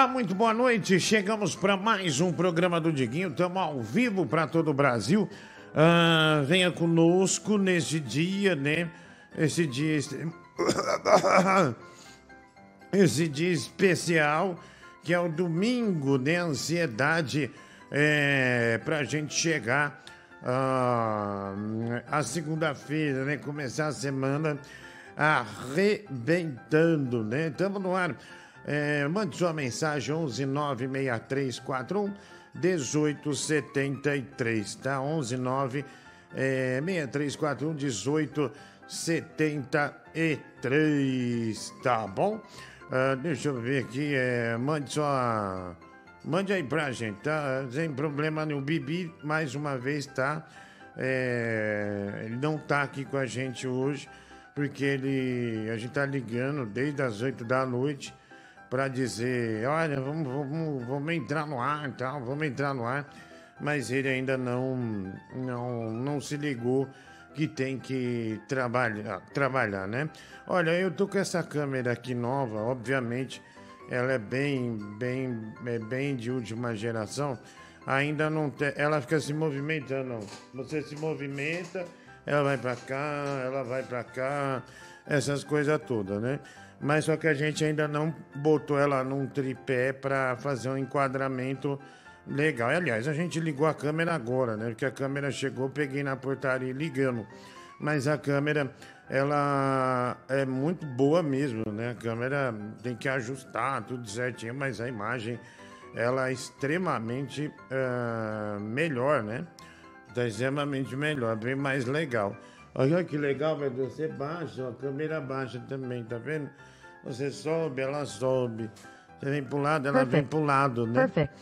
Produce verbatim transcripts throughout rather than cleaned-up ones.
Olá, muito boa noite. Chegamos para mais um programa do Diguinho. Estamos ao vivo para todo o Brasil. Ah, venha conosco nesse dia, né? Esse dia... Esse dia especial, que é o domingo, né? Ansiedade é, para a gente chegar ah, a segunda-feira, né? Começar a semana arrebentando, né? Estamos no ar. É, mande sua mensagem onze nove seis três quatro um um oito sete três, tá? onze nove seis três quatro um um oito sete três, tá bom? Uh, deixa eu ver aqui, é, mande só. Mande aí pra gente, tá? Sem problema nenhum. Bibi, mais uma vez, tá? É, ele não tá aqui com a gente hoje, porque ele. A gente tá ligando desde as oito da noite pra dizer: olha, vamos, vamos, vamos entrar no ar e tal, vamos entrar no ar. Mas ele ainda não, não, não se ligou que tem que trabalhar, trabalhar, né? Olha, eu tô com essa câmera aqui nova, obviamente, ela é bem, bem, é bem de última geração. Ainda não tem, ela fica se movimentando. Você se movimenta, ela vai pra cá, ela vai pra cá, essas coisas todas, né? Mas só que a gente ainda não botou ela num tripé para fazer um enquadramento legal. Aliás, a gente ligou a câmera agora, né? Porque a câmera chegou, peguei na portaria e ligamos. Mas a câmera, ela é muito boa mesmo, né? A câmera tem que ajustar tudo certinho, mas a imagem, ela é extremamente uh, melhor, né? Tá extremamente melhor, bem mais legal. Olha que legal, velho. Você baixa, a câmera baixa também, tá vendo? Você sobe, ela sobe. Você vem pro lado, ela Perfect. vem pro lado, né? Perfect.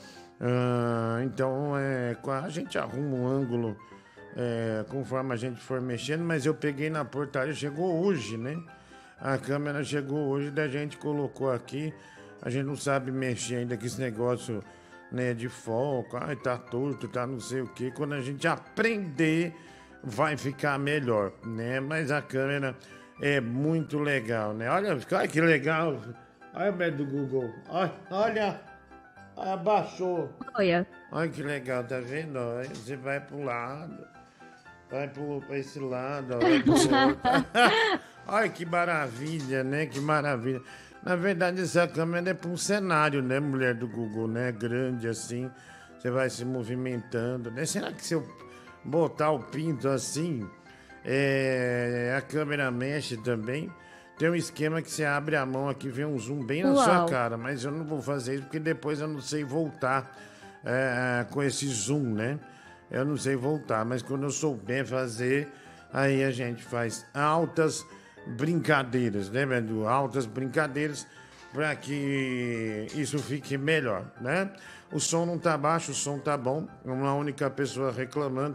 Uh, então, é, a gente arruma um ângulo é, conforme a gente for mexendo, mas eu peguei na portaria, chegou hoje, né? A câmera chegou hoje, da gente colocou aqui. A gente não sabe mexer ainda com esse negócio, né, de foco. Ai, tá torto, tá não sei o quê. Quando a gente aprender, vai ficar melhor, né? Mas a câmera é muito legal, né? Olha, olha que legal. Olha o método do Google. Olha, olha. Abaixou. Olha. Olha que legal, tá vendo? Aí você vai pro lado. Vai pro, pra esse lado. Ó, vai pro outro. Olha que maravilha, né? Que maravilha. Na verdade, essa câmera é para um cenário, né, mulher do Google, né? Grande assim. Você vai se movimentando, né? Será que se eu botar o pinto assim, é, a câmera mexe também? Tem um esquema que você abre a mão aqui, vem um zoom bem na Uau. sua cara, mas eu não vou fazer isso porque depois eu não sei voltar é, com esse zoom, né? Eu não sei voltar, mas quando eu souber fazer, aí a gente faz altas brincadeiras, né, velho? Altas brincadeiras para que isso fique melhor, né? O som não tá baixo, o som tá bom. Uma única pessoa reclamando.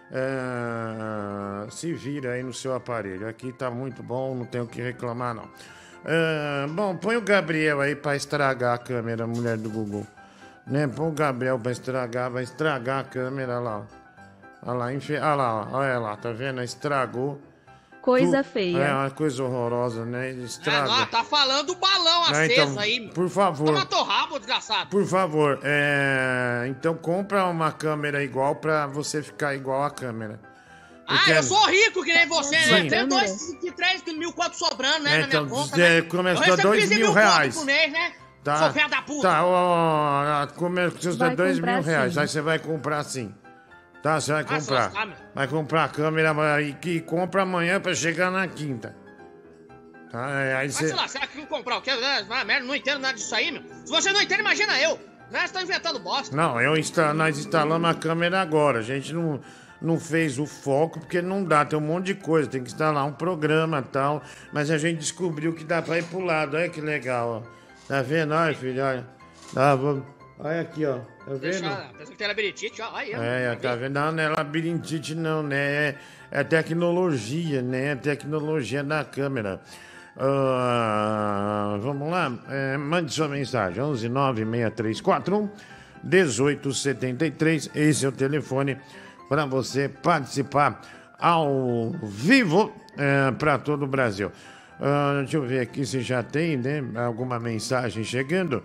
Uh, se vira aí no seu aparelho. Aqui tá muito bom, não tenho o que reclamar, não. Uh, bom, põe o Gabriel aí pra estragar a câmera, mulher do Google. Né? Põe o Gabriel pra estragar, vai estragar a câmera lá. Olha lá, enfe... olha lá, olha lá, tá vendo? Estragou. Coisa tu... feia. É uma coisa horrorosa, né? Estraga. É, não, tá falando o balão é, aceso então, aí. Por favor. Toma teu rabo, desgraçado. Por favor, é... então compra uma câmera igual pra você ficar igual a câmera. Eu ah, quero... eu sou rico que nem você, Sim. né? Eu tenho dois, três mil quanto sobrando, né, é, na minha então, conta, é, né? Começou dois mil, mil reais. Por mês, né? Tá. Sou fé da puta. Tá, ó, começou dois mil reais. Sim. Aí você vai comprar sim. Tá, você vai comprar. Ah, vai comprar a câmera e que compra amanhã pra chegar na quinta. Tá, aí Mas você... sei lá, será que não comprar o quê? Ah, merda, não entendo nada disso aí, meu. Se você não entende, imagina eu. Né? Você tá inventando bosta. Não, eu insta... nós instalamos a câmera agora. A gente não, não fez o foco porque não dá. Tem um monte de coisa. Tem que instalar um programa e tal. Mas a gente descobriu que dá pra ir pro lado. Olha que legal, ó. Tá vendo? Olha, filho, olha. Tá, vamos... Olha aqui, ó. Tá vendo? Deixa, pensa que tem labirintite, ó. Aí, é, tá vendo? Não, não é labirintite, não, né? É, é tecnologia, né? É tecnologia da câmera. Uh, vamos lá? É, mande sua mensagem. onze nove seis três quatro um um oito sete três. Esse é o telefone para você participar ao vivo é, para todo o Brasil. Uh, deixa eu ver aqui se já tem, né? Alguma mensagem chegando.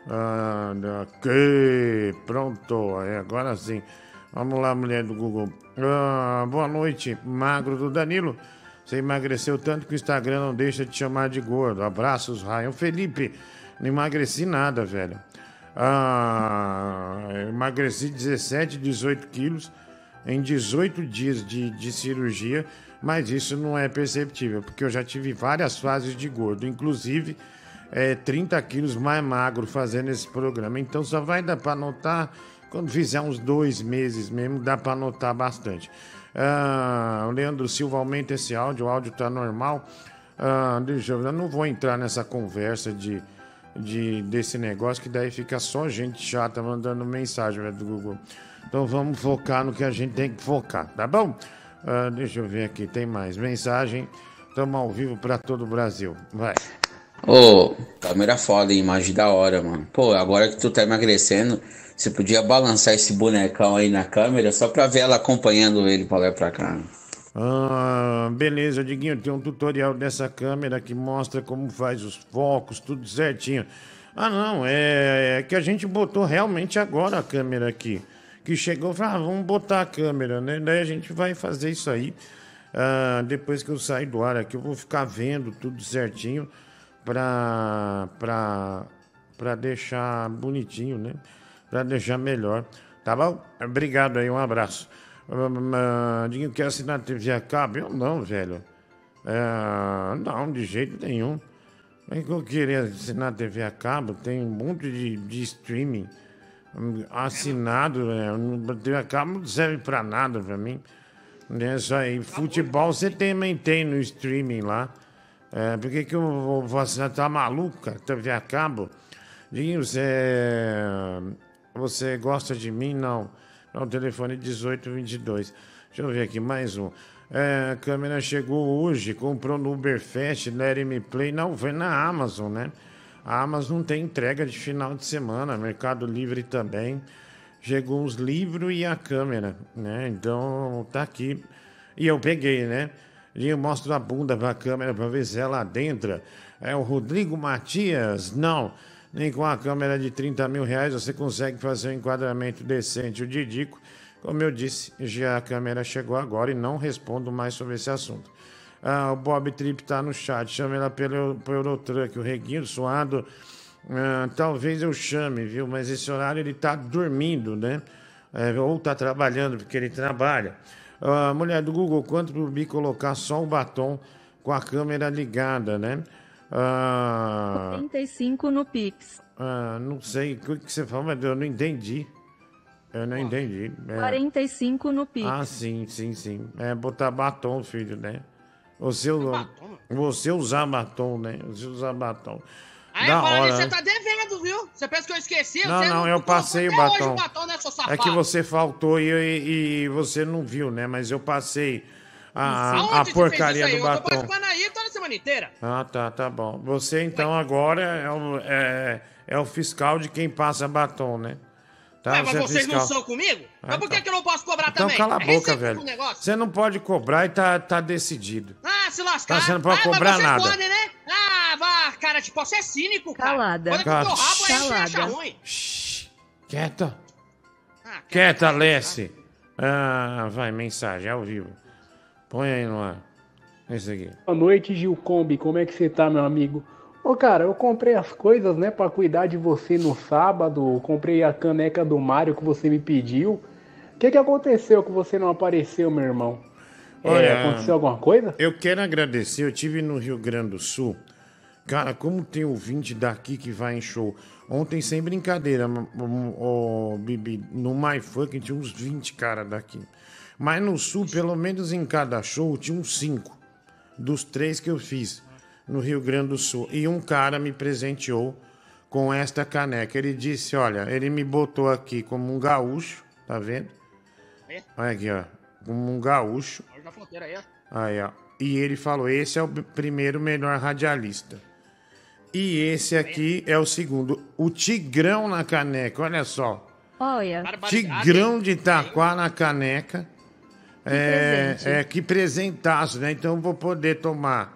Ah, ok, pronto, é, agora sim. Vamos lá, mulher do Google. Ah, boa noite, magro do Danilo. Você emagreceu tanto que o Instagram não deixa de chamar de gordo. Abraços, Ryan. Felipe, não emagreci nada, velho. Ah, emagreci dezessete, dezoito quilos em dezoito dias de, de cirurgia, mas isso não é perceptível, porque eu já tive várias fases de gordo, inclusive é, trinta quilos mais magro fazendo esse programa. Então só vai dar para notar quando fizer uns dois meses mesmo, dá para notar bastante. Ah, o Leandro Silva, aumenta esse áudio, o áudio tá normal. Ah, deixa eu, eu não vou entrar nessa conversa de, de, desse negócio, que daí fica só gente chata mandando mensagem, velho, do Google. Então vamos focar no que a gente tem que focar, tá bom? Ah, deixa eu ver aqui, tem mais mensagem. Estamos ao vivo para todo o Brasil. Vai. Ô, câmera foda, hein? Imagem da hora, mano. Pô, agora que tu tá emagrecendo, você podia balançar esse bonecão aí na câmera só pra ver ela acompanhando ele pra lá e pra cá. Ah, beleza, Diguinho, tem um tutorial dessa câmera que mostra como faz os focos, tudo certinho. Ah, não, é, é que a gente botou realmente agora a câmera aqui. Que chegou e falou, ah, vamos botar a câmera, né? Daí a gente vai fazer isso aí. Ah, depois que eu sair do ar aqui, eu vou ficar vendo tudo certinho pra, pra, pra deixar bonitinho, né? Pra deixar melhor. Tá bom? Obrigado aí, um abraço. Uh, Dinho, quer assinar a T V a cabo? Eu não, velho. Uh, não, de jeito nenhum. É que eu queria assinar a T V a cabo, tem um monte de, de streaming assinado. A T V a cabo não serve pra nada pra mim. É isso aí. Futebol você também tem no streaming lá. É, por que, que eu vou assinar? Tá maluco, cara? T V a cabo? Dinho, você. Você gosta de mim? Não. Não, telefone dezoito vinte e dois. Deixa eu ver aqui, mais um. É, a câmera chegou hoje, comprou no Uberfest, Let Me Play. Não, foi na Amazon, né? A Amazon tem entrega de final de semana, Mercado Livre também. Chegou os livros e a câmera, né? Então, tá aqui. E eu peguei, né? E eu mostro a bunda pra câmera pra ver se ela adentra. É o Rodrigo Matias? Não. Nem com a câmera de trinta mil reais você consegue fazer um enquadramento decente. O Didico, como eu disse, já a câmera chegou agora e não respondo mais sobre esse assunto. Ah, o Bob Trip tá no chat, chama ela pelo, pelo Eurotruck. O Reguinho Suado, ah, talvez eu chame, viu? Mas esse horário ele tá dormindo, né? É, ou tá trabalhando, porque ele trabalha. Ah, mulher do Google, quanto pro Bi colocar só o batom com a câmera ligada, né? Ah, quarenta e cinco no Pix. Ah, não sei o que, que você fala, mas eu não entendi. Eu não entendi. É. quarenta e cinco no Pix. Ah, sim, sim, sim. É botar batom, filho, né? Você, você usar batom, né? Você usar batom. Aí, da hora, você né? tá devendo, viu? Você pensa que eu esqueci? Não, você não, eu passei o batom. o batom, né, seu safado? É que você faltou e, e, e você não viu, né? Mas eu passei a, a porcaria do batom. Eu tô participando aí toda semana inteira. Ah, tá, tá bom. Você, então, agora é o, é, é o fiscal de quem passa batom, né? Tá, Ué, mas você é vocês fiscal. não são comigo? Ah, mas por que, tá. que eu não posso cobrar Então também? cala a É boca, recíproco velho. o negócio. Você não pode cobrar e tá, tá decidido. Ah, se lascar. Tá, você não pode ah, cobrar mas você nada. Pode, né? Ah, vá, cara, tipo, você é cínico, cara. Calada. Quando é que o teu rabo aí você acha Calada. ruim. Shhh, quieta. Ah, Quieta, Lessie. Ah, vai, mensagem ao vivo. Põe aí no ar. Esse aqui. Boa noite, Gilcombi. Como é que você tá, meu amigo? Ô, cara, eu comprei as coisas, né, pra cuidar de você no sábado. Eu comprei a caneca do Mário que você me pediu. O que que aconteceu que você não apareceu, meu irmão? É, Olha, aconteceu alguma coisa? Eu quero agradecer. Eu tive no Rio Grande do Sul. Cara, como tem ouvinte daqui que vai em show. Ontem, sem brincadeira, o, o Bibi, no MyFunk tinha uns vinte caras daqui. Mas no Sul, pelo menos em cada show, tinha uns cinco. Dos três que eu fiz no Rio Grande do Sul. E um cara me presenteou com esta caneca. Ele disse, olha, ele me botou aqui como um gaúcho, tá vendo? É. Olha aqui, ó. Como um gaúcho. Olha da fronteira aí, ó. Aí, ó. E ele falou, esse é o primeiro melhor radialista. E esse aqui é o segundo. O Tigrão na caneca, olha só. Olha, Tigrão de Itaquá na caneca. É, presente. é, que presentaço, né? Então eu vou poder tomar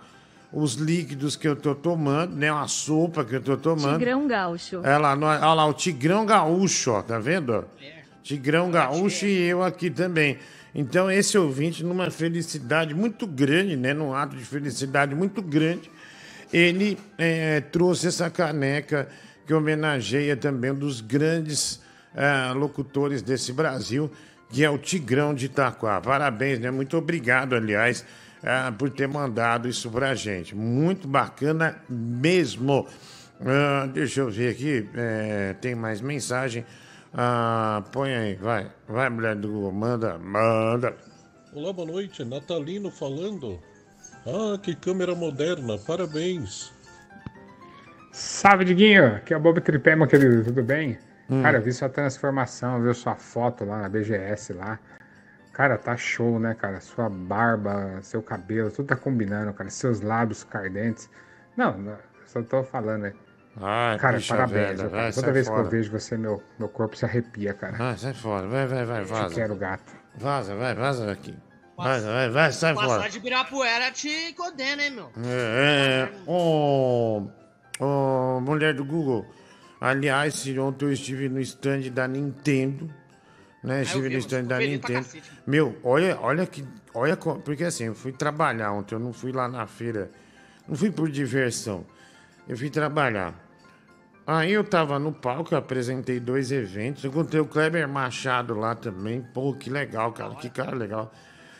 os líquidos que eu tô tomando, né? Uma sopa que eu tô tomando. Tigrão Gaúcho. Olha lá, nó- olha lá, o Tigrão Gaúcho, ó, tá vendo? Tigrão Gaúcho e eu aqui também. Então, esse ouvinte, numa felicidade muito grande, né? Num ato de felicidade muito grande, ele eh, trouxe essa caneca que homenageia também um dos grandes eh, locutores desse Brasil, que é o Tigrão de Itaquá. Parabéns, né? Muito obrigado, aliás, eh, por ter mandado isso pra gente. Muito bacana mesmo. Ah, deixa eu ver aqui, eh, tem mais mensagem. Ah, põe aí, vai. Vai, mulher do Google, manda, manda. Olá, boa noite. Natalino falando. Ah, que câmera moderna. Parabéns. Salve, Diguinho! Aqui é o Bob Tripé, meu querido, tudo bem? Cara, eu vi sua transformação, viu sua foto lá na B G S lá. Cara, tá show, né, cara? Sua barba, seu cabelo, tudo tá combinando, cara. Seus lábios cardentes. Não, não, só tô falando, né? Ai, Cara, bicha parabéns, velha, viu, cara. vai, Toda sai vez que fora. eu vejo você, meu, meu corpo se arrepia, cara. Vai, sai fora, vai, vai, vai, Te vaza. quero, gato. Vaza, vai, vaza daqui. Vaza, vai, vai, sai Passar fora. de Ibirapuera te condena, hein, meu? É, é, ô, ô, mulher do Google. Aliás, se ontem eu estive no stand da Nintendo, né? Estive vi, no mas stand ficou da feliz pra Nintendo. cacete. Meu, olha, olha que, olha, co- porque assim, eu fui trabalhar ontem, eu não fui lá na feira, não fui por diversão, eu fui trabalhar. Aí eu tava no palco, eu apresentei dois eventos, eu encontrei o Kleber Machado lá também, pô, que legal, cara, que cara legal.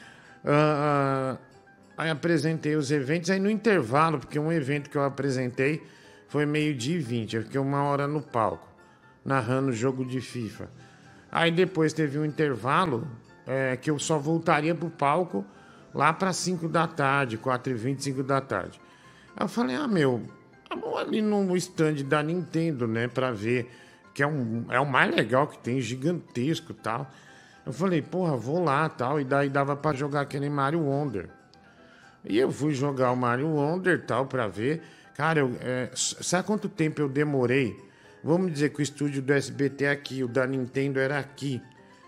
Ah, aí apresentei os eventos, aí no intervalo, porque um evento que eu apresentei foi meio-dia e vinte, eu fiquei uma hora no palco, narrando o jogo de FIFA. Aí depois teve um intervalo é, que eu só voltaria pro palco lá para cinco da tarde, quatro e vinte, cinco da tarde. Aí eu falei, ah, meu, vamos ali no stand da Nintendo, né, pra ver, que é, um, é o mais legal que tem, gigantesco e tal. Eu falei, porra, vou lá tal, e daí dava pra jogar aquele Mario Wonder. E eu fui jogar o Mario Wonder e tal pra ver. Cara, eu, é, s- sabe quanto tempo eu demorei? Vamos dizer que o estúdio do S B T é aqui, o da Nintendo era aqui.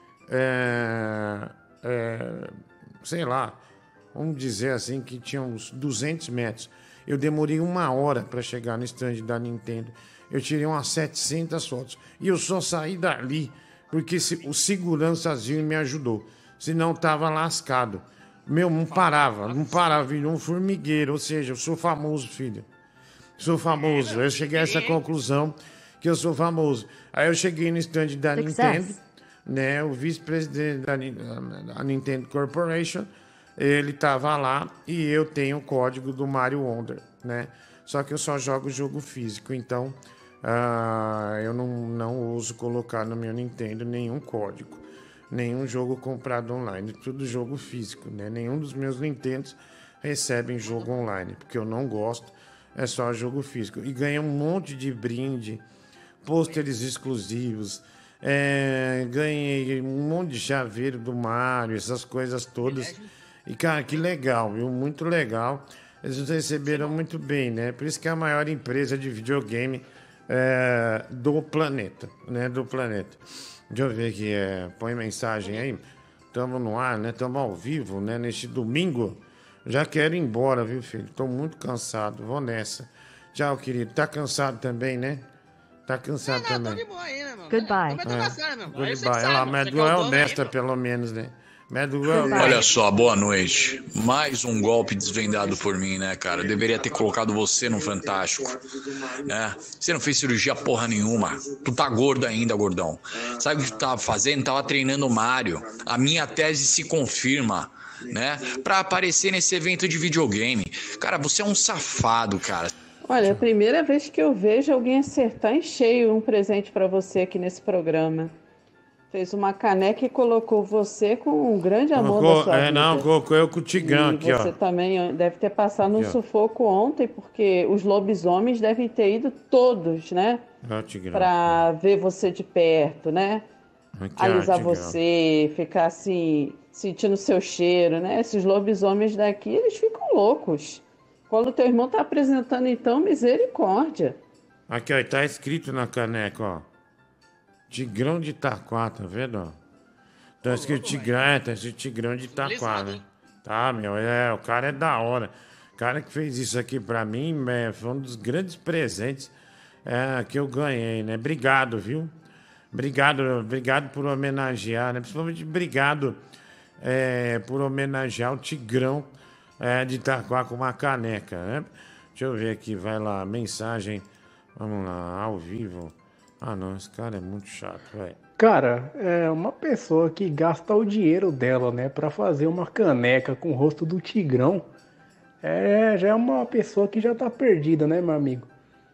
É, é, sei lá, vamos dizer assim que tinha uns duzentos metros. Eu demorei uma hora para chegar no stand da Nintendo. Eu tirei umas setecentas fotos. E eu só saí dali porque se- o segurançazinho me ajudou. Senão tava lascado. Meu, não parava, não parava, virou um formigueiro. Ou seja, eu sou famoso, filho. Sou famoso. Eu cheguei a essa conclusão que eu sou famoso. Aí eu cheguei no stand da Success. Nintendo, né? O vice-presidente da, Ni- da Nintendo Corporation, ele tava lá e eu tenho o código do Mario Wonder, né? Só que eu só jogo jogo físico, então ah, eu não, não uso colocar no meu Nintendo nenhum código, nenhum jogo comprado online, tudo jogo físico, né? Nenhum dos meus Nintendos recebem jogo online, porque eu não gosto, é só jogo físico. E ganha um monte de brinde, pôsteres exclusivos, é, ganhei um monte de chaveiro do Mario, essas coisas todas. E, cara, que legal, viu? Muito legal. Eles receberam muito bem, né? Por isso que é a maior empresa de videogame é, do planeta, né? Do planeta. Deixa eu ver aqui, é, põe mensagem aí. Estamos no ar, né? Estamos ao vivo, né? Neste domingo. Já quero ir embora, viu, filho? Estou muito cansado. Vou nessa. Tchau, querido. Tá cansado também, né? Tá cansado Não, tô também. de boa aí, né, meu? Goodbye. Tô metendo bastante, meu. Aí Goodbye. você que Olha lá, sabe, mas você du que é o é dono aí, honesta, meu. pelo menos, né? Medu é Olha só, boa noite. Mais um golpe desvendado por mim, né, cara? Eu deveria ter colocado você no Fantástico. Né? Você não fez cirurgia porra nenhuma. Tu tá gordo ainda, gordão. Sabe o que tu tava fazendo? Tava treinando o Mario. A minha tese se confirma, né? Pra aparecer nesse evento de videogame. Cara, você é um safado, cara. Olha, é a primeira vez que eu vejo alguém acertar em cheio um presente para você aqui nesse programa. Fez uma caneca e colocou você com um grande amor Colocou- da sua é, vida. não, colocou eu com o Tigrão E aqui, você ó. também deve ter passado um Aqui, ó. sufoco ontem, porque os lobisomens devem ter ido todos, né? Ó, o Tigrão. Para ver você de perto, né? Aqui, ó, Alisar Tigrão. você, ficar assim, sentindo seu cheiro, né? Esses lobisomens daqui, eles ficam loucos. Quando teu irmão tá apresentando, então, misericórdia. Aqui, ó, e tá escrito na caneca, ó. Tigrão de Itaquá, tá vendo, ó? Tá escrito Tigrão, é, tá escrito Tigrão de Alisado, Itaquá, né? hein? Tá, meu, é, o cara é da hora. O cara que fez isso aqui pra mim é, foi um dos grandes presentes é, que eu ganhei, né? Obrigado, viu? Obrigado, obrigado por homenagear, né? Principalmente obrigado é, por homenagear o Tigrão é, de Itaquá com uma caneca, né? Deixa eu ver aqui, vai lá, mensagem. Vamos lá, ao vivo. Ah, não, esse cara é muito chato, velho. Cara, é uma pessoa que gasta o dinheiro dela, né, pra fazer uma caneca com o rosto do Tigrão, é, já é uma pessoa que já tá perdida, né, meu amigo?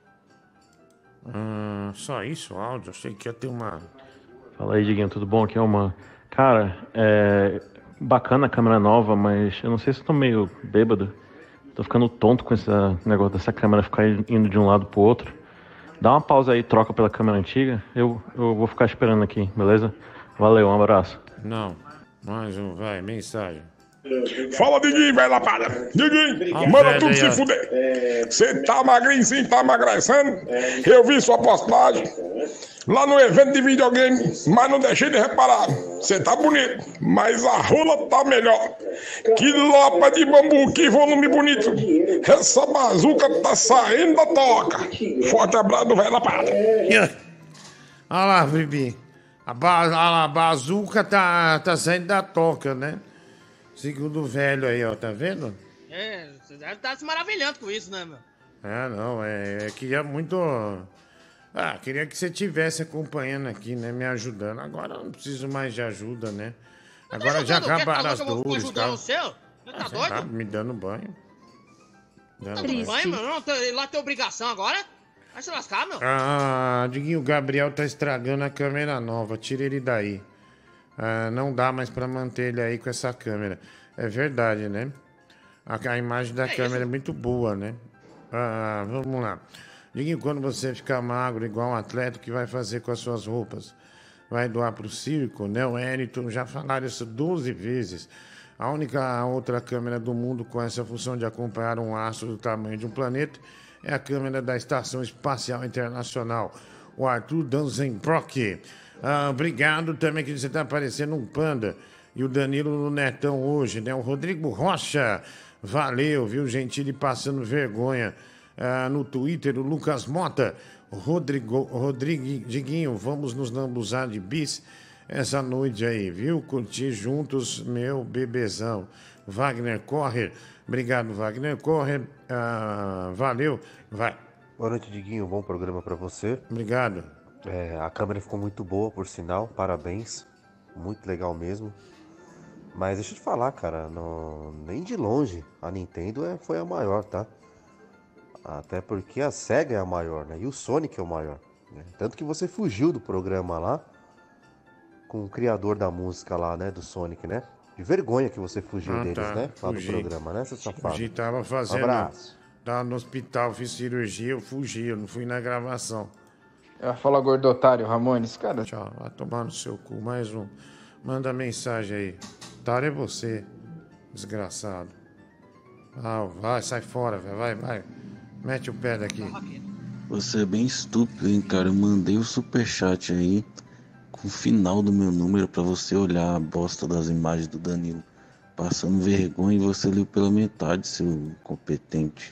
Hum, só isso, o áudio? Achei que ia ter uma... Fala aí, Diguinho, tudo bom? Aqui é uma... Cara, é bacana a câmera nova, mas eu não sei se eu tô meio bêbado. Tô ficando tonto com esse negócio dessa câmera ficar indo de um lado pro outro. Dá uma pausa aí, troca pela câmera antiga. Eu, eu vou ficar esperando aqui, beleza? Valeu, um abraço. Não, mais um, vai, mensagem. Fala, Diguinho, vai lá, para. Diguinho, ah, manda tudo se fuder. Você tá magrinho sim, tá emagrecendo. Eu vi sua postagem lá no evento de videogame, mas não deixei de reparar. Você tá bonito, mas a rola tá melhor. Que lapa de bambu, que volume bonito. Essa bazuca tá saindo da toca. Forte abraço, vai lá, para. Olha lá, Bibi. A, ba a bazuca tá, tá saindo da toca, né? Segundo o velho aí, ó, tá vendo? É, você deve estar se maravilhando com isso, né, meu? Ah, não, é, é queria muito... Ah, queria que você tivesse acompanhando aqui, né, me ajudando. Agora eu não preciso mais de ajuda, né? Agora já acabaram as dores, tá? Você tá ah, doido? Tá me dando banho. Dando banho, banho meu? Não, lá tem obrigação agora? Vai se lascar, meu. Ah, Diguinho, o Gabriel tá estragando a câmera nova. Tira ele daí. Ah, não dá mais pra manter ele aí com essa câmera. É verdade, né? A, a imagem da é câmera isso? É muito boa, né? Ah, vamos lá. Diguinho, quando você ficar magro, igual um atleta, o que vai fazer com as suas roupas? Vai doar pro circo, né? O Wellington já falaram isso doze vezes. A única outra câmera do mundo com essa função de acompanhar um astro do tamanho de um planeta é a câmera da Estação Espacial Internacional, o Arthur Danzenbrock. Ah, obrigado também que você está aparecendo um panda. E o Danilo no Netão hoje, né? O Rodrigo Rocha, valeu, viu? Gentili passando vergonha. Ah, no Twitter, o Lucas Mota, Rodrigo, Rodrigo Diguinho, vamos nos lambuzar de bis essa noite aí, viu? Curtir juntos, meu bebezão. Wagner Correr, obrigado, Wagner Correr, ah, valeu, vai. Boa noite, Diguinho, bom programa para você. Obrigado. É, a câmera ficou muito boa, por sinal, parabéns, muito legal mesmo. Mas deixa eu te falar, cara, no, nem de longe a Nintendo é, foi a maior, tá? Até porque a Sega é a maior, né? E o Sonic é o maior, né? Tanto que você fugiu do programa lá com o criador da música lá, né? Do Sonic, né? De vergonha que você fugiu ah, deles, tá. né? Lá do programa, né? Seu safado. Fugi, tava fazendo... Um abraço. Tava no hospital, fiz cirurgia, eu fugi, eu não fui na gravação. Ah, fala, gordo otário, Ramones, cara. Tchau, vai tomar no seu cu, mais um. Manda mensagem aí. Otário é você, desgraçado. Ah, vai, sai fora, velho, vai, vai. Mete o pé daqui. Você é bem estúpido, hein, cara. Eu mandei o superchat aí com o final do meu número pra você olhar a bosta das imagens do Danilo. Passando vergonha e você leu pela metade, seu incompetente.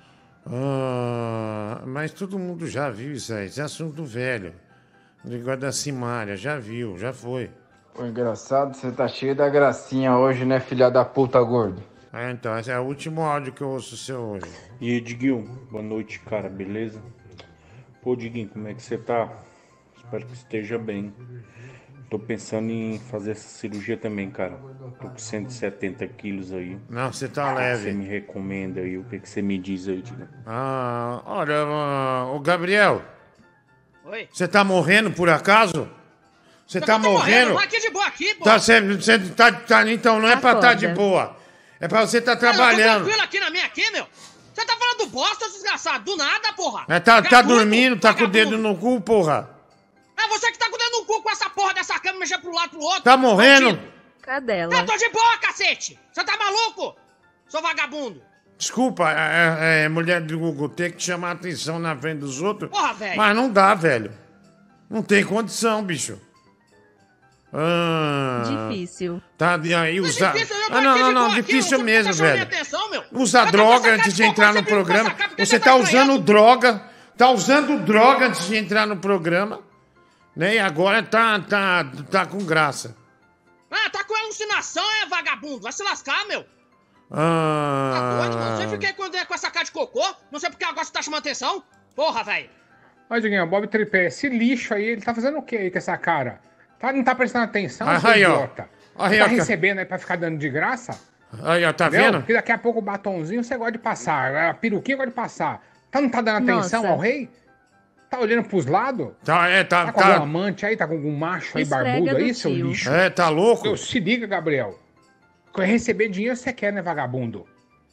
Ah, mas todo mundo já viu isso aí. Isso é assunto velho. O negócio da Simária, já viu, já foi. Pô, engraçado, você tá cheio da gracinha hoje, né, filha da puta gordo? Ah, então, esse é o último áudio que eu ouço seu hoje. E aí, Diguinho, boa noite, cara, beleza? Pô, Diguinho, como é que você tá? Espero que esteja bem. Tô pensando em fazer essa cirurgia também, cara. Tô com cento e setenta quilos aí. Não, você tá leve. O que você me recomenda aí? O que, que você me diz aí, Diguinho? Ah, olha, o Gabriel. Oi? Você tá morrendo por acaso? Você tá morrendo? Vai aqui de boa aqui, pô. Tá, você, você tá, tá, então não é pra estar tá de boa. É pra você estar tá trabalhando. Eu tô tranquilo aqui na minha aqui, meu. Você tá falando bosta, desgraçado. Do nada, porra. É, tá, tá dormindo, tá com o dedo no cu, porra. É você que tá com o dedo no cu com essa porra dessa câmera mexendo pro lado pro outro. Tá morrendo? Cadela. Eu tô de boa, cacete. Você tá maluco? Sou vagabundo. Desculpa, é, é, mulher do Google, tem que chamar atenção na frente dos outros. Porra, velho. Mas não dá, velho. Não tem condição, bicho. Ah, difícil. Tá, aí Não usar. é difícil, eu tô Ah, não, aqui não, de não, boa difícil aqui, mesmo, você tá chamando velho. minha atenção, não, meu. Usa droga antes de entrar no programa. Você tá usando droga. Tá usando droga antes de entrar no programa. Né? E agora tá, tá, tá com graça. Ah, tá com alucinação, é vagabundo. Vai se lascar, meu. Ah... Tá doido, mano. Você fiquei com, com essa cara de cocô. Não sei porque agora você tá chamando atenção. Porra, velho. Olha, Diguinho, Bob Tripé, esse lixo aí, ele tá fazendo o que aí com essa cara? Tá, não tá prestando atenção, Ah, seu aí, ó. idiota? Aí, tá ó, recebendo aí pra ficar dando de graça? Aí, ó, tá Entendeu? vendo? Porque daqui a pouco o batonzinho você gosta de passar, a peruquinha gosta de passar. Tá, não tá dando atenção Nossa. ao rei? Tá olhando pros lados? Tá, é, tá... Tá com tá... algum amante aí? Tá com algum macho aí Esfrega barbudo aí, do seu tio. lixo? É, tá louco? Eu, se liga, Gabriel. Quer receber dinheiro você quer, né, vagabundo?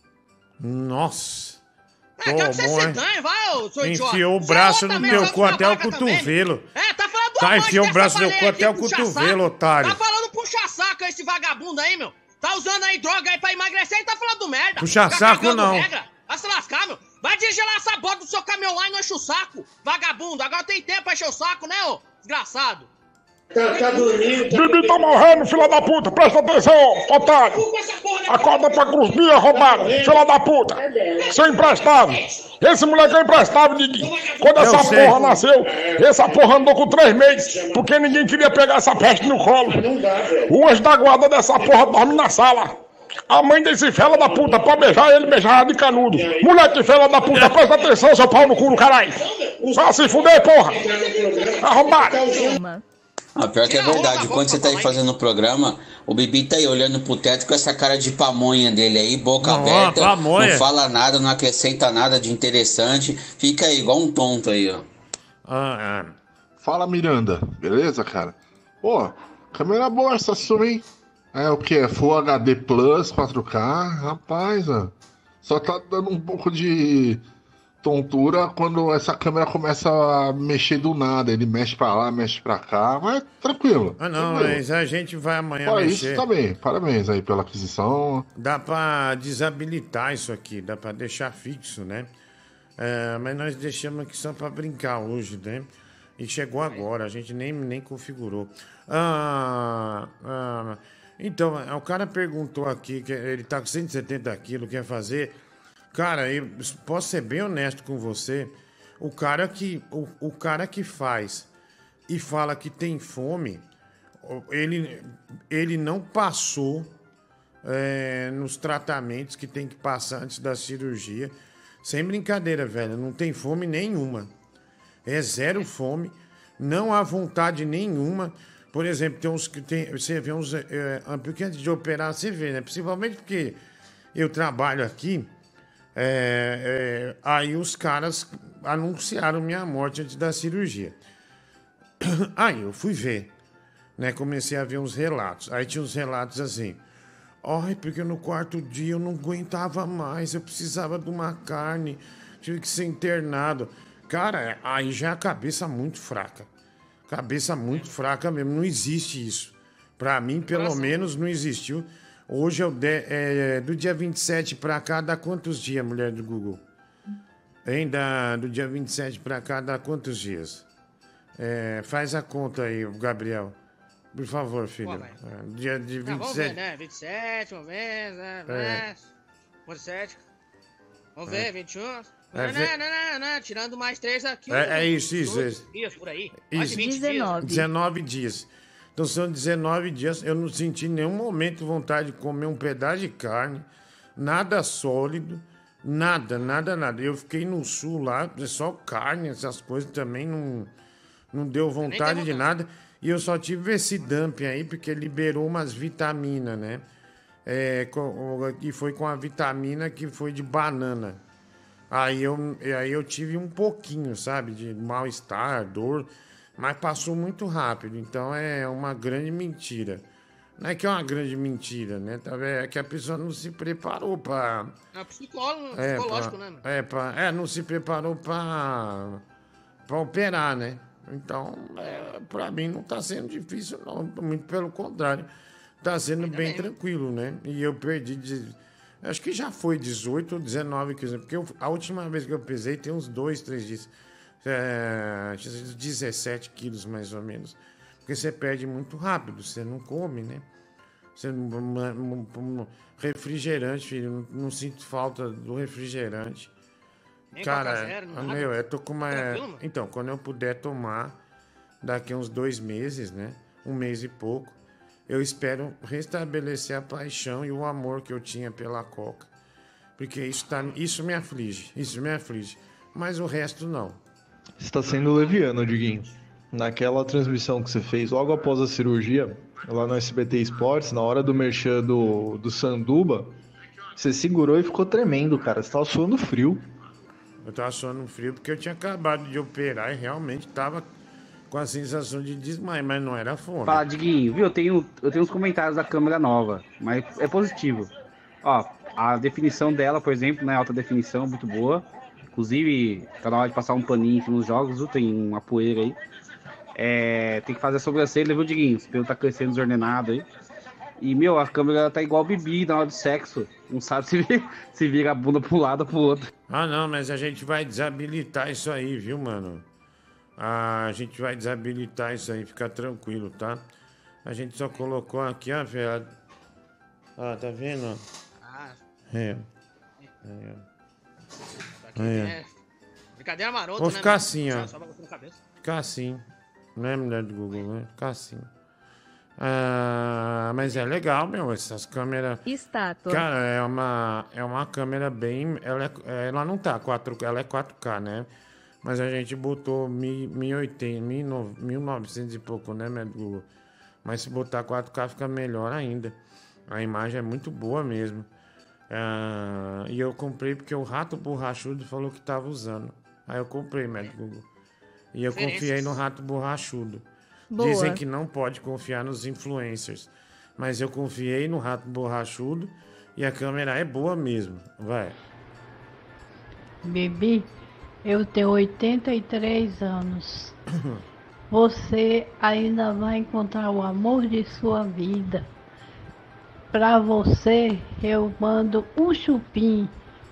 Nossa. É, quero que você se dane, vai, ô, seu idiota. Enfiou o Você é braço outra no mesmo, teu você cu é até o babaca também. cotovelo. É, tá falando do Tá, amante enfiou o dessa braço no teu baleia cu aí, até o puxa-saco. cotovelo, otário. Tá falando puxa-saco esse vagabundo aí, meu. Tá usando aí droga aí pra emagrecer e tá falando merda. Puxa-saco, Tá cagando não. regra. Vai se lascar, meu. Vai dirigir lá essa bota do seu caminhão lá e não enche o saco. Vagabundo, agora tem tempo pra encher o saco, né, ô? Desgraçado. Tá, tá dormindo. Bibi tá morrendo, filha da puta. Presta atenção, otário. Acorda pra cuspir, arrombado. Filha da puta. Seu emprestável. Esse moleque é emprestável, Diguinho. Quando Eu essa sei. porra nasceu, essa porra andou com três meses. Porque ninguém queria pegar essa peste no colo. O anjo da guarda dessa porra dorme na sala. A mãe desse fela da puta, pra beijar ele, beijava de canudo. Moleque fela da puta, presta atenção, seu pau no cu do caralho. Só se fuder, porra. Arrombado. Ah, pior que é verdade, quando você tá aí fazendo o programa, o Bibi tá aí olhando pro teto com essa cara de pamonha dele aí, boca Não, aberta, pamonha. não fala nada, não acrescenta nada de interessante, fica aí igual um tonto aí, ó. Ah, Fala, Miranda, beleza, cara? Pô, câmera boa essa sua, hein? É o que? Full H D Plus, quatro K? Rapaz, ó, só tá dando um pouco de tontura quando essa câmera começa a mexer do nada. Ele mexe pra lá, mexe pra cá, mas tranquilo. Ah, não, tranquilo. mas a gente vai amanhã Fora mexer. isso, tá bem. Parabéns aí pela aquisição. Dá pra desabilitar isso aqui, dá pra deixar fixo, né? É, mas nós deixamos aqui só pra brincar hoje, né? E chegou agora, a gente nem, nem configurou. Ah, ah, então, o cara perguntou aqui, que ele tá com cento e setenta quilos, quer fazer... Cara, eu posso ser bem honesto com você, o cara que, o, o cara que faz e fala que tem fome, ele, ele não passou é, nos tratamentos que tem que passar antes da cirurgia. Sem brincadeira, velho, não tem fome nenhuma. É zero fome, não há vontade nenhuma. Por exemplo, tem uns que tem, você vê uns... É, porque antes de operar, você vê, né? Principalmente porque eu trabalho aqui... É, é, aí os caras anunciaram minha morte antes da cirurgia. Aí eu fui ver, né? Comecei a ver uns relatos. Aí tinha uns relatos assim: ai, porque no quarto dia eu não aguentava mais, eu precisava de uma carne, tive que ser internado. Cara, aí já é a cabeça muito fraca. Cabeça muito fraca mesmo, não existe isso. Pra mim, pelo menos, não existiu. Hoje é, o de, é do dia vinte e sete pra cá, dá quantos dias, mulher do Google? Hein? Da, do dia vinte e sete pra cá, dá quantos dias? É, faz a conta aí, Gabriel. Por favor, filho. Pô, é, dia de Não, vinte e vamos sete. ver, né? vinte e sete, vamos ver, né? É. vinte e sete. Vamos É. ver, vinte e um. É, Não, ve- não, não, não, não, tirando mais três aqui. É, é uns isso, isso, doze isso. dias por aí. Isso. Mais de vinte dias. dezenove dias. Então são dezenove dias. Eu não senti em nenhum momento vontade de comer um pedaço de carne, nada sólido, nada, nada, nada. Eu fiquei no sul lá, só carne, essas coisas também não, não deu vontade de nada. E eu só tive esse dumping aí, porque liberou umas vitaminas, né? É, com- e foi com a vitamina que foi de banana. Aí eu, aí eu tive um pouquinho, sabe, de mal-estar, dor, mas passou muito rápido. Então é uma grande mentira. Não é que é uma grande mentira, né? Tá vendo? É que a pessoa não se preparou para... É psicólogo, É, psicológico, pra- né? é, pra- é, não se preparou para para operar, né? Então, é, para mim não tá sendo difícil, não. Muito pelo contrário. Tá sendo bem tranquilo, né? E eu perdi... De, acho que já foi dezoito ou dezenove quilos. Porque eu- a última vez que eu pesei tem uns dois, três dias. É, dezessete quilos, mais ou menos. Porque você perde muito rápido, você não come, né? Você não- um refrigerante, filho. Não, não sinto falta do refrigerante. Nem Cara, Coca Zero, ah, nada? meu, eu tô com uma. Tranquilo, mano? Então, quando eu puder tomar, daqui a uns dois meses, né? Um mês e pouco, eu espero restabelecer a paixão e o amor que eu tinha pela Coca. Porque isso, tá, isso me aflige. Isso me aflige. Mas o resto não. Você tá sendo leviano, Diguinho. Naquela transmissão que você fez logo após a cirurgia, lá no S B T Esportes, na hora do merchan do, do Sanduba, você segurou e ficou tremendo, cara. Você tava suando frio. Eu tava suando frio porque eu tinha acabado de operar e realmente tava com a sensação de desmaio, mas não era fome. Fala, Diguinho, viu? Eu tenho, eu tenho uns comentários da câmera nova, mas é positivo. Ó, a definição dela, por exemplo, né? Alta definição, muito boa. Inclusive, tá na hora de passar um paninho nos jogos, viu? Tem uma poeira aí. É, tem que fazer a sobrancelha, viu, Diguinho? Esse pelo tá crescendo desordenado aí. E, meu, a câmera tá igual o Bibi na hora do sexo. Não sabe se vira, se vira a bunda pro lado ou pro outro. Ah, não, mas a gente vai desabilitar isso aí, viu, mano? Ah, a gente vai desabilitar isso aí, fica tranquilo, tá? A gente só colocou aqui, ó, velho. Ah, tá vendo? Ah, É. Aí, ó. Aí, ó. é. Brincadeira marota, Vou né? ficar meu? assim, ó. Só- só botando na cabeça. Ficar assim. Não é mulher do Google, né? Ficar assim. Ah, mas é legal, meu, essas câmeras. Estátua. Cara, é uma, é uma câmera bem. Ela, é, ela não tá quatro K, ela é quatro K, né? Mas a gente botou mil e oitenta, mil e novecentos e pouco, né, meu Google? Mas se botar quatro K fica melhor ainda. A imagem é muito boa mesmo. Ah, e eu comprei porque o Rato Borrachudo falou que tava usando. Aí eu comprei, médico Google. E eu Referências. confiei no Rato Borrachudo. Boa. Dizem que não pode confiar nos influencers. Mas eu confiei no Rato Borrachudo e a câmera é boa mesmo. Vai. Bibi, eu tenho oitenta e três anos. Você ainda vai encontrar o amor de sua vida. Pra você, eu mando um chupim.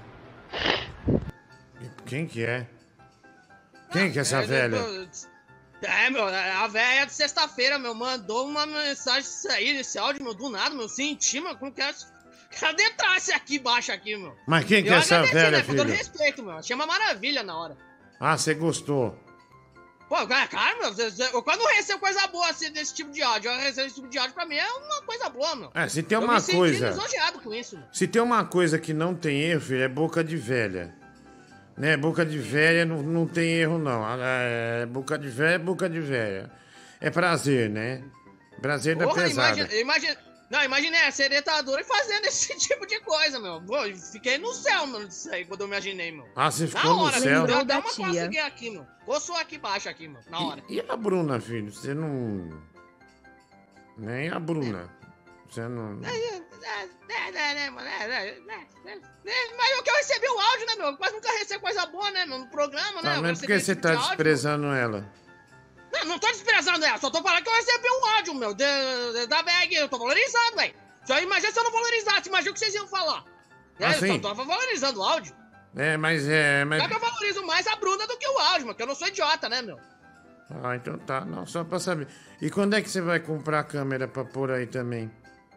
Quem que é? Quem que é essa É, velha? eu- É, meu, a velha de sexta-feira, meu, mandou uma mensagem isso aí, nesse áudio, meu, do nada, meu, senti, meu, como que é? Cadê esse aqui embaixo aqui, meu? Mas quem que Eu é essa agradeci, velha, né, com todo filho? respeito, meu, achei uma maravilha na hora. Ah, você gostou. Pô, cara, cara, meu, eu quando recebo coisa boa assim, desse tipo de áudio, eu recebo esse tipo de áudio pra mim é uma coisa boa, meu. É, se tem eu uma me senti coisa- lisonjeado com isso, meu. Se tem uma coisa que não tem erro, filho, é boca de velha. Né? Boca de velha não, não tem erro, não. É, boca de velha é boca de velha. É prazer, né? Prazer da Porra, pesada. imagina, imagina, não, imaginei a seretadora fazendo esse tipo de coisa, meu. Pô, eu fiquei no céu, mano, disso aí, quando eu imaginei, meu. Ah, você Na ficou no hora, céu? meu, deu até Da uma tia. coceguinha aqui, meu. Coçou aqui embaixo, aqui, meu, na hora. E a Bruna, filho? Você não... Nem a Bruna. Você não... É, é, é, né, mano, é, é, é, é, é, mas o que eu recebi o áudio, né, meu? Eu quase nunca recebo coisa boa, né, meu, no programa, né? Ah, Eu mas por recebi que esse você tipo tá de áudio, desprezando ela? Não, não tô desprezando ela, só tô falando que eu recebi um áudio, meu, de, de- da V E G, eu tô valorizando, velho. Só imagina se eu não valorizasse, imagina o que vocês iam falar. É, Ah, eu sim? só tô valorizando o áudio. É, mas é... Mas... Só que eu valorizo mais a Bruna do que o áudio, meu, porque eu não sou idiota, né, meu? Ah, então tá. Não, só pra saber. E quando é que você vai comprar a câmera pra pôr aí também?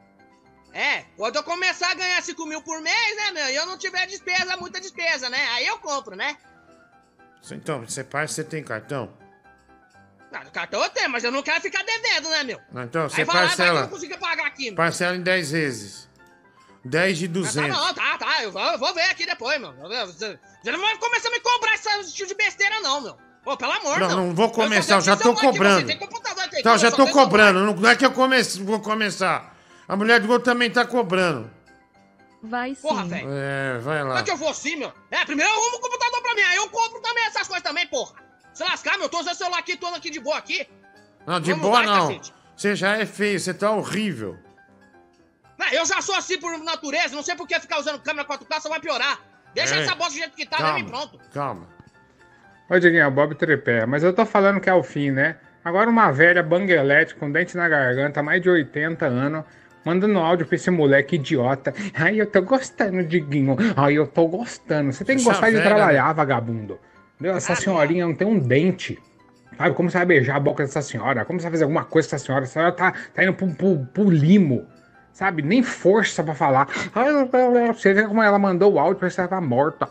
É, quando eu começar a ganhar cinco mil por mês, né, meu, e eu não tiver despesa, muita despesa, né, aí eu compro, né? Você- Então, você pai, você tem cartão? Não, cartão eu tenho, mas eu não quero ficar devendo, né, meu? Não, então, você Aí vai lá e vai que eu parcela. não consigo pagar aqui, meu. Parcela em dez vezes. dez de Ah, tá duzentos. bom, tá, tá, eu vou, eu vou ver aqui depois, meu. Você você não vai começar a me cobrar esse tipo de besteira, não, meu. Pô, pelo amor, Não, meu. não vou Eu só começar, eu tenho já tô celular aqui, cobrando. você tem computador aqui, Então, eu já só tô tenho celular. cobrando. Não é que eu comece, vou começar. A mulher do gol também tá cobrando. Vai sim. Porra, velho. É, vai Como lá. é que eu vou assim, meu? É, primeiro eu arrumo o computador pra mim, aí eu compro também essas coisas também, porra. Se lascar, meu, eu tô usando o celular aqui, tô aqui de boa aqui. Não, de Vamos boa lá, não. cacete. Você já é feio, você tá horrível. Não, eu já sou assim por natureza, não sei por que ficar usando câmera quatro K, só vai piorar. Deixa É. essa bosta do jeito que tá, Calma, mesmo e pronto. calma. Ô, Diguinho, Bob Tripé, mas eu tô falando que é o fim, né? Agora uma velha banguelete com dente na garganta, mais de oitenta anos, mandando áudio pra esse moleque idiota. Ai, eu tô gostando, Diguinho. Ai, eu tô gostando. Você tem que Essa gostar de velha, trabalhar, vagabundo. Entendeu? Essa senhorinha não tem um dente. Sabe? Como você vai beijar a boca dessa senhora? Como você vai fazer alguma coisa com essa senhora? Essa senhora tá, tá indo pro, pro, pro limo. sabe? Nem força pra falar. Você vê como ela mandou o áudio, parece que ela tá morta.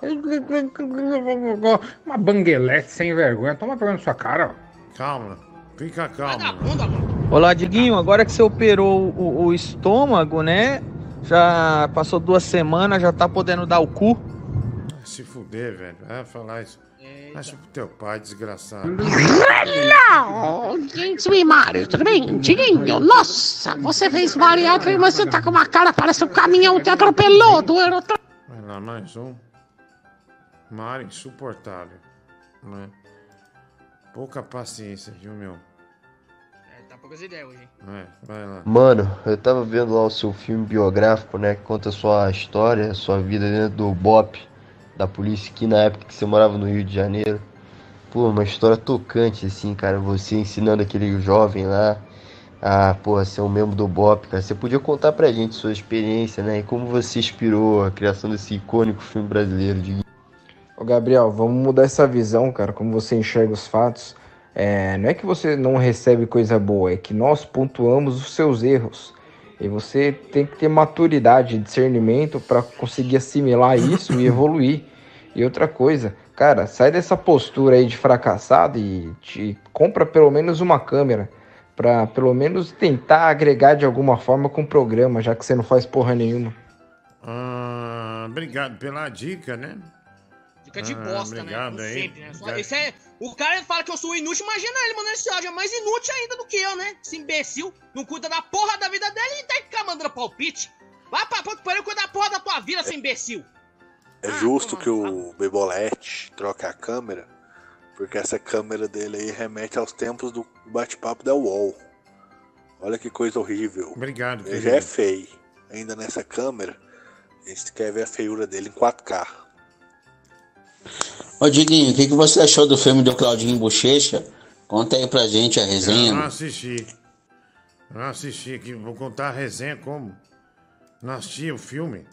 Uma banguelete sem vergonha. Toma vergonha na sua cara, ó. Calma, fica calmo. Olá, Diguinho. Agora que você operou o, o estômago, né? Já passou duas semanas, já tá podendo dar o cu. Se fuder, velho. Vai falar isso. Acha pro teu pai, desgraçado. Hello, gente, e Mário, tudo bem? Diguinho, nossa, você fez bariátrica e você tá com uma cara, parece um caminhão te atropelou do aerotrem. Vai lá, mais um. Mário insuportável, né? Pouca paciência, viu, meu? É, tá poucas ideias hoje, hein? É, vai lá. Mano, eu tava vendo lá o seu filme biográfico, né? Que conta a sua história, a sua vida dentro do B O P da polícia aqui na época que você morava no Rio de Janeiro. Pô, uma história tocante, assim, cara. Você ensinando aquele jovem lá a, porra, ser um membro do B O P, cara. Você podia contar pra gente sua experiência, né? E como você inspirou a criação desse icônico filme brasileiro de... Ô Gabriel, vamos mudar essa visão, cara, como você enxerga os fatos. É, não é que você não recebe coisa boa, é que nós pontuamos os seus erros. E você tem que ter maturidade e discernimento para conseguir assimilar isso e evoluir. E outra coisa, cara, sai dessa postura aí de fracassado e te compra pelo menos uma câmera para pelo menos tentar agregar de alguma forma com o programa, já que você não faz porra nenhuma. Ah, obrigado pela dica, né? Dica de ah, bosta, obrigado né? Como aí. sempre, né? Só, esse é, o cara fala que eu sou inútil, imagina ele mandando esse áudio, é mais inútil ainda do que eu, né? Esse imbecil não cuida da porra da vida dele e tem que ficar mandando palpite. Vai pra puta que pariu, cuida da porra da tua vida, seu imbecil. É justo que o Bebolete troque a câmera, porque essa câmera dele aí remete aos tempos do bate-papo da U O L. Olha que coisa horrível. Obrigado, ele já é feio. Ainda nessa câmera, a gente quer ver a feiura dele em quatro K. Ô Diguinho, o que, que você achou do filme do Claudinho Bochecha? Conta aí pra gente a resenha. Eu não assisti. Eu não assisti aqui. Vou contar a resenha como? Não assisti o filme.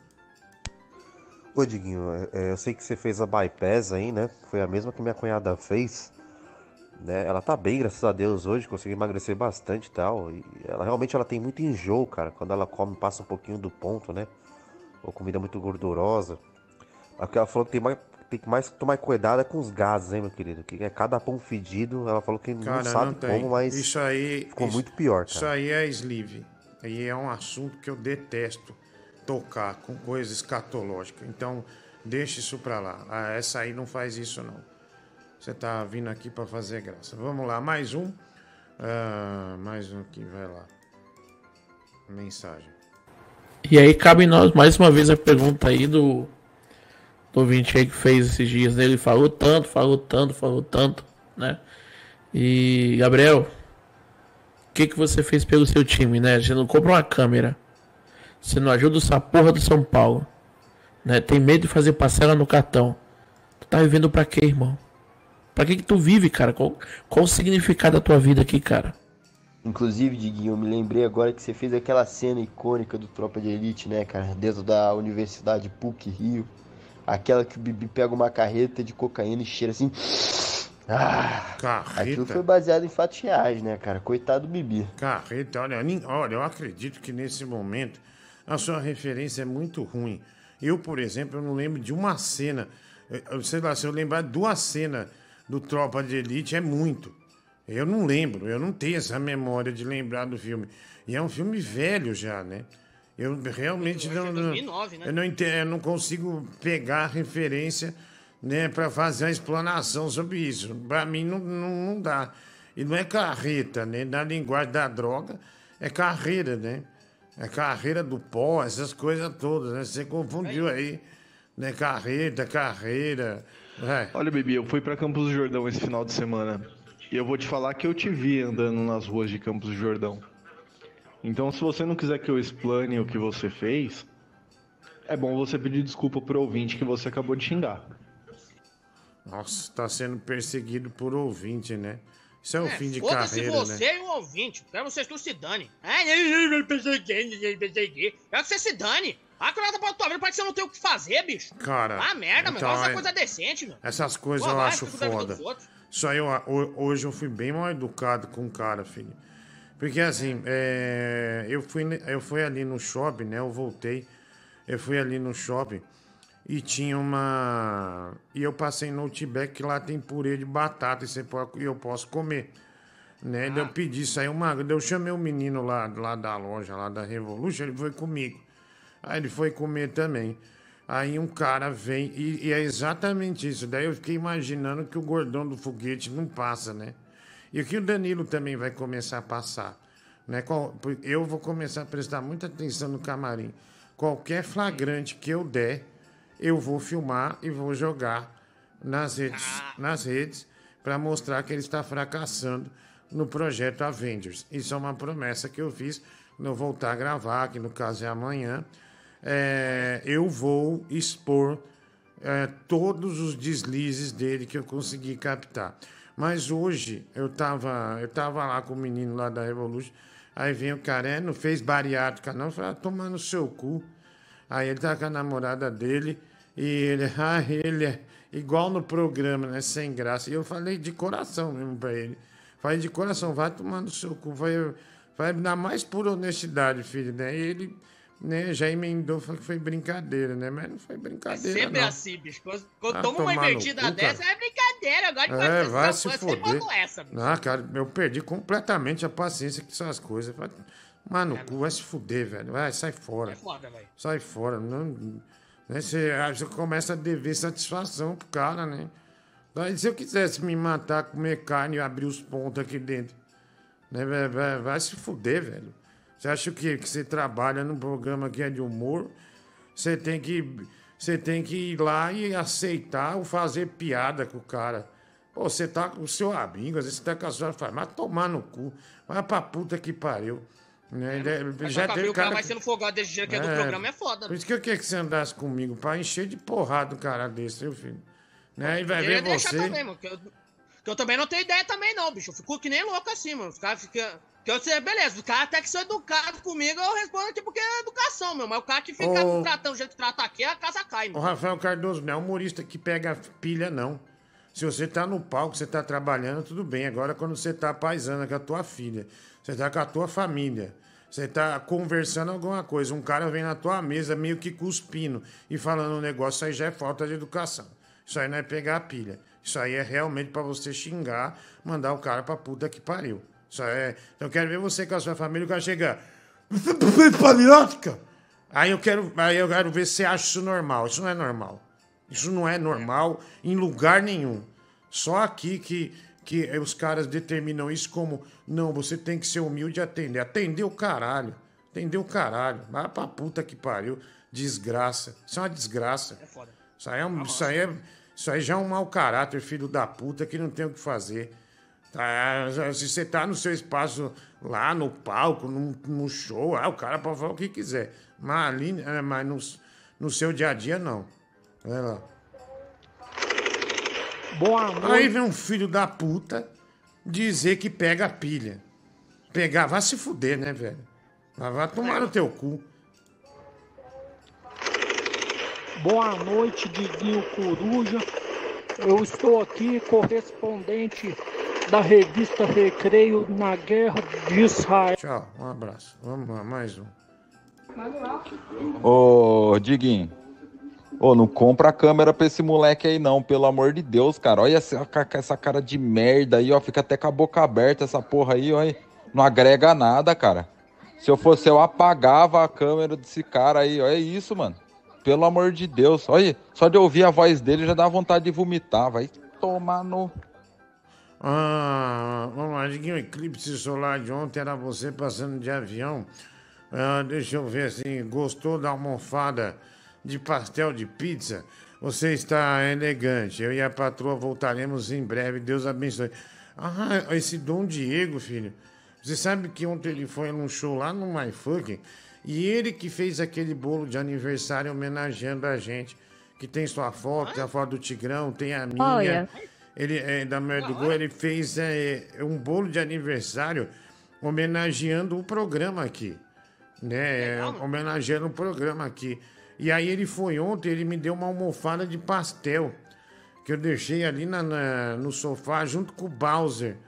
Ô Diguinho, é, eu sei que você fez a bypass aí, né? Foi a mesma que minha cunhada fez. Né? Ela tá bem, graças a Deus, hoje. Conseguiu emagrecer bastante e tal. E ela realmente ela tem muito enjoo, cara. Quando ela come, passa um pouquinho do ponto, né? Ou comida muito gordurosa. Porque ela falou que tem mais... Tem que mais tomar cuidado é com os gases, hein, meu querido? Que é cada pão fedido, ela falou que Cara, não sabe não tem. como, mas isso aí, ficou isso, muito pior, cara. Isso aí é sleeve. Aí é um assunto que eu detesto tocar com coisa escatológica. Então, deixa isso pra lá. Ah, essa aí não faz isso, não. Você tá vindo aqui pra fazer graça. Vamos lá, mais um. Ah, mais um aqui, vai lá. Mensagem. E aí cabe nós, mais uma vez, a pergunta aí do... do ouvinte aí que fez esses dias, né? Ele falou tanto, falou tanto, falou tanto, né? E, Gabriel, o que que você fez pelo seu time, né? Você não compra uma câmera, você não ajuda essa porra do São Paulo, né? Tem medo de fazer parcela no cartão. Tu tá vivendo pra quê, irmão? Pra que que tu vive, cara? Qual, qual o significado da tua vida aqui, cara? Inclusive, Diguinho, eu me lembrei agora que você fez aquela cena icônica do Tropa de Elite, né, cara? Dentro da Universidade P U C Rio. Aquela que o Bibi pega uma carreta de cocaína e cheira assim. Ah, carreta? Aquilo foi baseado em fatos reais, né, cara? Coitado do Bibi. Carreta, olha, olha, eu acredito que nesse momento a sua referência é muito ruim. Eu, por exemplo, eu não lembro de uma cena. Eu, sei lá, se eu lembrar de duas cenas do Tropa de Elite, é muito. Eu não lembro, eu não tenho essa memória de lembrar do filme. E é um filme velho já, né? Eu realmente não, não, dois mil e nove, né? eu, não entendo, eu não consigo pegar a referência, né, para fazer uma explanação sobre isso. Para mim não, não, não dá. E não é carreta, né? Na linguagem da droga, é carreira, né? É carreira do pó, essas coisas todas, né? Você confundiu aí, né? Carreta, carreira. É. Olha, Bibi, eu fui para Campos do Jordão esse final de semana. E eu vou te falar que eu te vi andando nas ruas de Campos do Jordão. Então, se você não quiser que eu explane o que você fez, é bom você pedir desculpa pro ouvinte que você acabou de xingar. Nossa, tá sendo perseguido por ouvinte, né? Isso é o É, fim de foda-se carreira, você né? e o ouvinte. Quero vocês tu se dane. É, perseguir, perseguir. Quero que você se dane. Ah, que nada pra tua vida, parece que você não tem o que fazer, bicho. Cara, Ah, merda, então, meu. Faz uma é- coisa decente, meu. Essas coisas Pô, eu vai, acho fica cuidando foda. dos outros. Só eu, ho- hoje eu fui bem mal educado com o cara, filho. Porque assim, é, eu, fui, eu fui ali no shopping, né? Eu voltei. Eu fui ali no shopping e tinha uma. E eu passei no Outback que lá tem purê de batata e você pode, e eu posso comer. Né? Ah. Eu pedi isso aí, uma. Eu chamei o um menino lá, lá da loja, lá da Revolution, ele foi comigo. Aí ele foi comer também. Aí um cara vem, e, e é exatamente isso. Daí eu fiquei imaginando que o gordão do foguete não passa, né? E o que o Danilo também vai começar a passar. Né? Eu vou começar a prestar muita atenção no camarim. Qualquer flagrante que eu der, eu vou filmar e vou jogar nas redes, nas redes para mostrar que ele está fracassando no projeto Avengers. Isso é uma promessa que eu fiz quando eu voltar a gravar, que no caso é amanhã. É, eu vou expor é, todos os deslizes dele que eu consegui captar. Mas hoje eu tava, eu tava lá com o menino lá da Revolution, aí vem o cara, é, não fez bariátrica não, eu falei, ah, toma no seu cu. Aí ele tá com a namorada dele e ele, ah, ele é igual no programa, né, sem graça. E eu falei de coração mesmo pra ele. Falei de coração, vai tomar no seu cu, vai, vai dar mais pura honestidade, filho, né? E ele... Né, já emendou, falou que foi brincadeira, né? Mas não foi brincadeira, é sempre não. assim, bicho. Quando, quando Ah, toma uma tomar no invertida cu, dessa, cara. é brincadeira. Agora que É, vai vai se fazer foder. essa, bicho. Ah, cara, eu perdi completamente a paciência com essas coisas. Vai tomar no cu, vai se fuder, velho. Vai, sai fora. É foda, velho. Sai fora. Não, né, você, ah, você começa a dever satisfação pro cara, né? Daí, se eu quisesse me matar, comer carne e abrir os pontos aqui dentro, né, vai, vai, vai se fuder, velho. Você acha que, que você trabalha num programa que é de humor, você tem que, você tem que ir lá e aceitar ou fazer piada com o cara. Pô, você tá com o seu amigo, às vezes você tá com a sua família, mas tomar no cu. Vai pra puta que pariu. Né? Mas Já pra teve mim, o cara cara vai que- sendo folgado desse jeito que é do programa, é foda. Por isso que eu queria que você andasse comigo, pra encher de porrada um cara desse, seu filho. Né? E vai Eu ver ia deixar você. também, mano. Que eu, que eu também não tenho ideia também, não, bicho. Eu fico que nem louco assim, mano. Os caras ficam. Que eu sei, beleza, o cara até que são educados comigo, eu respondo aqui porque é educação, meu. Mas o cara que fica Ô. me tratando do jeito que trata aqui, a casa cai, O mano. Rafael Cardoso não é humorista que pega pilha, não. Se você tá no palco, você tá trabalhando, tudo bem. Agora, quando você tá paisana com a tua filha, você tá com a tua família, você tá conversando alguma coisa, um cara vem na tua mesa meio que cuspindo e falando um negócio, isso aí já é falta de educação. Isso aí não é pegar a pilha. Isso aí é realmente pra você xingar, mandar o cara pra puta que pariu. Isso é... Então eu quero ver você com a sua família, o cara chegar... Você é patriótica? Aí eu quero, aí eu quero ver se você acha isso normal. Isso não é normal. Isso não é normal em lugar nenhum. Só aqui que, que os caras determinam isso como... Não, você tem que ser humilde e atender. Atender o caralho. Atender o caralho. Vai pra puta que pariu. Desgraça. Isso é uma desgraça. É foda. Isso aí, é um, isso, aí é, isso aí já é um mau caráter, filho da puta, que não tem o que fazer. Tá, se você tá no seu espaço lá no palco, no, no show, ah, o cara pode falar o que quiser. Mas ali, é, mas no, no seu dia a dia, não. Olha lá. Boa noite. Aí vem um filho da puta dizer que pega a pilha. Pegar, vai se fuder, né, velho? Vai, vai tomar no teu cu. Boa noite, Diguinho Coruja. Eu estou aqui, correspondente da revista Recreio na Guerra de Israel. Tchau, um abraço. Vamos lá, mais um. Ô, Diguinho. Ô, não compra a câmera pra esse moleque aí não, pelo amor de Deus, cara. Olha essa, essa cara de merda aí, ó. Fica até com a boca aberta essa porra aí, ó. Não agrega nada, cara. Se eu fosse, eu apagava a câmera desse cara aí, ó. É isso, mano. Pelo amor de Deus. Olha, só de ouvir a voz dele já dá vontade de vomitar. Vai tomar no... Ah, vamos lá, Diguinho, o eclipse solar de ontem era você passando de avião. Ah, deixa eu ver assim, gostou da almofada de pastel de pizza? Você está elegante. Eu e a patroa voltaremos em breve. Deus abençoe. Ah, esse Dom Diego, filho. Você sabe que ontem ele foi num show lá no MyFucking e ele que fez aquele bolo de aniversário homenageando a gente. Que tem sua foto, tem a foto do Tigrão, tem a minha. Olha. Ele, é, da Mulher do Gol, ele fez é, um bolo de aniversário homenageando o programa aqui. Né? É, homenageando o programa aqui. E aí ele foi ontem, ele me deu uma almofada de pastel que eu deixei ali na, na- no sofá junto com o Bowser,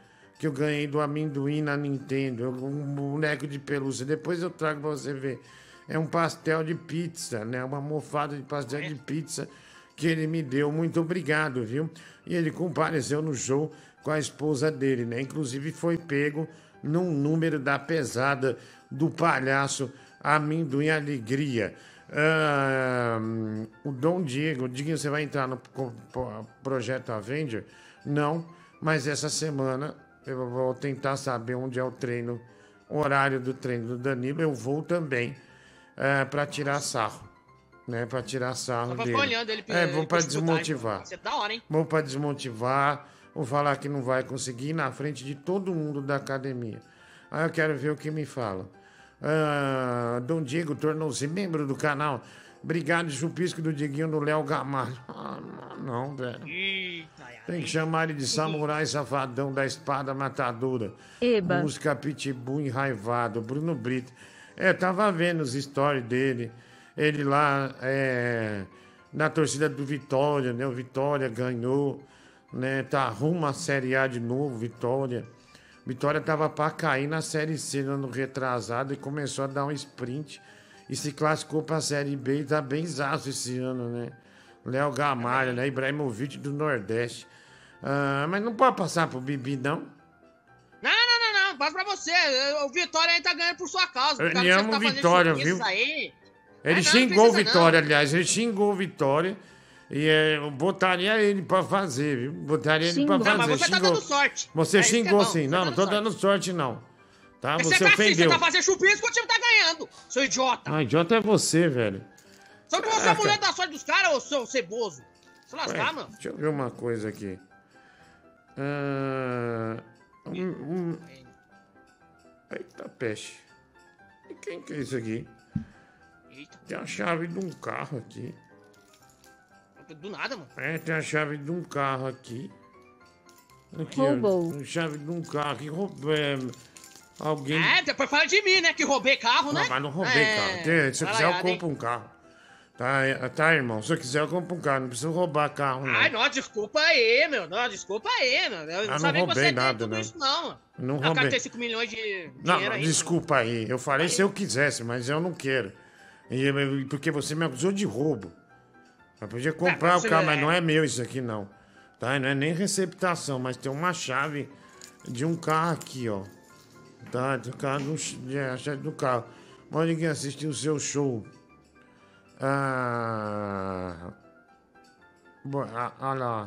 que eu ganhei do amendoim na Nintendo. Um boneco de pelúcia. Depois eu trago pra você ver. É um pastel de pizza, né? Uma mofada de pastel de pizza que ele me deu. Muito obrigado, viu? E ele compareceu no show com a esposa dele, né? Inclusive foi pego num número da pesada do palhaço Amendoim Alegria. Ah, o Dom Diego, Diguinho, você vai entrar no co- po- projeto Avenger? Não, mas essa semana eu vou tentar saber onde é o treino, o horário do treino do Danilo. Eu vou também para tirar sarro, né? Para tirar sarro Só pra dele. ficar olhando ele É, vou para pra escutar, desmotivar. Vai ser da hora, hein? Vou para desmotivar, vou falar que não vai conseguir ir na frente de todo mundo da academia. Aí eu quero ver o que me falam. Ah, Dom Diego tornou-se membro do canal. Obrigado, chupisco do Diguinho do Léo Gamalho. Ah, não, velho. Tem que chamar ele de samurai safadão da espada matadora. Eba. Música Pitbull enraivado. Bruno Brito. É, tava vendo os stories dele. Ele lá é, na torcida do Vitória, né? O Vitória ganhou, né? Tá rumo à Série A de novo, Vitória. Vitória tava pra cair na Série C no ano retrasado e começou a dar um sprint e se classificou pra Série B e tá bem zaço esse ano, né? Léo Gamalho, né? Ibrahimovic do Nordeste. Ah, mas não pode passar pro Bibi, não? Não, não, não, não. Passa pra você. O Vitória aí tá ganhando por sua causa. Ele Por causa que ama você o tá fazendo Vitória, chupiscos viu? Aí. Ele É, não, xingou não o precisa, Vitória, não. aliás. Ele xingou o Vitória. E é, eu botaria ele pra fazer, viu? Botaria ele pra Xingou. fazer. Não, mas você tá xingou. dando sorte. Você É isso que é xingou bom, sim. você Não, tá não dando tô sorte. dando sorte, não. Tá? Mas Você tá assim, ofendeu. você tá fazendo chupisco, o time tá ganhando. Seu idiota. Ah, idiota é você, velho. Só que você é Caraca. mulher da sorte dos caras, ô seu ceboso. Se lascar, Ué, mano. deixa eu ver uma coisa aqui. Ah, um, um... Eita, peixe. E quem que é isso aqui? Eita. Tem a chave de um carro aqui. Do nada, mano. É, tem a chave de um carro aqui. Aqui, Roubou. ó, a chave de um carro que roubou. É, alguém. É, depois fala de mim, né? Que roubei carro, né? Não, mas não roubei É, carro. Tem- Se eu quiser, eu caralhada, hein? compro um carro. Tá, é, tá, irmão? Se eu quiser, eu compro um carro. Não preciso roubar carro, não. Ai, não, desculpa aí, meu. Não, desculpa aí, meu. Eu Ah, não sabia que roubei você nada, tem tudo não. isso, não, mano. Não Ah, o cara roubei. tem cinco milhões de Não, dinheiro não, aí. desculpa aí. Eu falei se eu quisesse, mas eu não quero. E eu- porque você me acusou de roubo. Eu podia comprar mas o carro, você- mas não é meu isso aqui, não. Tá? Não é nem receptação, mas tem uma chave de um carro aqui, ó. Tá? Do carro do, é, a chave do carro. Mas ninguém assistiu o seu show. Ah. Bom, ah, ah lá.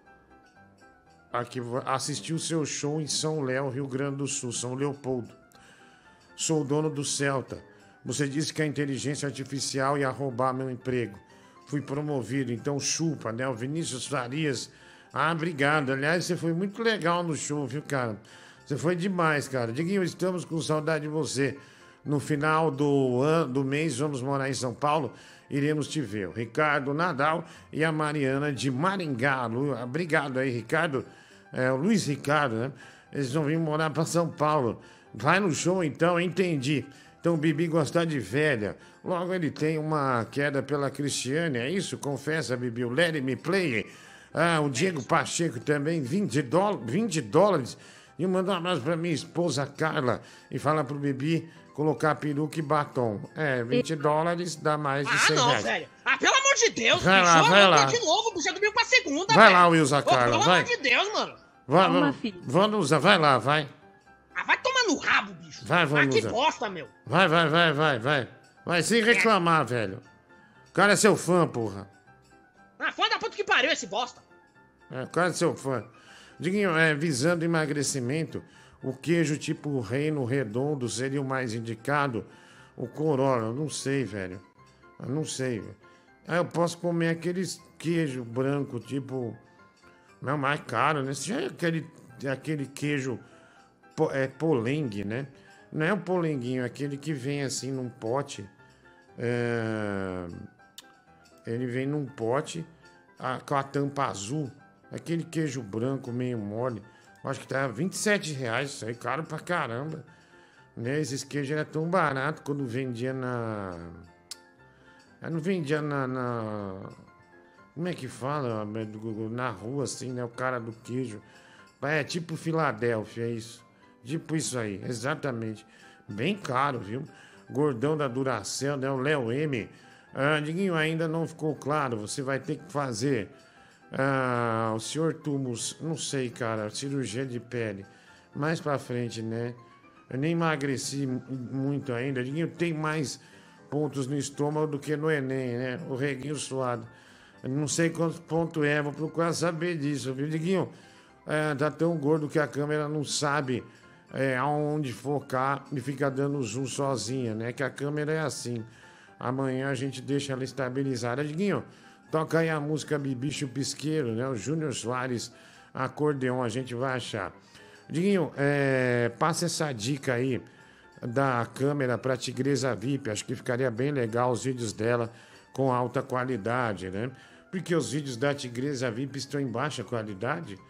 Aqui, vou- assisti o seu show em São Léo, Rio Grande do Sul, São Leopoldo. Sou dono do Celta. Você disse que a inteligência artificial ia roubar meu emprego. Fui promovido, então chupa, né? O Vinícius Farias. Ah, obrigado. Aliás, você foi muito legal no show, viu, cara? Você foi demais, cara. Diguinho, estamos com saudade de você. No final do ano, do mês, vamos morar em São Paulo. Iremos te ver. O Ricardo Nadal e a Mariana de Maringá. Lu- Obrigado aí, Ricardo. É, o Luiz Ricardo, né? Eles vão vir morar para São Paulo. Vai no show, então, entendi. Então o Bibi gosta de velha. Logo ele tem uma queda pela Cristiane, é isso? Confessa, Bibi. O Let Me Play. Ah, o Diego Pacheco também, vinte dólares. E manda um abraço pra minha esposa Carla. E fala pro Bibi colocar peruca e batom. É, vinte dólares dá mais de Ah, cem não, reais. velho. Ah, pelo amor de Deus, Vai bicho. lá, Ô, vai eu tô lá. de novo, você domingo pra segunda, Vai velho. lá, Wilson Ô, Carla, pelo vai. amor de Deus, mano. Vai, Calma, vamos, filho. Vanusa, vai lá, vai. Ah, vai tomar no rabo, bicho. Vai, Ah, que Vanusa. bosta, meu. Vai, vai, vai, vai, vai. Vai sem reclamar, velho. O cara é seu fã, porra. Ah, foi da puta que pariu esse bosta. É, o cara é seu fã. Diguinho, é, visando emagrecimento, o queijo tipo reino redondo seria o mais indicado? O Corolla, eu não sei, velho. Eu não sei, velho. Ah, eu posso comer aqueles queijo branco, tipo... Não, mais caro, né? Esse já é aquele, aquele queijo po- é, polengue, né? Não é o polenguinho, é aquele que vem assim num pote. É, Ele vem num pote a- com a tampa azul. Aquele queijo branco meio mole. Acho que tá vinte e sete reais. Isso aí, caro pra caramba. Né? Esses queijos eram tão baratos quando vendia na... Eu não vendia na, na... Como é que fala? Na rua, assim, né? O cara do queijo. É tipo Filadélfia, é isso. Tipo isso aí, exatamente. Bem caro, viu? Gordão da Duracell, né? O Léo M. Ah, Diguinho, ainda não ficou claro. Você vai ter que fazer... Ah, o senhor Tumus, não sei, cara, cirurgia de pele. Mais pra frente, né? Eu nem emagreci muito ainda. Diguinho, tem mais pontos no estômago do que no Enem, né? O reguinho suado. Eu não sei quantos pontos é, vou procurar saber disso, viu, Diguinho? É, tá tão gordo que a câmera não sabe é, aonde focar e fica dando zoom sozinha, né? Que a câmera é assim. Amanhã a gente deixa ela estabilizada. Diguinho, toca aí a música Bibicho Pisqueiro, né? O Júnior Soares, acordeon, a gente vai achar. Diguinho, é, passa essa dica aí da câmera para Tigresa V I P. Acho que ficaria bem legal os vídeos dela com alta qualidade, né? Porque os vídeos da Tigresa V I P estão em baixa qualidade.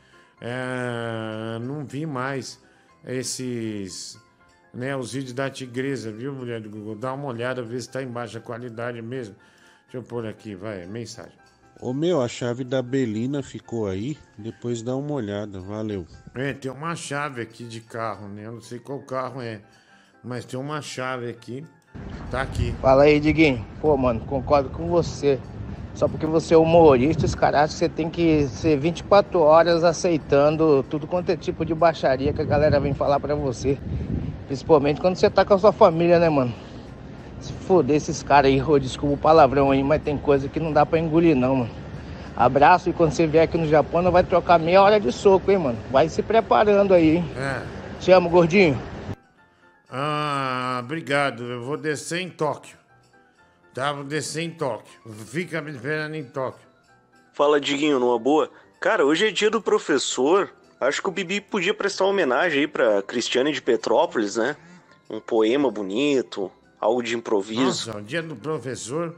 É, não vi mais esses, né, os vídeos da Tigresa, viu, mulher do Google? Dá uma olhada, ver se está em baixa qualidade mesmo. Deixa eu pôr aqui, vai, mensagem. Ô meu, a chave da Belina ficou aí, depois dá uma olhada, valeu. É, tem uma chave aqui de carro, né? Eu não sei qual carro é, mas tem uma chave aqui, tá aqui. Fala aí, Diguinho. Pô, mano, concordo com você. Só porque você é humorista, os caras acham que você tem que ser vinte e quatro horas aceitando tudo quanto é tipo de baixaria que a galera vem falar pra você. Principalmente quando você tá com a sua família, né, mano? Se foder esses caras aí, oh, desculpa o palavrão aí, mas tem coisa que não dá pra engolir não, mano. Abraço, e quando você vier aqui no Japão, não vai trocar meia hora de soco, hein, mano? Vai se preparando aí, hein? É. Te amo, gordinho. Ah, obrigado. Eu vou descer em Tóquio. Tá, vou descer em Tóquio. Fica me esperando em Tóquio. Fala, Diguinho, numa boa. Cara, hoje é dia do professor. Acho que o Bibi podia prestar uma homenagem aí pra Cristiane de Petrópolis, né? Um poema bonito, algo de improviso. Nossa, o dia do professor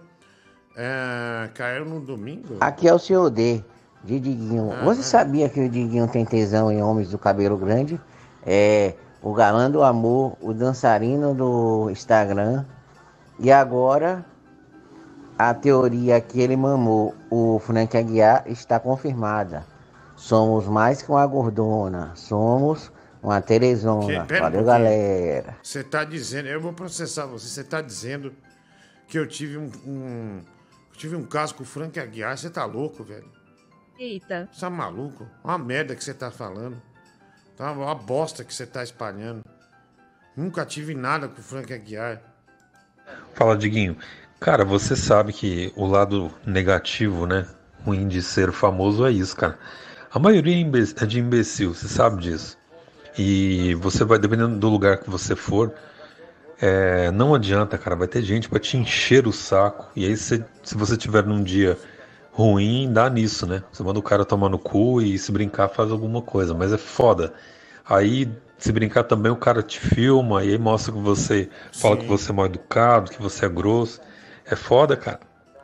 é, caiu no domingo? Aqui é o senhor D, de Diguinho. Ah, Você ah. sabia que o Diguinho tem tesão em homens do cabelo grande? É o galã do amor, o dançarino do Instagram. E agora, a teoria que ele mamou o Frank Aguiar está confirmada. Somos mais que uma gordona, somos uma Teresona. Que- pera um Valeu, pouquinho. galera. Você tá dizendo, eu vou processar você, você tá dizendo que eu tive um, um- eu tive um caso com o Frank Aguiar, você tá louco, velho? Eita. Você tá maluco? Uma merda que você tá falando. Tá uma bosta que você tá espalhando. Nunca tive nada com o Frank Aguiar. Fala, Diguinho. Cara, você sabe que o lado negativo, né? Ruim de ser famoso é isso, cara. A maioria é imbe- é de imbecil, você sabe disso. E você vai, dependendo do lugar que você for, é, não adianta, cara. Vai ter gente pra te encher o saco. E aí, se, se você tiver num dia ruim, dá nisso, né? Você manda o cara tomar no cu e se brincar faz alguma coisa. Mas é foda. Aí, se brincar também, o cara te filma e aí mostra que você fala Sim. que você é mal educado, que você é grosso. É foda, cara.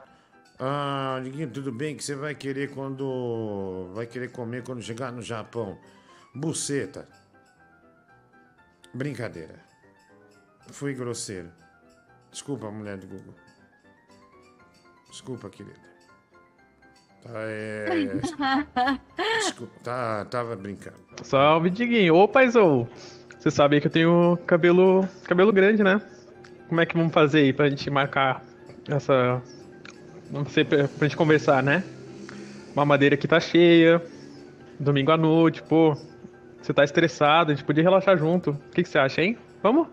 Ah, Diguinho, tudo bem que você vai querer quando... Vai querer comer quando chegar no Japão. Buceta. Brincadeira. Fui grosseiro. Desculpa, mulher do Google. Desculpa, querida. Tá, é... Desculpa, tá, tava brincando. Salve, Diguinho. Ô, paizão. Você sabia que eu tenho cabelo, cabelo grande, né? Como é que vamos fazer aí pra gente marcar essa... Não sei, pra, pra gente conversar, né? Mamadeira aqui tá cheia. Domingo à noite, pô. Você tá estressado, a gente podia relaxar junto. O que, que você acha, hein? Vamos?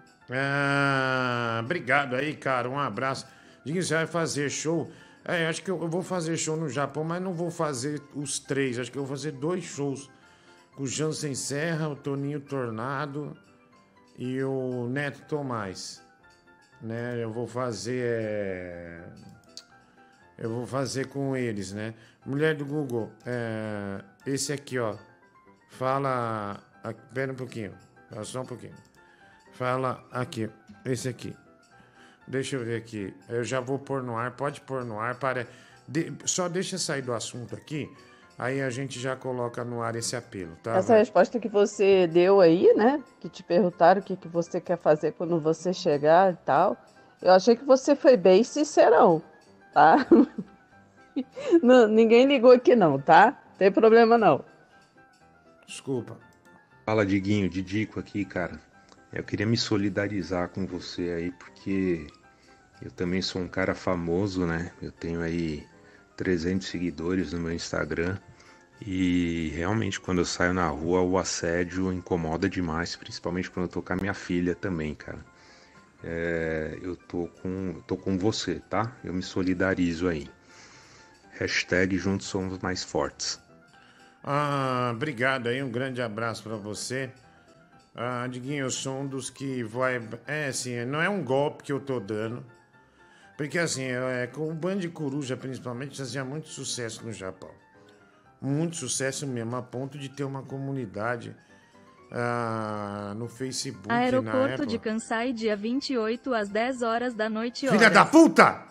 Ah, obrigado aí, cara. Um abraço. Diguinho, você vai fazer show? É, acho que eu, eu vou fazer show no Japão, mas não vou fazer os três. Acho que eu vou fazer dois shows. Com o Jansen Serra, o Toninho Tornado e o Neto Tomás. Né? Eu vou fazer... é, Eu vou fazer com eles, né? Mulher do Google, é, esse aqui, ó. Fala... ah, Pera um pouquinho. Fala só um pouquinho. Fala aqui. Esse aqui. Deixa eu ver aqui. Eu já vou pôr no ar. Pode pôr no ar. Para... De- Só deixa sair do assunto aqui. Aí a gente já coloca no ar esse apelo, tá? Essa resposta que você deu aí, né? Que te perguntaram o que, que você quer fazer quando você chegar e tal. Eu achei que você foi bem sincerão, tá? Não, ninguém ligou aqui não, tá? Não tem problema não. Desculpa. Fala, Diguinho, Didico aqui, cara. Eu queria me solidarizar com você aí, porque eu também sou um cara famoso, né? Eu tenho aí trezentos seguidores no meu Instagram e realmente quando eu saio na rua o assédio incomoda demais, principalmente quando eu tô com a minha filha também, cara. É, eu tô com, tô com você, tá? Eu me solidarizo aí. Hashtag juntos somos mais fortes. Ah, obrigado aí, um grande abraço pra você. Ah, Diguinho, eu sou um dos que vai... É assim, não é um golpe que eu tô dando. Porque assim, é, com o Band Coruja principalmente, fazia muito sucesso no Japão. Muito sucesso mesmo, a ponto de ter uma comunidade ah, no Facebook na Aeroporto época. de Kansai, dia vinte e oito, às dez horas da noite. Filha horas. da puta!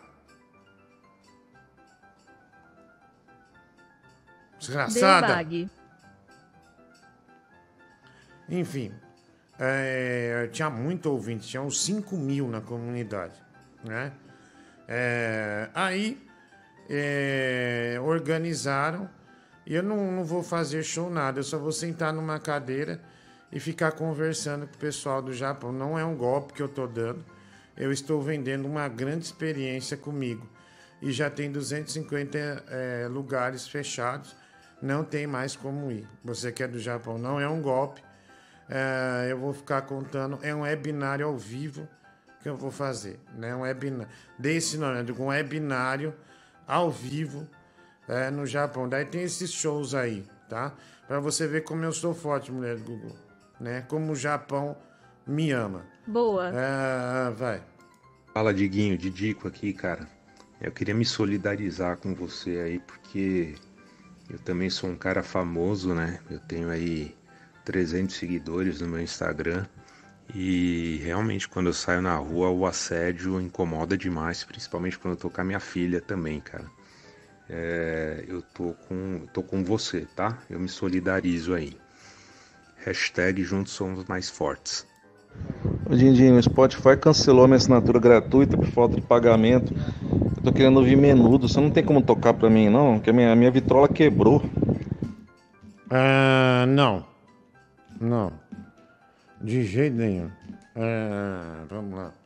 Desgraçada! Debug. Enfim, é, tinha muito ouvinte, tinha uns cinco mil na comunidade, né? É, aí é, organizaram e eu não, não vou fazer show nada, eu só vou sentar numa cadeira e ficar conversando com o pessoal do Japão. Não é um golpe que eu tô dando, eu estou vendendo uma grande experiência comigo e já tem duzentos e cinquenta é, lugares fechados, não tem mais como ir. Você que é do Japão, não é um golpe. É, eu vou ficar contando, é um webinário ao vivo que eu vou fazer, né? Um webinário, desse nome, um webinário ao vivo é, no Japão. Daí tem esses shows aí, tá? Pra você ver como eu sou forte, mulher do Google, né? Como o Japão me ama. Boa. É, vai. Fala, Diguinho, Didico aqui, cara. Eu queria me solidarizar com você aí, porque eu também sou um cara famoso, né? Eu tenho aí trezentos seguidores no meu Instagram e realmente quando eu saio na rua o assédio incomoda demais, principalmente quando eu tô com a minha filha também, cara. É, eu tô com, tô com você, tá? Eu me solidarizo aí. Hashtag juntos somos mais fortes. Ô Dindinho, o Spotify cancelou minha assinatura gratuita por falta de pagamento. Eu tô querendo ouvir Menudo, você não tem como tocar pra mim não? Porque a minha, a minha vitrola quebrou. Ah, não. Não, de jeito nenhum. É, vamos lá.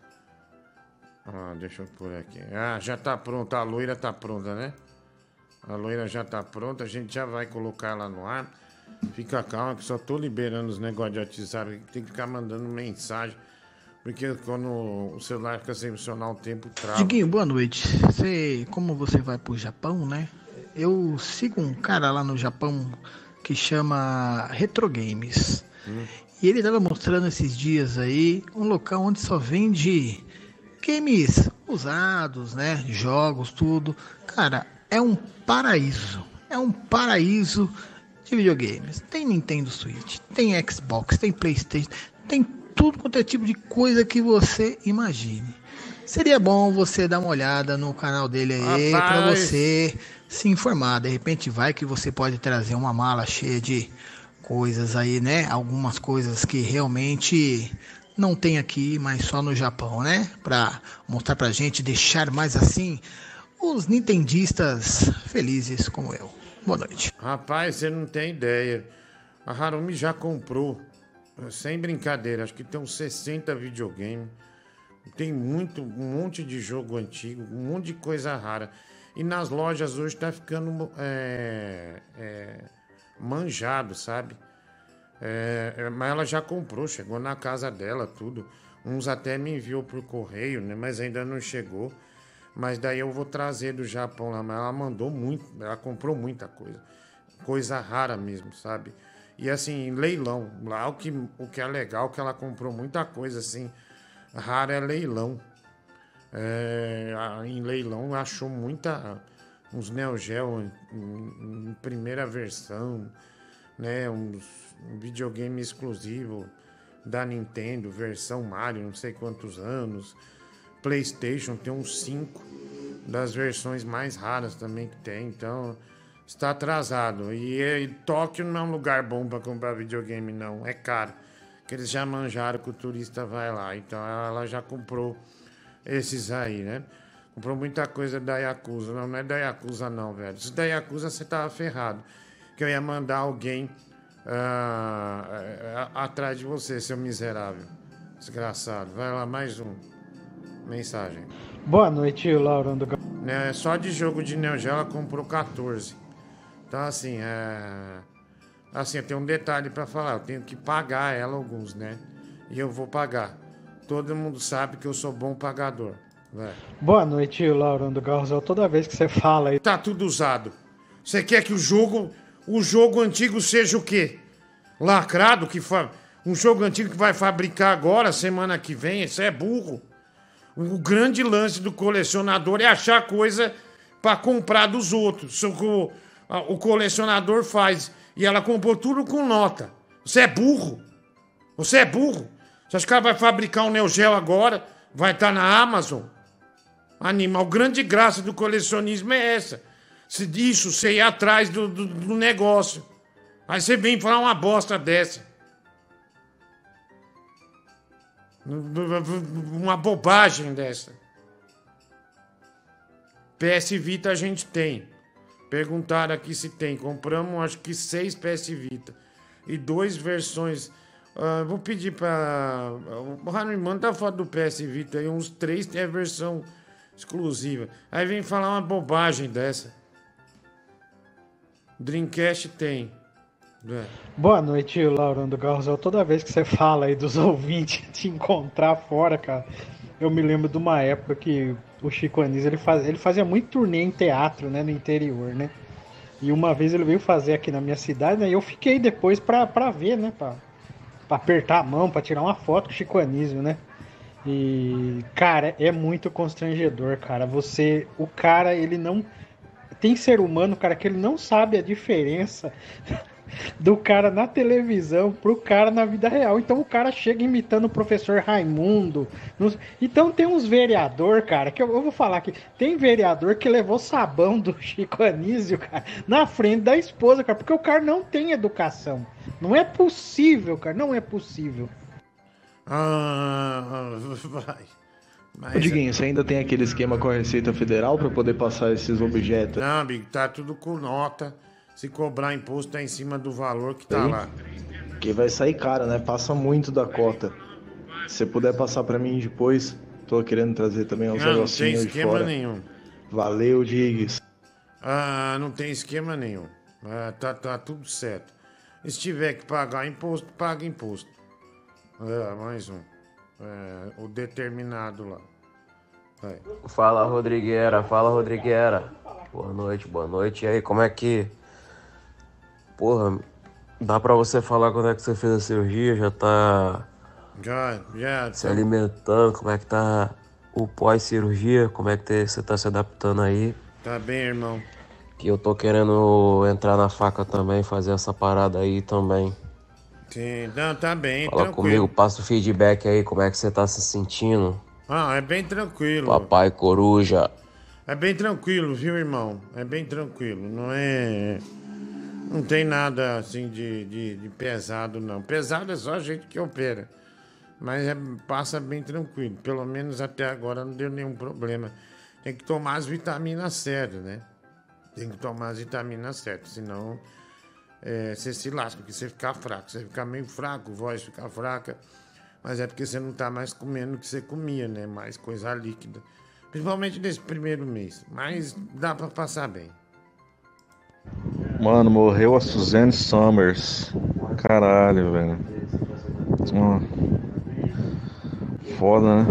Ah, deixa eu pôr aqui. Ah, já tá pronta, a loira tá pronta, né? A loira já tá pronta, a gente já vai colocar ela no ar. Fica calma que só tô liberando os negócios de WhatsApp, tem que ficar mandando mensagem, porque quando o celular fica sem funcionar o tempo trava. Diguinho, boa noite. Você, como você vai pro Japão, né? Eu sigo um cara lá no Japão que chama Retro Games. Hum. E ele estava mostrando esses dias aí um local onde só vende games usados, né? Jogos, tudo. Cara, é um paraíso. É um paraíso de videogames. Tem Nintendo Switch, tem Xbox, tem PlayStation, tem tudo quanto é tipo de coisa que você imagine. Seria bom você dar uma olhada no canal dele aí para você se informar. De repente vai que você pode trazer uma mala cheia de coisas aí, né? Algumas coisas que realmente não tem aqui, mas só no Japão, né? Para mostrar pra gente, deixar mais assim os nintendistas felizes como eu. Boa noite. Rapaz, você não tem ideia. A Harumi já comprou, sem brincadeira, acho que tem uns sessenta videogames. Tem muito, um monte de jogo antigo, um monte de coisa rara. E nas lojas hoje tá ficando é, é, manjado, sabe? É, mas ela já comprou, chegou na casa dela, tudo. Uns até me enviou por correio, né? Mas ainda não chegou. Mas daí eu vou trazer do Japão lá. Mas ela mandou muito, ela comprou muita coisa. Coisa rara mesmo, sabe? E assim, leilão. Lá o que, o que é legal é que ela comprou muita coisa assim. Rara é leilão. É, em leilão achou muita. Uns Neo Geo em, em, em primeira versão, né? Uns um videogame exclusivo da Nintendo, versão Mario, não sei quantos anos. PlayStation tem uns cinco das versões mais raras também que tem, então está atrasado. E, e Tóquio não é um lugar bom para comprar videogame, não, é caro. Que eles já manjaram que o turista vai lá, então ela já comprou esses aí, né? Comprou muita coisa da Yakuza. Não, não é da Yakuza não, velho. Se da Yakuza você tava ferrado. Que eu ia mandar alguém ah, é, é, atrás de você, seu miserável. Desgraçado. Vai lá, mais um. Mensagem. Boa noite, Laurão do Gal- É, só de jogo de Neo Geo ela comprou quatorze. Então, assim, é... Assim, eu tenho um detalhe pra falar. Eu tenho que pagar ela alguns, né? E eu vou pagar. Todo mundo sabe que eu sou bom pagador. Vai. Boa noite, Laurão do Garzel. Toda vez que você fala aí. Tá tudo usado. Você quer que o jogo, o jogo antigo seja o quê? Lacrado? Que fa... Um jogo antigo que vai fabricar agora, semana que vem? Isso é burro. O grande lance do colecionador é achar coisa pra comprar dos outros. Isso que o, o colecionador faz. E ela comprou tudo com nota. Você é burro. Você é burro. Você acha que ela vai fabricar um Neo Geo agora? Vai estar na Amazon? Animal, grande graça do colecionismo é essa. Se disso, você ir atrás do, do, do negócio. Aí você vem falar uma bosta dessa. Uma bobagem dessa. P S Vita a gente tem. Perguntaram aqui se tem. Compramos acho que seis P S Vita. E duas versões. Uh, vou pedir pra. O Rani manda a foto do P S Vita aí. Uns três tem a versão exclusiva. Aí vem falar uma bobagem dessa. Dreamcast tem. É. Boa noite, Laurão do Garzel. Toda vez que você fala aí dos ouvintes te encontrar fora, cara, eu me lembro de uma época que o Chico Anísio, ele, faz, ele fazia muito turnê em teatro, né, no interior, né? E uma vez ele veio fazer aqui na minha cidade, né, e eu fiquei depois pra, pra ver, né, pra, pra apertar a mão, pra tirar uma foto com o Chico Anísio, né? E, cara, é muito constrangedor, cara. Você, o cara, ele não... Tem ser humano, cara, que ele não sabe a diferença do cara na televisão pro cara na vida real. Então o cara chega imitando o professor Raimundo. Nos... Então tem uns vereador, cara, que eu, eu vou falar aqui. Tem vereador que levou sabão do Chico Anísio, cara, na frente da esposa, cara, porque o cara não tem educação. Não é possível, cara, não é possível. Ah, vai. Mas... Ô, Diguinho, você ainda tem aquele esquema com a Receita Federal para poder passar esses objetos? Não, amigo, tá tudo com nota. Se cobrar imposto, tá em cima do valor que tá Sim. lá. Porque vai sair caro, né? Passa muito da cota. Se você puder passar para mim depois, tô querendo trazer também uns Não, negocinhos não tem de esquema fora. nenhum. Valeu, Diggs. Ah, não tem esquema nenhum. Ah, tá, tá tudo certo. Se tiver que pagar imposto, paga imposto. Ah, mais um. É, o determinado lá. Vai. Fala, Rodrigueira. Fala, Rodrigueira. Boa noite, boa noite. E aí, como é que... Porra, dá pra você falar quando é que você fez a cirurgia? Já tá... Já, já. Se alimentando? Como é que tá o pós-cirurgia? Como é que você tá se adaptando aí? Tá bem, irmão. Que eu tô querendo entrar na faca também, fazer essa parada aí também. Sim, não, tá bem, Fala tranquilo. comigo, passa o feedback aí, como é que você tá se sentindo? Ah, é bem tranquilo. Papai Coruja. É bem tranquilo, viu, irmão? É bem tranquilo. Não é... Não tem nada, assim, de, de, de pesado, não. Pesado é só a gente que opera. Mas é, passa bem tranquilo. Pelo menos até agora não deu nenhum problema. Tem que tomar as vitaminas certas, né? Tem que tomar as vitaminas certas, senão... É, você se lasca, porque você fica fraco. Você fica meio fraco, voz fica fraca. Mas é porque você não tá mais comendo o que você comia, né? Mais coisa líquida. Principalmente nesse primeiro mês. Mas dá pra passar bem. Mano, morreu a Suzanne Summers. Caralho, velho. Hum. Foda, né?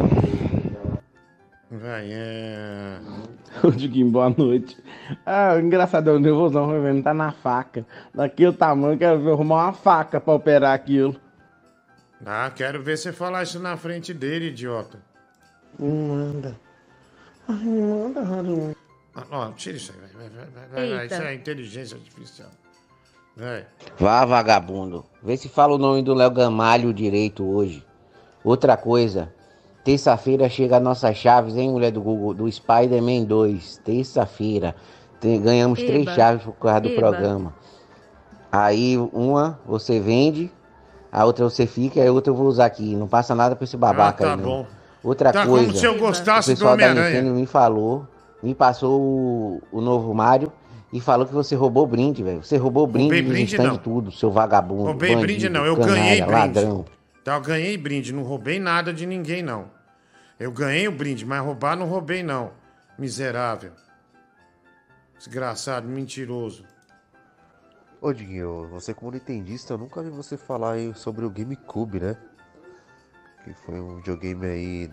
Vai, é... Ô, Diguinho, boa noite. Ah, o engraçado é o nervosão, vai vendo, tá na faca. Daqui o tamanho, quero ver arrumar uma faca pra operar aquilo. Ah, quero ver você falar isso na frente dele, idiota. Manda. Ai, manda, Haru. Ah, ó, tira isso aí, vai, vai, vai, vai, vai. Isso é inteligência artificial. Vai. Vá, vagabundo. Vê se fala o nome do Léo Gamalho direito hoje. Outra coisa. Terça-feira chega a nossa chaves, hein, mulher do Google, do Spider-Man dois. Terça-feira. Tem- Ganhamos Eba, três chaves por causa do eba. programa. Aí uma você vende, a outra você fica e a outra eu vou usar aqui. Não passa nada pra esse babaca Ah, tá aí, não. bom. Outra Tá coisa. como se eu gostasse o do pessoal da Homem-Aranha. Nintendo me falou, me passou o, o novo Mario e falou que você roubou brinde, velho. Você roubou brinde Roubei dos brinde, stands não. tudo, seu vagabundo, Roubei bandido, brinde, não. Eu canalha, ganhei brinde. ladrão. Tá, eu ganhei brinde. Não roubei nada de ninguém, não. Eu ganhei o brinde, mas roubar não roubei, não. Miserável. Desgraçado, mentiroso. Ô, Diguinho, você como nintendista, eu nunca vi você falar aí sobre o GameCube, né? Que foi um videogame aí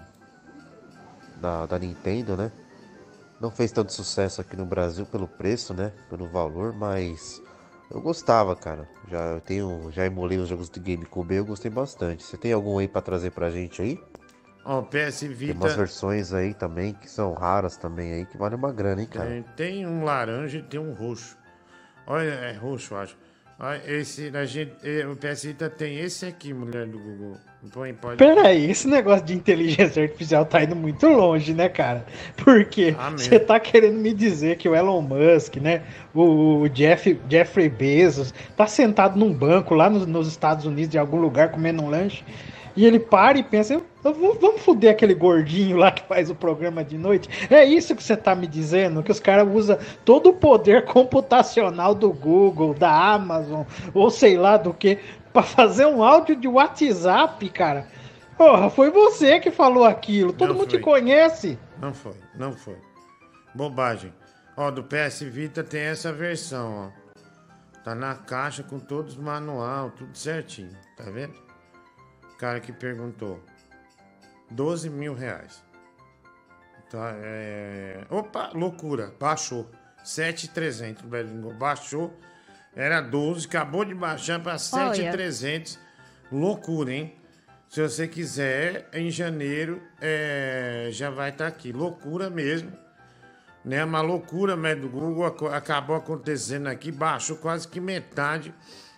da, da Nintendo, né? Não fez tanto sucesso aqui no Brasil pelo preço, né? Pelo valor, mas eu gostava, cara. Já eu tenho, já emulei os jogos do GameCube e eu gostei bastante. Você tem algum aí pra trazer pra gente aí? Ó, P S Vita... Tem umas versões aí também que são raras também aí, que valem uma grana, hein, cara? Tem, tem um laranja e tem um roxo. Olha, é roxo, acho. Olha, esse, a gente, o P S Vita tem esse aqui, mulher do Google. Põe, pode... Peraí, esse negócio de inteligência artificial tá indo muito longe, né, cara? Porque você tá querendo me dizer que o Elon Musk, né, o, o Jeff, Jeffrey Bezos, tá sentado num banco lá nos, nos Estados Unidos, em algum lugar, comendo um lanche, e ele para e pensa, eu, eu vou, vamos foder aquele gordinho lá que faz o programa de noite? É isso que você tá me dizendo? Que os caras usam todo o poder computacional do Google, da Amazon, ou sei lá do que, pra fazer um áudio de WhatsApp, cara? Porra, foi você que falou aquilo. Todo Não mundo foi. te conhece. Não foi, não foi. Bobagem. Ó, do P S Vita tem essa versão, ó. Tá na caixa com todos os manual, tudo certinho. Tá vendo? O cara que perguntou. doze mil reais. Tá, é... Opa, loucura. Baixou. sete mil e trezentos, velho. Baixou. Era doze, acabou de baixar para sete mil e trezentos. Loucura, hein? Se você quiser, em janeiro é, já vai estar aqui. Loucura mesmo. Né? Uma loucura, mas do Google ac- acabou acontecendo aqui. Baixou quase que metade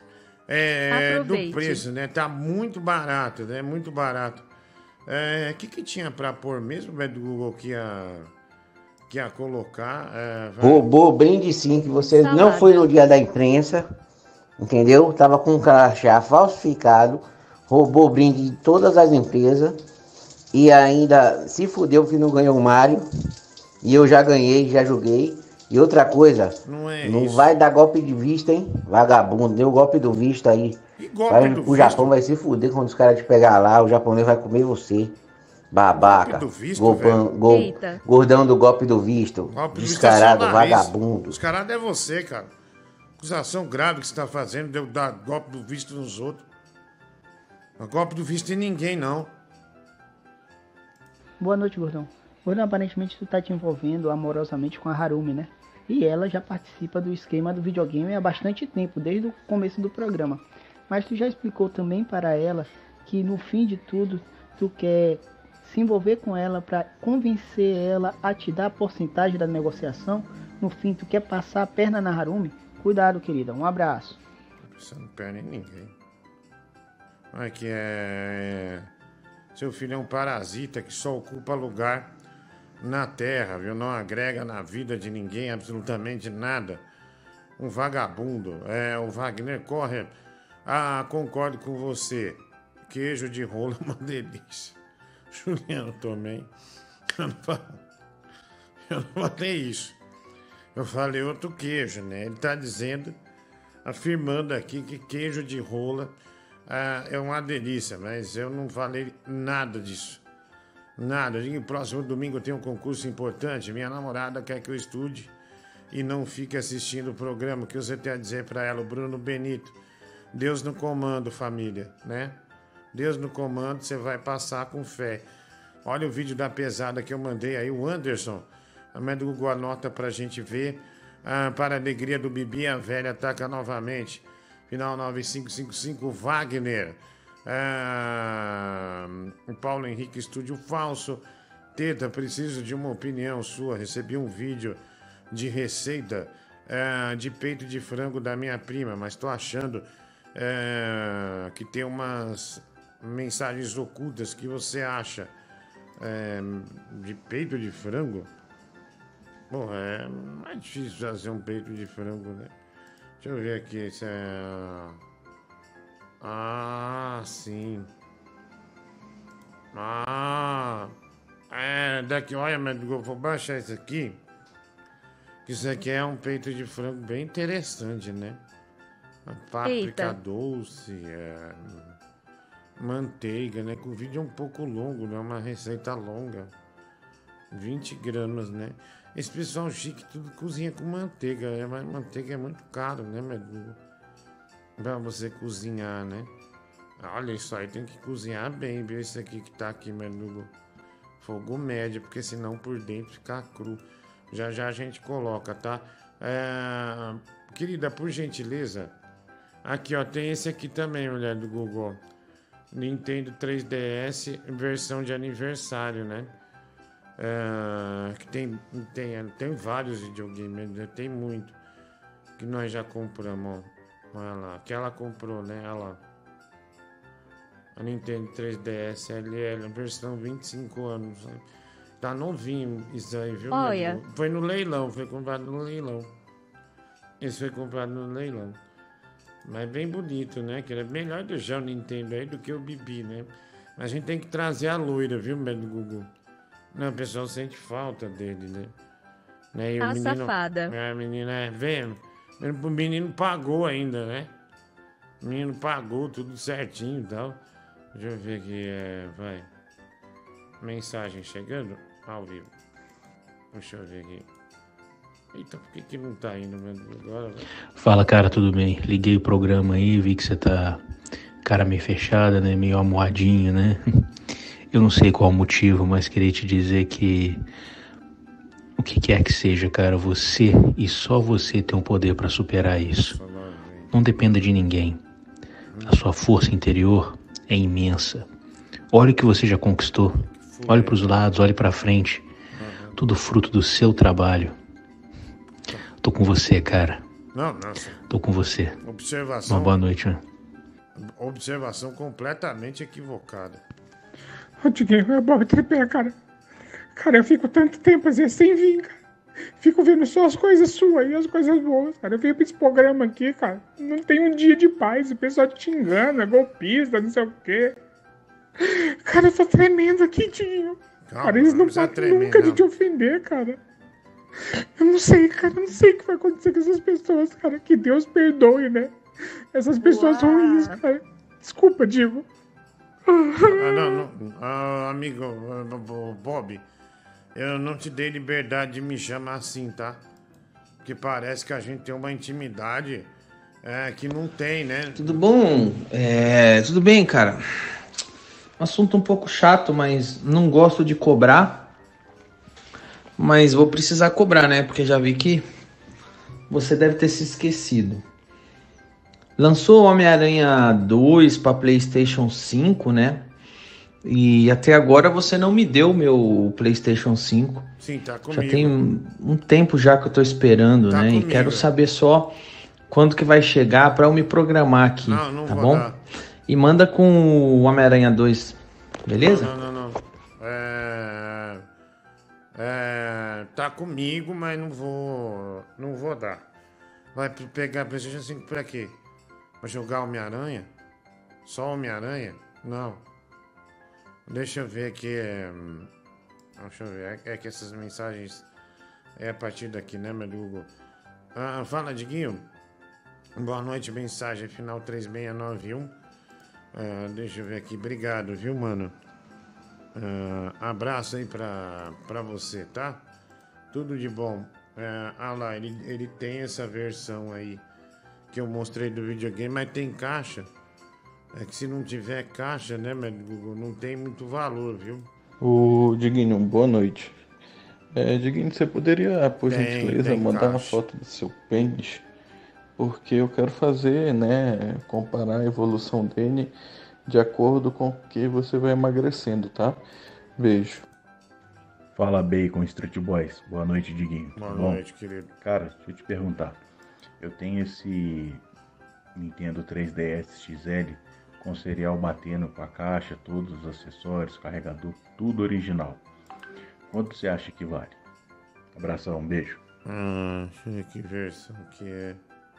é, do Aproveite. preço, né? Tá muito barato, né? Muito barato. O que, que tinha para pôr mesmo, velho, do Google que ia, que ia colocar? É, vai- Roubou brinde sim, que você Salada. não foi no dia da imprensa, entendeu? Tava com um crachá falsificado, roubou brinde de todas as empresas e ainda se fudeu que não ganhou o Mario. E eu já ganhei, já joguei. E outra coisa, Não é não isso. vai dar golpe de vista, hein? Vagabundo, deu golpe do visto aí. golpe Vai do pro Japão, vai se fuder quando os caras te pegar lá, o japonês vai comer você. Babaca. Golpe do visto, Golpão- velho? gol- Eita. gordão do golpe do visto. Golpe do visto é só Descarado, na raiz. vagabundo. Os caras é você, cara. Acusação grave que você tá fazendo de eu dar golpe do visto nos outros. Não é golpe do visto em ninguém, não. Boa noite, gordão. Gordão, aparentemente tu tá te envolvendo amorosamente com a Harumi, né? E ela já participa do esquema do videogame há bastante tempo, desde o começo do programa. Mas tu já explicou também para ela que no fim de tudo, tu quer se envolver com ela para convencer ela a te dar a porcentagem da negociação? No fim, tu quer passar a perna na Harumi? Cuidado, querida. Um abraço. Você não perde em ninguém. Olha que é... Seu filho é um parasita que só ocupa lugar na terra, viu? Não agrega na vida de ninguém absolutamente nada. Um vagabundo. É, o Wagner corre. Ah, concordo com você. Queijo de rolo é uma delícia. Juliano também. Eu não falei, eu não falei isso. Eu falei outro queijo, né? Ele tá dizendo, afirmando aqui que queijo de rola ah, é uma delícia, mas eu não falei nada disso. Nada. Eu digo que próximo domingo eu tenho um concurso importante. Minha namorada quer que eu estude e não fique assistindo o programa. O que você tem a dizer para ela, o Bruno Benito? Deus no comando, família, né? Deus no comando, você vai passar com fé. Olha o vídeo da pesada que eu mandei aí, o Anderson. A mãe do Google anota pra gente ver. Ah, para a alegria do Bibi, a velha ataca novamente. Final nove cinco cinco cinco, Wagner. Ah, o Paulo Henrique, estúdio falso. Teta, preciso de uma opinião sua. Recebi um vídeo de receita ah, de peito de frango da minha prima, mas tô achando ah, que tem umas mensagens ocultas. Que você acha é, de peito de frango? Bom, é mais difícil fazer um peito de frango, né? Deixa eu ver aqui. Esse é... Ah, sim. Ah, é, daqui, olha, mas eu vou baixar isso aqui. Que isso aqui é um peito de frango bem interessante, né? A páprica Eita. doce, é, manteiga, né? Que o vídeo é um pouco longo, né? Uma receita longa. vinte gramas, né? Esse pessoal chique tudo cozinha com manteiga, é, mas manteiga é muito caro, né, Medugo? Pra você cozinhar, né? Olha isso aí, tem que cozinhar bem, viu? Esse aqui que tá aqui, Medugo. Fogo médio, porque senão por dentro fica cru. Já já a gente coloca, tá? É... Querida, por gentileza, aqui ó, tem esse aqui também, mulher do Google. Nintendo três D S, versão de aniversário, né? É... Que tem, tem, tem vários videogames, né? Tem muito. Que nós já compramos, ó. Olha lá, que ela comprou, né? Olha lá. A Nintendo três D S L L, versão vinte e cinco anos. Né? Tá novinho isso aí, viu? Olha. Meu? Foi no leilão, foi comprado no leilão. Esse foi comprado no leilão. Mas bem bonito, né? Que era melhor deixar o Nintendo aí do que o Bibi, né? Mas a gente tem que trazer a loira, viu, Medo Gugu? Não, o pessoal sente falta dele, né? né? E o A menino, safada. É, a menina, é, vem, o menino pagou ainda, né? O menino pagou tudo certinho e tal. Deixa eu ver aqui, é, vai. Mensagem chegando ao vivo. Deixa eu ver aqui. Eita, por que que não tá indo mesmo agora? Véio? Fala, cara, tudo bem? Liguei o programa aí, vi que você tá cara meio fechada, né? Meio amuadinho, né? Eu não sei qual o motivo, mas queria te dizer que o que quer que seja, cara, você e só você tem o poder pra superar isso. Não dependa de ninguém. A sua força interior é imensa. Olha o que você já conquistou. Olhe para os lados, olhe para frente. Tudo fruto do seu trabalho. Tô com você, cara. Não, nossa. Tô com você. Observação. Uma boa noite, né? Observação completamente equivocada. Ô, Diguinho, é bom trepé, cara. Cara, eu fico tanto tempo às vezes sem vir, cara. Fico vendo só as coisas suas e as coisas boas, cara. Eu venho pra esse programa aqui, cara. Não tem um dia de paz. O pessoal te engana, golpista, não sei o quê. Cara, eu tô tremendo aqui, Diguinho. Calma, cara, eles não precisa podem tremer, nunca de não. te ofender, cara. Eu não sei, cara. Eu não sei o que vai acontecer com essas pessoas, cara. Que Deus perdoe, né? Essas pessoas Uau. ruins, cara. Desculpa, Digo. Ah, não, não. Ah, amigo, ah, Bob, eu não te dei liberdade de me chamar assim, tá? Porque parece que a gente tem uma intimidade é, que não tem, né? Tudo bom? É, tudo bem, cara. Um assunto um pouco chato, mas não gosto de cobrar. Mas vou precisar cobrar, né? Porque já vi que você deve ter se esquecido. Lançou o Homem-Aranha dois para PlayStation cinco, né? E até agora você não me deu o meu PlayStation cinco. Sim, tá comigo. Já tem um, um tempo já que eu tô esperando, Tá né? comigo. E quero saber só quando que vai chegar para eu me programar aqui, Não, não tá vou bom? dar. E manda com o Homem-Aranha dois, beleza? Não, não, não, não. É, é, tá comigo, mas não vou, não vou dar. Vai pegar PlayStation cinco pra quê? Pra jogar Homem-Aranha? Só Homem-Aranha? Não. Deixa eu ver aqui. É... Deixa eu ver. É que essas mensagens é a partir daqui, né, meu Google? Ah, fala, Diguinho. Boa noite, mensagem final três seis nove um. Ah, deixa eu ver aqui. Obrigado, viu, mano? Ah, abraço aí pra, pra você, tá? Tudo de bom. Ah, ah lá, ele, ele tem essa versão aí que eu mostrei do videogame, mas tem caixa. É que se não tiver caixa, né, meu Google, não tem muito valor, viu? Ô, Diguinho, boa noite. É, Diguinho, você poderia, por Tem, gentileza, tem mandar uma caixa. foto do seu pênis? Porque eu quero fazer, né, comparar a evolução dele de acordo com o que você vai emagrecendo, tá? Beijo. Fala, Bacon Street Boys. Boa noite, Diguinho. Boa Tudo bom? noite, querido. Cara, deixa eu te perguntar. Eu tenho esse Nintendo três D S X L com serial batendo com a caixa, todos os acessórios, carregador, tudo original. Quanto você acha que vale? Abração, um beijo. Ah, deixa eu ver que versão que é.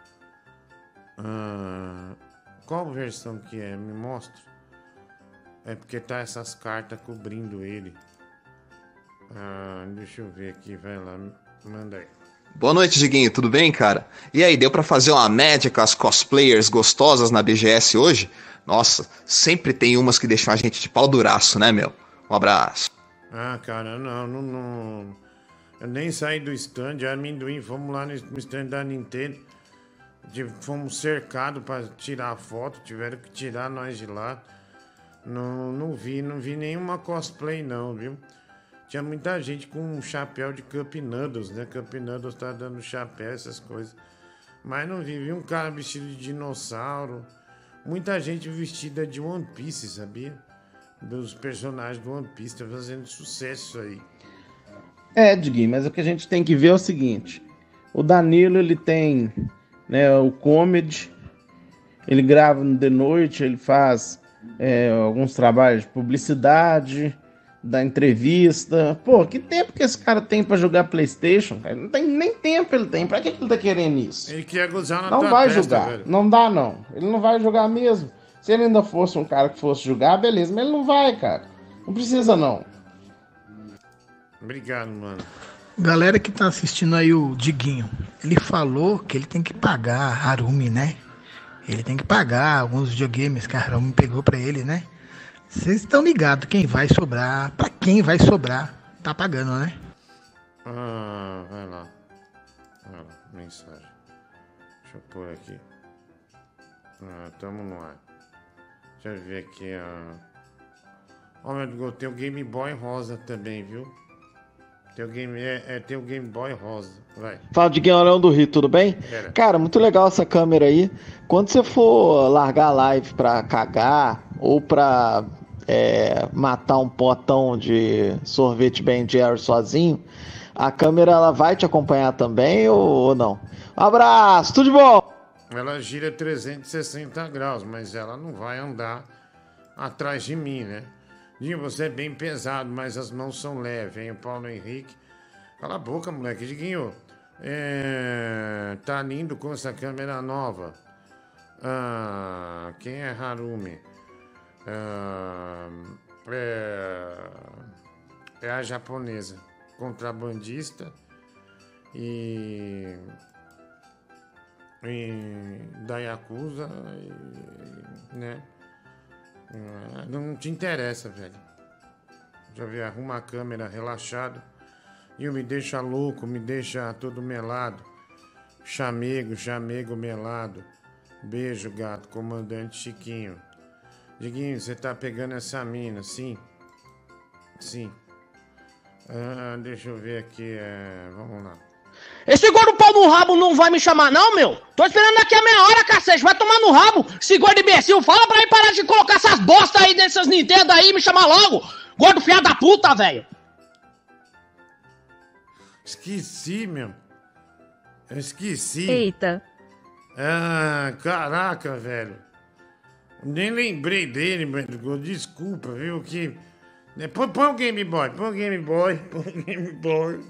Ah, qual versão que é? Me mostra. É porque tá essas cartas cobrindo ele. Ah, deixa eu ver aqui, vai lá, manda aí. Boa noite, Diguinho. Tudo bem, cara? E aí, deu pra fazer uma média com as cosplayers gostosas na B G S hoje? Nossa, sempre tem umas que deixam a gente de pau duraço, né, meu? Um abraço. Ah, cara, não, não, não. Eu nem saí do stand, amendoim, fomos lá no stand da Nintendo. Fomos cercados pra tirar a foto, tiveram que tirar nós de lá. Não, não vi, não vi nenhuma cosplay não, viu? Tinha muita gente com um chapéu de Cup Noodles, né? Cup Noodles tá dando chapéu, essas coisas. Mas não vi, vi um cara vestido de dinossauro. Muita gente vestida de One Piece, sabia? Dos personagens do One Piece, tá fazendo sucesso aí. É, Diguinho, mas o que a gente tem que ver é o seguinte. O Danilo, ele tem, né, o comedy, ele grava de noite, ele faz é, alguns trabalhos de publicidade, da entrevista. Pô, que tempo que esse cara tem pra jogar PlayStation, cara? Não tem nem tempo ele tem. Pra que, que ele tá querendo isso? Ele quer gozar na Não tua vai testa, jogar. velho. Não dá, não. Ele não vai jogar mesmo. Se ele ainda fosse um cara que fosse jogar, beleza. Mas ele não vai, cara. Não precisa, não. Obrigado, mano. Galera que tá assistindo aí o Diguinho, ele falou que ele tem que pagar a Harumi, né? Ele tem que pagar alguns videogames que a Harumi pegou pra ele, né? Vocês estão ligados quem vai sobrar, pra quem vai sobrar, tá pagando, né? Ah, vai lá. Vai lá, mensagem. Deixa eu pôr aqui. Ah, tamo no ar. Deixa eu ver aqui, ó. Ó, meu Deus, tem o Game Boy rosa também, viu? Tem o Game, é, é, tem o Game Boy rosa. Vai. Fala, Diguinho, Leão do Rio, tudo bem? Pera. Cara, muito legal essa câmera aí. Quando você for largar a live pra cagar ou pra é, matar um potão de sorvete Ben Jerry sozinho, a câmera ela vai te acompanhar também ou, ou não? Um abraço, tudo de bom! Ela gira trezentos e sessenta graus, mas ela não vai andar atrás de mim, né? Dinho, você é bem pesado, mas as mãos são leves, hein? O Paulo Henrique. Cala a boca, moleque. Diguinho, é... tá lindo com essa câmera nova. Ah, quem é Harumi? Ah, é... é a japonesa. Contrabandista. E... e... da Yakuza. E... né? Não te interessa, velho. Já vi, arruma a câmera relaxado. E me deixa louco, me deixa todo melado. Chamego, chamego melado. Beijo, gato, comandante Chiquinho. Diguinho, você tá pegando essa mina, sim? Sim. Ah, deixa eu ver aqui, é... vamos lá. Esse gordo pau no rabo não vai me chamar não, meu? Tô esperando daqui a meia hora, cacete. Vai tomar no rabo. Esse gordo imbecil, fala pra ele parar de colocar essas bostas aí dessas Nintendo aí e me chamar logo. Gordo fiado da puta, velho. Esqueci, meu. Eu esqueci. Eita. Ah, caraca, velho. Nem lembrei dele, meu. Desculpa, viu? Que... Põe, põe o Game Boy, põe o Game Boy, põe o Game Boy.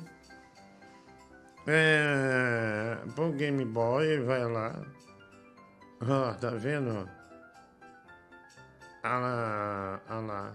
É, põe o Game Boy, vai lá. Ó, tá vendo? Olha lá, olha lá.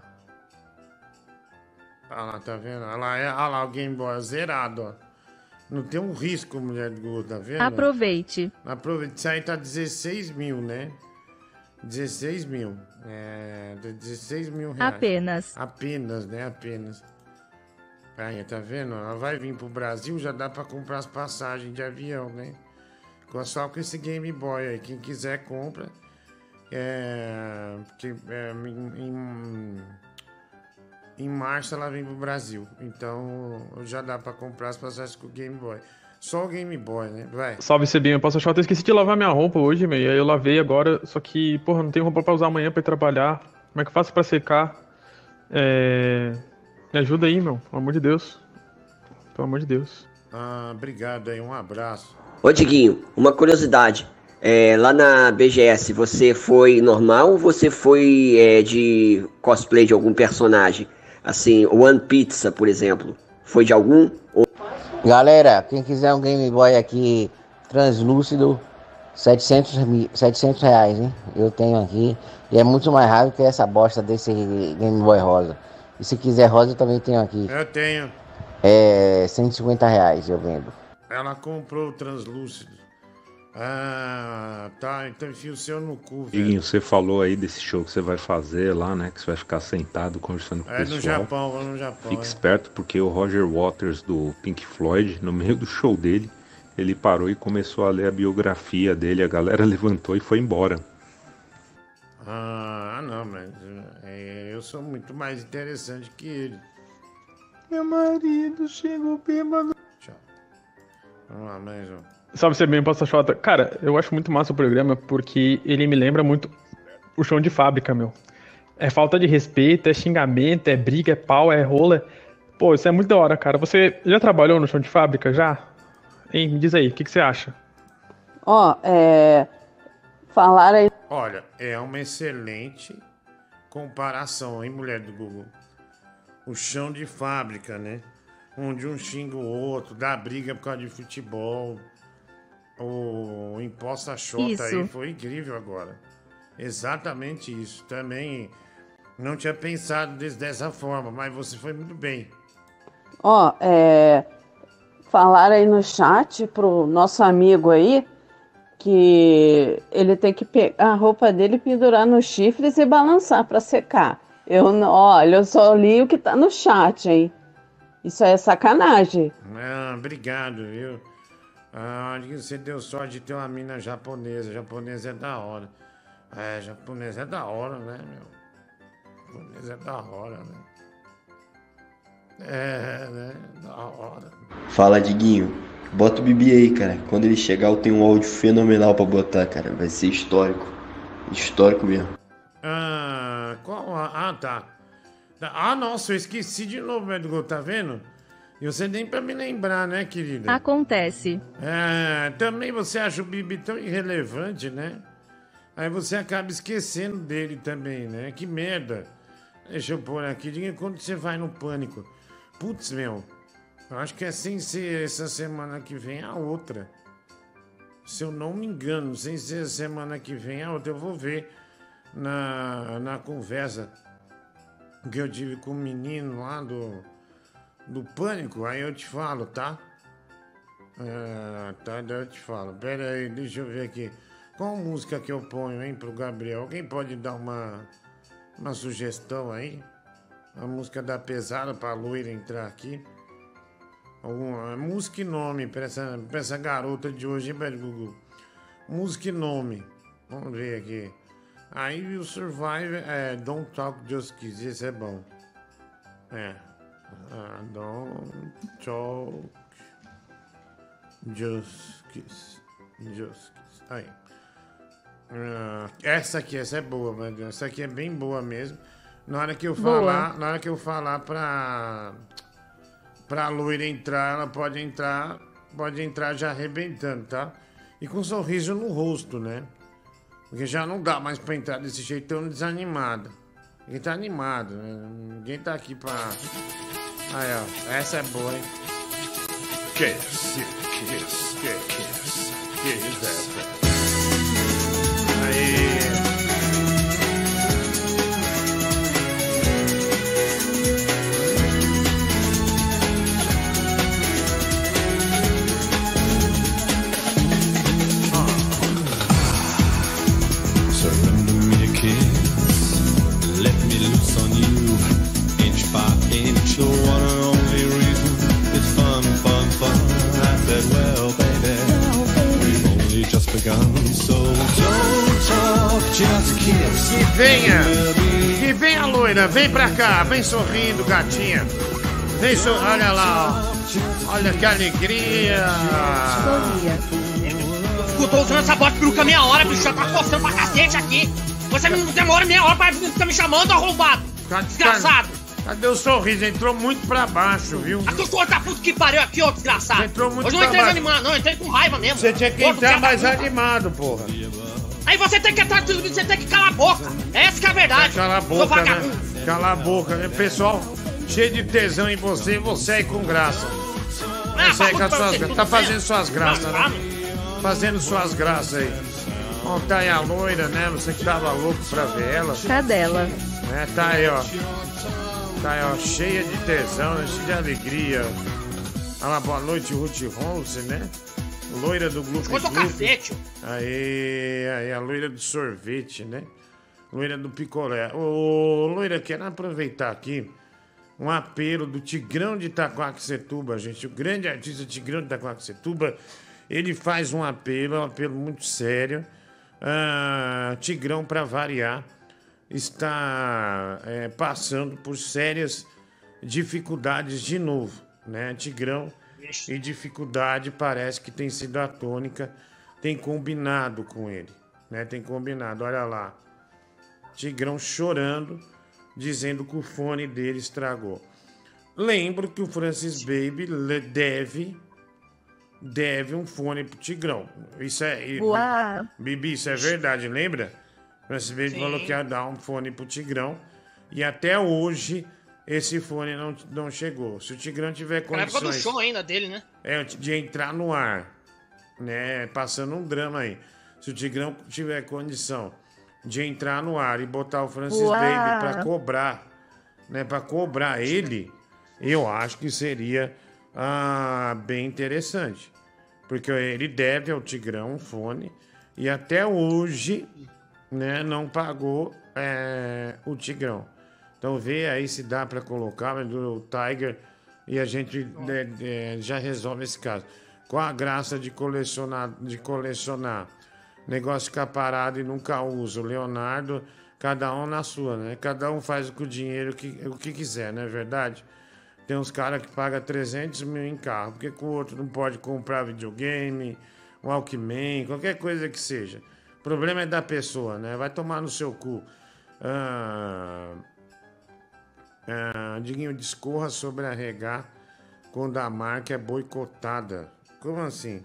Olha lá, tá vendo? Olha lá, é, olha lá o Game Boy zerado, ó. Não tem um risco, mulher de gordo, tá vendo? Aproveite. Aproveite. Isso aí tá dezesseis mil, né? dezesseis mil. É, dezesseis mil reais. Apenas. Apenas, né? Apenas. Aí, tá vendo? Ela vai vir pro Brasil, já dá pra comprar as passagens de avião, né? Só com esse Game Boy aí. Quem quiser, compra. É... Porque é, em, em, em março ela vem pro Brasil. Então, já dá pra comprar as passagens com o Game Boy. Só o Game Boy, né? Vai. Salve, Cebinho. Eu posso achar que eu esqueci de lavar minha roupa hoje, meu. E aí eu lavei agora, só que, porra, não tenho roupa pra usar amanhã pra ir trabalhar. Como é que eu faço pra secar? É... Me ajuda aí, meu. Pelo amor de Deus. Pelo amor de Deus. Ah, obrigado aí. Um abraço. Ô, Diguinho, uma curiosidade. É, lá na B G S, você foi normal ou você foi é, de cosplay de algum personagem? Assim, One Pizza, por exemplo. Foi de algum? Ou... Galera, quem quiser um Game Boy aqui translúcido, setecentos reais, hein? Eu tenho aqui. E é muito mais raro que essa bosta desse Game Boy rosa. E se quiser rosa, eu também tenho aqui. Eu tenho. É cento e cinquenta reais eu vendo. Ela comprou o translúcido. Ah, tá. Então enfia o seu no cu, velho. Diguinho, você falou aí desse show que você vai fazer lá, né? Que você vai ficar sentado conversando com o É pessoal. no Japão, vamos no Japão. Fique é. esperto, porque o Roger Waters do Pink Floyd, no meio do show dele, ele parou e começou a ler a biografia dele. A galera levantou e foi embora. Ah, não, mas é, eu sou muito mais interessante que ele. Meu marido chegou bêbado. Tchau. Vamos lá, mais um. Salve, ser bem, Passa Xota. Cara, eu acho muito massa o programa porque ele me lembra muito o chão de fábrica, meu. É falta de respeito, é xingamento, é briga, é pau, é rola. Pô, isso é muito da hora, cara. Você já trabalhou no chão de fábrica, já? Hein, me diz aí, o que, que você acha? Ó, é... Falar aí... Olha, é uma excelente comparação, hein, mulher do Google? O chão de fábrica, né? Onde um xinga o outro, dá briga por causa de futebol. O Imposta Xota Isso. aí foi incrível agora. Exatamente isso. Também não tinha pensado des- dessa forma, mas você foi muito bem. Ó, é... Falar aí no chat pro nosso amigo aí que ele tem que pegar a roupa dele e pendurar nos chifres e balançar pra secar. Eu não... Olha, eu só li o que tá no chat, hein? Isso é sacanagem. Ah, obrigado, viu? Ah, acho que você deu sorte de ter uma mina japonesa. Japonesa é da hora. É, japonesa é da hora, né, meu? Japonesa é da hora, né? É, né? Da hora. Fala, Diguinho. Bota o Bibi aí, cara. Quando ele chegar, eu tenho um áudio fenomenal pra botar, cara. Vai ser histórico. Histórico mesmo. Ah, qual? a- Ah, tá. Ah, nossa, eu esqueci de novo, Medgo, tá vendo? E você nem pra me lembrar, né, querida? Acontece. É, também você acha o Bibi tão irrelevante, né? Aí você acaba esquecendo dele também, né? Que merda. Deixa eu pôr aqui. Diga quando você vai no Pânico. Putz, meu. Eu acho que é sem ser essa semana que vem a outra. Se eu não me engano, sem ser a semana que vem a outra, eu vou ver na, na conversa que eu tive com o menino lá do, do Pânico. Aí eu te falo, tá? Ah, tá, daí eu te falo. Pera aí, deixa eu ver aqui. Qual música que eu ponho, hein, pro Gabriel? Alguém pode dar uma, uma sugestão aí? A música da pesada pra loira entrar aqui. Alguma música e nome pra essa, pra essa garota de hoje, hein, velho Gugu? Música e nome. Vamos ver aqui. Aí o Survivor é Don't Talk Just Kiss. Esse é bom. É. Ah, don't Talk Just Kiss. Just Kiss. Aí. Ah, essa aqui, essa é boa, velho. Essa aqui é bem boa mesmo. Na hora que eu Boa. falar, na hora que eu falar pra pra loira entrar, ela pode entrar, pode entrar já arrebentando, tá? E com um sorriso no rosto, né? Porque já não dá mais pra entrar desse jeito tão desanimada. Ninguém tá animado, né? Ninguém tá aqui pra... Aí, ó. Essa é boa, hein? Kiss, kiss, kiss, kiss. Kiss essa. Aí... Surrender me a kiss, let me loose on you, inch by inch. The one and only reason is fun, fun, fun. I said, well, baby, we've only just begun, so don't talk, just kiss. Que venha! Que venha, loira! Vem pra cá! Vem sorrindo, gatinha! Vem sorrindo! Olha lá, ó! Olha que alegria! Eu tô usando essa bota de peruca meia hora, bicho, já tá coçando pra cacete aqui. Você não demora meia hora pra ficar me chamando, arrombado. Desgraçado. Cadê o sorriso? Entrou muito pra baixo, viu? Aqui o senhor tá puto que pariu aqui, ó, desgraçado. Entrou muito Hoje eu não pra entrei baixo. animado, não, eu entrei com raiva mesmo. Você tinha que Gordo, entrar filho da mais puta. animado, porra! Aí você tem que entrar tudo, você tem que calar a boca. Essa que é a verdade. Cala a Seu boca, vagabundo. né? Cala a boca, né? Pessoal, cheio de tesão em você e você aí com graça. Ah, Você aí com as pra suas você, gra- tudo Tá certo. fazendo suas graças, né? Fazendo suas graças aí. Ó, tá aí a loira, né? Você que tava louco pra ver ela. Cadela. É, tá aí, ó. Tá aí, ó, cheia de tesão, né? Cheia de alegria. Ah, boa noite, Ruth Ronce, né? Loira do Globo. Escuta o cacete. Aí, aí, a loira do sorvete, né? Loira do picolé. Ô, loira, quero aproveitar aqui um apelo do Tigrão de Itaquaquecetuba, gente. O grande artista Tigrão de Itaquaquecetuba, ele faz um apelo, é um apelo muito sério. Ah, Tigrão, para variar, está é, passando por sérias dificuldades de novo, né? Tigrão e dificuldade parece que tem sido a tônica, tem combinado com ele, né? Tem combinado, olha lá. Tigrão chorando, dizendo que o fone dele estragou. Lembro que o Francis Baby deve deve um fone pro Tigrão. Isso é... Uau. Bibi, isso é verdade, lembra? O Francis Baby Sim. falou que ia dar um fone pro Tigrão e até hoje esse fone não, não chegou. Se o Tigrão tiver Na época do condições... show ainda dele, né? É, de entrar no ar, né? Passando um drama aí. Se o Tigrão tiver condição de entrar no ar e botar o Francis Uau. Baby pra cobrar, né? Pra cobrar ele, eu acho que seria ah, bem interessante. Porque ele deve ao Tigrão um fone e até hoje, né, não pagou é, o Tigrão. Então vê aí se dá pra colocar o Tiger e a gente né, é, já resolve esse caso. Com a graça de colecionar, de colecionar. Negócio ficar parado e nunca usa. O Leonardo, cada um na sua, né? Cada um faz com o dinheiro que, o que quiser, não é verdade? Tem uns caras que pagam trezentos mil em carro, porque com o outro não pode comprar videogame, um Walkman, qualquer coisa que seja. O problema é da pessoa, né? Vai tomar no seu cu. Ah, ah, Diguinho, discorra sobre a regar quando a marca é boicotada. Como assim?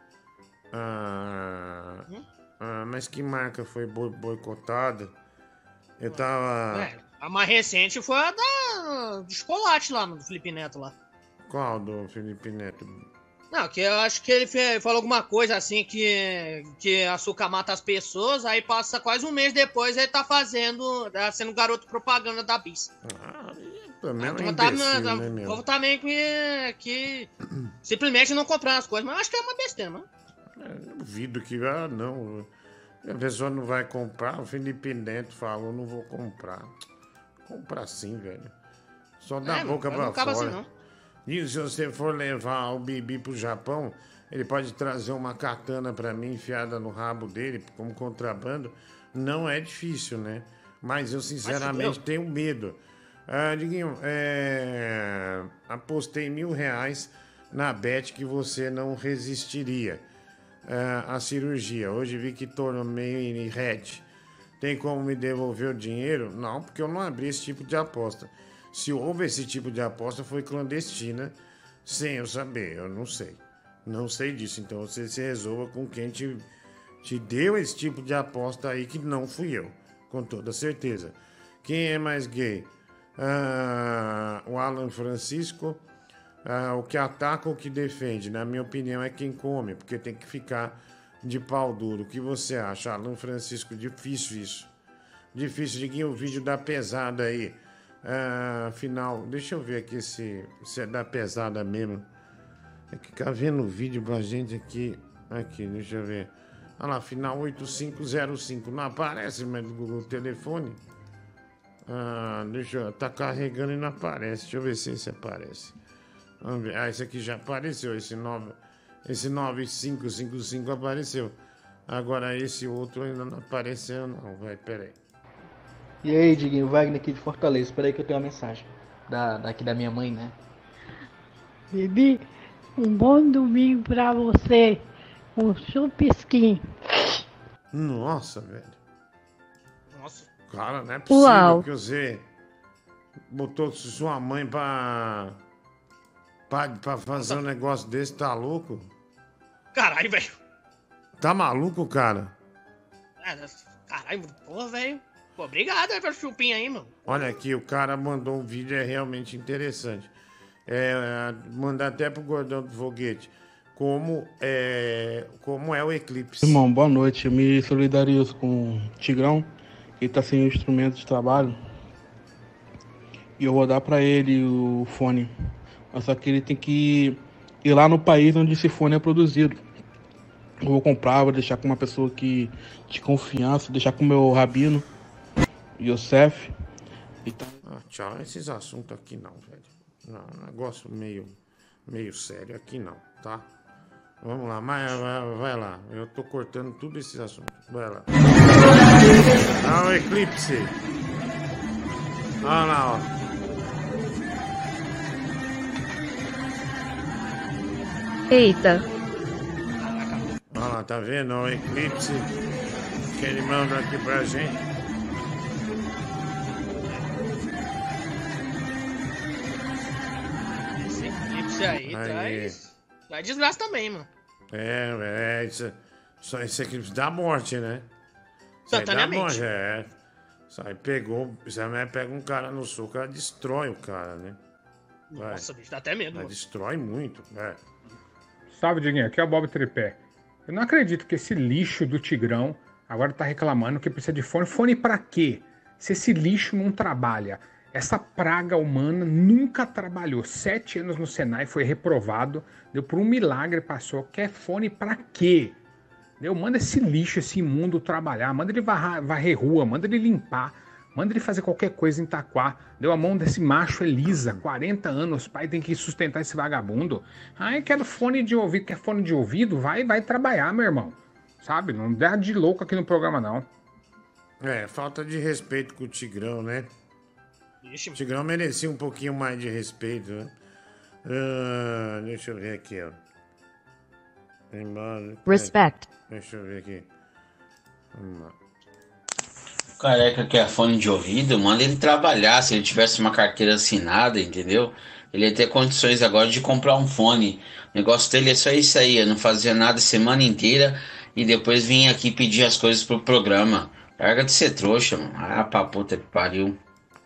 Ah, ah, mas que marca foi boi- boicotada? Eu tava... É, a mais recente foi a da do chocolate lá, do Felipe Neto lá. Qual do Felipe Neto? Não, que eu acho que ele fe- falou alguma coisa assim que, que açúcar mata as pessoas, aí passa quase um mês depois ele tá fazendo, tá sendo garoto propaganda da Bis. Ah, também é um Então tá, imbecil, tá, né, o meu? povo tá meio que, que simplesmente não comprando as coisas, mas eu acho que é uma besteira, mano. Eu duvido que... Ah, não. A pessoa não vai comprar. O Felipe Neto falou, não vou comprar. Comprar sim, velho. Só dá É, a boca mas pra não acaba fora. assim, não. E se você for levar o Bibi pro Japão, ele pode trazer uma katana pra mim enfiada no rabo dele, como contrabando. Não é difícil, né? Mas eu, sinceramente, Mas, tenho medo. Ah, Diguinho, é... apostei mil reais na bet que você não resistiria ah, à cirurgia. Hoje vi que tornou meio em red. Tem como me devolver o dinheiro? Não, porque eu não abri esse tipo de aposta. Se houve esse tipo de aposta, foi clandestina, sem eu saber. Eu não sei. Não sei disso. Então você se resolva com quem te, te deu esse tipo de aposta aí, que não fui eu. Com toda certeza. Quem é mais gay? Ah, o Alan Francisco, ah, o que ataca ou o que defende? Na minha opinião, é quem come, porque tem que ficar de pau duro. O que você acha, Alan Francisco? Difícil isso. Difícil. Diguinho, o vídeo da pesada aí. Ah, final, deixa eu ver aqui se, se é da pesada mesmo. É que tá vendo o vídeo pra gente aqui. Aqui, deixa eu ver. Olha lá, final oito cinco zero cinco. Não aparece mais no Google telefone. Ah, deixa eu... Tá carregando e não aparece. Deixa eu ver se esse aparece. Vamos ver. Ah, esse aqui já apareceu. Esse nove, esse nove cinco cinco cinco apareceu. Agora esse outro ainda não apareceu, não. Vai, peraí. E aí, Diguinho, Wagner aqui de Fortaleza. Espera aí que eu tenho uma mensagem da, daqui da minha mãe, né? Bibi, um bom domingo pra você. Um chupisquinho. Nossa, velho. Nossa. Cara, não é possível Uau. que você botou sua mãe pra, pra, pra fazer um negócio desse. Tá louco? Caralho, velho. Tá maluco, cara? É, Caralho, porra, velho. Pô, obrigado aí pelo chupinho aí, mano. Olha aqui, o cara mandou um vídeo, é realmente interessante. É, mandar até pro Gordão do Foguete. Como é, como é o eclipse. Irmão, boa noite. Eu me solidarizo com o Tigrão, que tá sem instrumento de trabalho. E eu vou dar pra ele o fone. Mas só que ele tem que e lá no país onde esse fone é produzido. Eu vou comprar, vou deixar com uma pessoa que de confiança, deixar com o meu rabino, Yosef. Então... Ah, tchau, esses assuntos aqui não, velho. Não, negócio meio, meio sério aqui não, tá? Vamos lá, mas vai, vai lá. Eu tô cortando tudo esses assuntos. Vai lá. Ah, o eclipse. Olha lá, ó. Eita. Olha lá, tá vendo? O eclipse que ele manda aqui pra gente. Esse eclipse aí, Aí. traz. Traz desgraça também, mano. É, é, isso, só esse eclipse dá morte, né? Isso aí dá Instantaneamente. morte, é. Isso aí pegou, isso aí pega um cara no soco, ela destrói o cara, né? Vai. Nossa, bicho, dá até medo, Ela mano. destrói muito, né? Salve, Diguinho. Aqui é o Bob Tripé. Eu não acredito que esse lixo do Tigrão agora tá reclamando que precisa de fone. Fone pra quê? Se esse lixo não trabalha. Essa praga humana nunca trabalhou. Sete anos no Senai, foi reprovado. Deu por um milagre, passou. Quer fone pra quê? Deu? Manda esse lixo, esse imundo trabalhar. Manda ele varrar, varrer rua, manda ele limpar. Manda ele fazer qualquer coisa em Itaquá. Deu a mão desse macho Elisa, quarenta anos, pai tem que sustentar esse vagabundo. Ai, quero fone de ouvido, quer fone de ouvido? Vai, vai trabalhar, meu irmão. Sabe? Não dá de louco aqui no programa, não. É, falta de respeito com o Tigrão, né? O Tigrão merecia um pouquinho mais de respeito, né? Ah, deixa eu ver aqui, ó. Embora. Respect. Deixa eu ver aqui. Vamos lá. O careca que é fone de ouvido, manda ele trabalhar. Se ele tivesse uma carteira assinada, entendeu? Ele ia ter condições agora de comprar um fone. O negócio dele é só isso aí, eu não fazia nada a semana inteira e depois vinha aqui pedir as coisas pro programa. Larga de ser trouxa, mano. Ah, pra puta que pariu.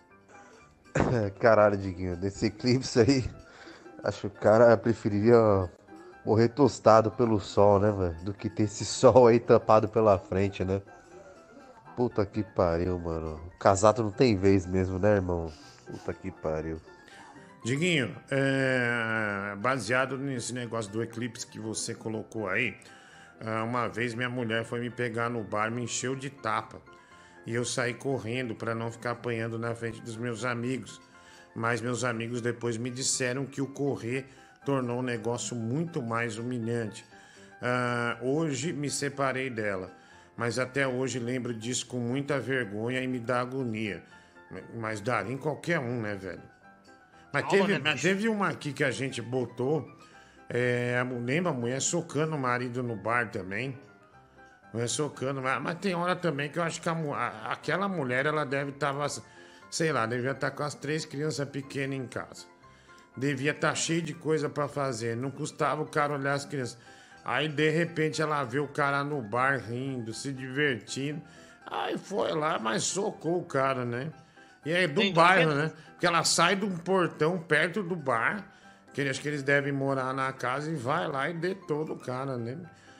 Caralho, Diguinho, desse eclipse aí, acho que o cara preferiria morrer tostado pelo sol, né, velho? Do que ter esse sol aí tampado pela frente, né? Puta que pariu, mano. O casato não tem vez mesmo, né, irmão? Puta que pariu. Diguinho, é, baseado nesse negócio do eclipse que você colocou aí, uma vez minha mulher foi me pegar no bar, me encheu de tapa. E eu saí correndo para não ficar apanhando na frente dos meus amigos. Mas meus amigos depois me disseram que o correr tornou o negócio muito mais humilhante. Ah, hoje me separei dela, mas até hoje lembro disso com muita vergonha e me dá agonia. Mas daria em qualquer um, né, velho? Mas Calma, teve, né, mas bicho? teve uma aqui que a gente botou, é, a mu- lembra a mulher socando o marido no bar também? Mulher socando, mas, mas tem hora também que eu acho que a mu- a- aquela mulher, ela deve estar, sei lá, devia estar com as três crianças pequenas em casa. Devia estar cheio de coisa pra fazer, não custava o cara olhar as crianças. Aí, de repente, ela vê o cara no bar rindo, se divertindo. Aí foi lá, mas socou o cara, né? E é do Tem bairro, dúvida? né? Porque ela sai de um portão perto do bar, que acho que eles devem morar na casa, e vai lá e detona o cara, né?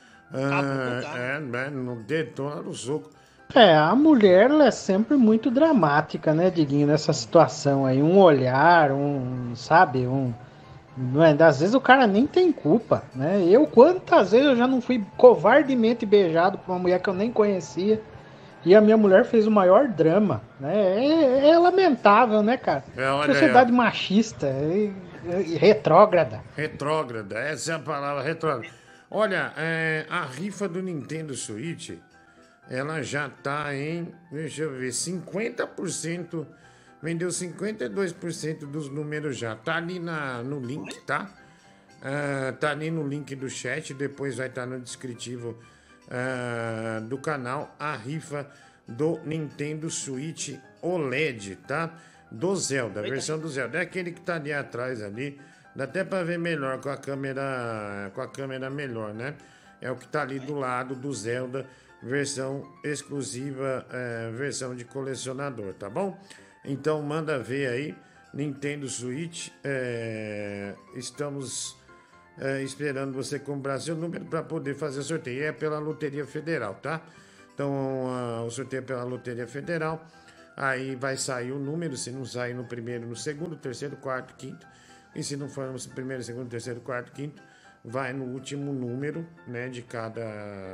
Ah, é, né? Não detona no soco. É, a mulher ela é sempre muito dramática, né, Diguinho, nessa situação aí. Um olhar, um, sabe, um... Não é, às vezes o cara nem tem culpa, né? Eu, quantas vezes eu já não fui covardemente beijado por uma mulher que eu nem conhecia e a minha mulher fez o maior drama, né? É, é lamentável, né, cara? É, olha aí, Sociedade ó. machista e, e retrógrada. Retrógrada, essa é a palavra, retrógrada. Olha, é, a rifa do Nintendo Switch, ela já tá em, deixa eu ver, cinquenta por cento, vendeu cinquenta e dois por cento dos números já. Tá ali na, no link, tá? Ah, tá ali no link do chat, depois vai estar no descritivo ah, do canal, a rifa do Nintendo Switch O L E D, tá? Do Zelda, a versão do Zelda. É aquele que tá ali atrás ali. Dá até pra ver melhor com a câmera, com a câmera melhor, né? É o que tá ali do lado do Zelda, versão exclusiva, é, versão de colecionador, tá bom? Então manda ver aí, Nintendo Switch. é, estamos é, esperando você comprar seu número para poder fazer o sorteio. É pela Loteria Federal, tá? Então ah, o sorteio é pela Loteria Federal. Aí vai sair o número, se não sair no primeiro, no segundo, terceiro, quarto, quinto, E se não for no primeiro, segundo, terceiro, quarto, quinto, vai no último número, né, de cada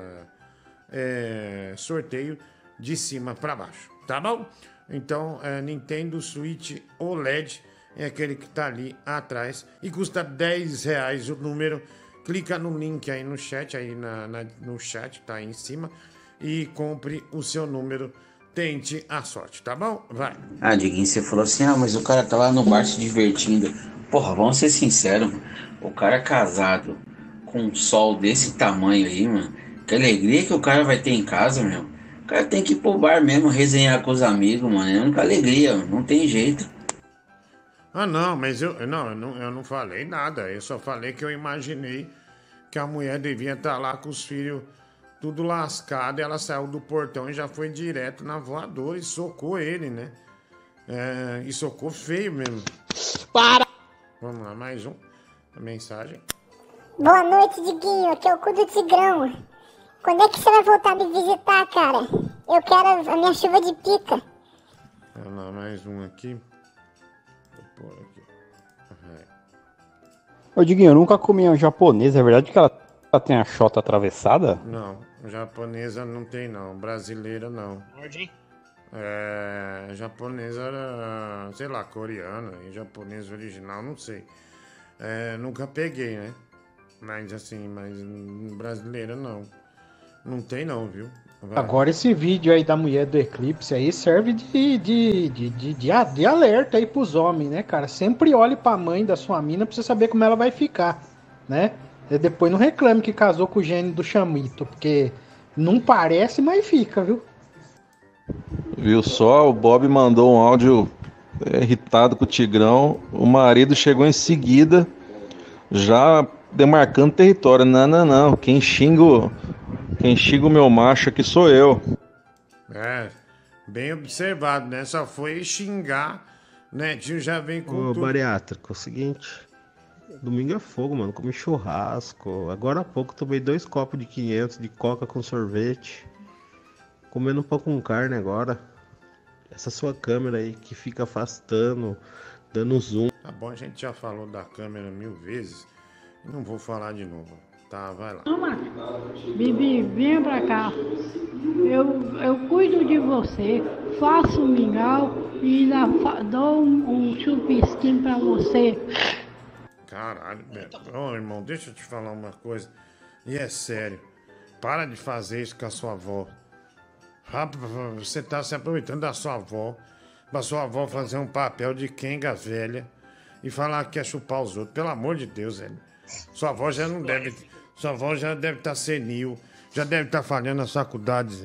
é, sorteio de cima para baixo, tá bom? Então, é, Nintendo Switch O L E D é aquele que tá ali atrás e custa dez reais o número. Clica no link aí no chat, aí na, na, no chat, tá aí em cima, e compre o seu número. Tente a sorte, tá bom? Vai. Ah, Diguinho, você falou assim, ah, mas o cara tá lá no bar se divertindo. Porra, vamos ser sinceros, mano. O cara é casado com um sol desse tamanho aí, mano. Que alegria que o cara vai ter em casa, meu. O cara tem que ir pro bar mesmo, resenhar com os amigos, mano. É a única alegria, mano. Não tem jeito. Ah, não, mas eu não, eu não, eu não falei nada. Eu só falei que eu imaginei que a mulher devia estar lá com os filhos tudo lascado. Ela saiu do portão e já foi direto na voadora e socou ele, né? É, e socou feio mesmo. Para! Vamos lá, mais um. A mensagem. Boa noite, Diguinho. Aqui é o cu do Tigrão. Quando é que você vai voltar a me visitar, cara? Eu quero a minha chuva de pica. Vamos lá, mais um aqui. Vou pôr aqui. Vai. Ô, Diguinho, eu nunca comi uma japonesa. É verdade que ela, ela tem a chota atravessada? Não, japonesa não tem, não. Brasileira, não. Morde, É, japonesa, sei lá, coreana e japonesa original, não sei. É, nunca peguei, né? Mas assim, mas brasileira não. Não tem não, viu? Vai. Agora esse vídeo aí da mulher do eclipse aí serve de, de, de, de, de, de alerta aí pros homens, né, cara? Sempre olhe pra mãe da sua mina pra você saber como ela vai ficar, né? E depois não reclame que casou com o gênio do chamito, porque não parece, mas fica, viu? Viu só? O Bob mandou um áudio irritado com o Tigrão. O marido chegou em seguida, já demarcando território. Não, não, não. Quem xinga o, quem xinga o meu macho aqui sou eu. É, bem observado, né? Só foi xingar, né? Tio já vem com Ô, tudo. bariátrico, é o seguinte. Domingo é fogo, mano. Comi churrasco. Agora há pouco tomei dois copos de quinhentos de coca com sorvete. Comendo um pão com carne agora. Essa sua câmera aí que fica afastando, dando zoom. Tá bom, a gente já falou da câmera mil vezes. Não vou falar de novo. Tá, vai lá. Toma, Bibi, venha pra cá. Eu, eu cuido de você, faço um mingau e ainda fa- dou um, um chupisquinho pra você. Caralho, velho. Ô, irmão, deixa eu te falar uma coisa. E é sério. Para de fazer isso com a sua avó. Rápido, você tá se aproveitando da sua avó. Pra sua avó fazer um papel de quenga velha e falar que quer chupar os outros. Pelo amor de Deus, velho. Sua avó já não deve. Sua avó já deve estar senil. Já deve estar falhando as faculdades.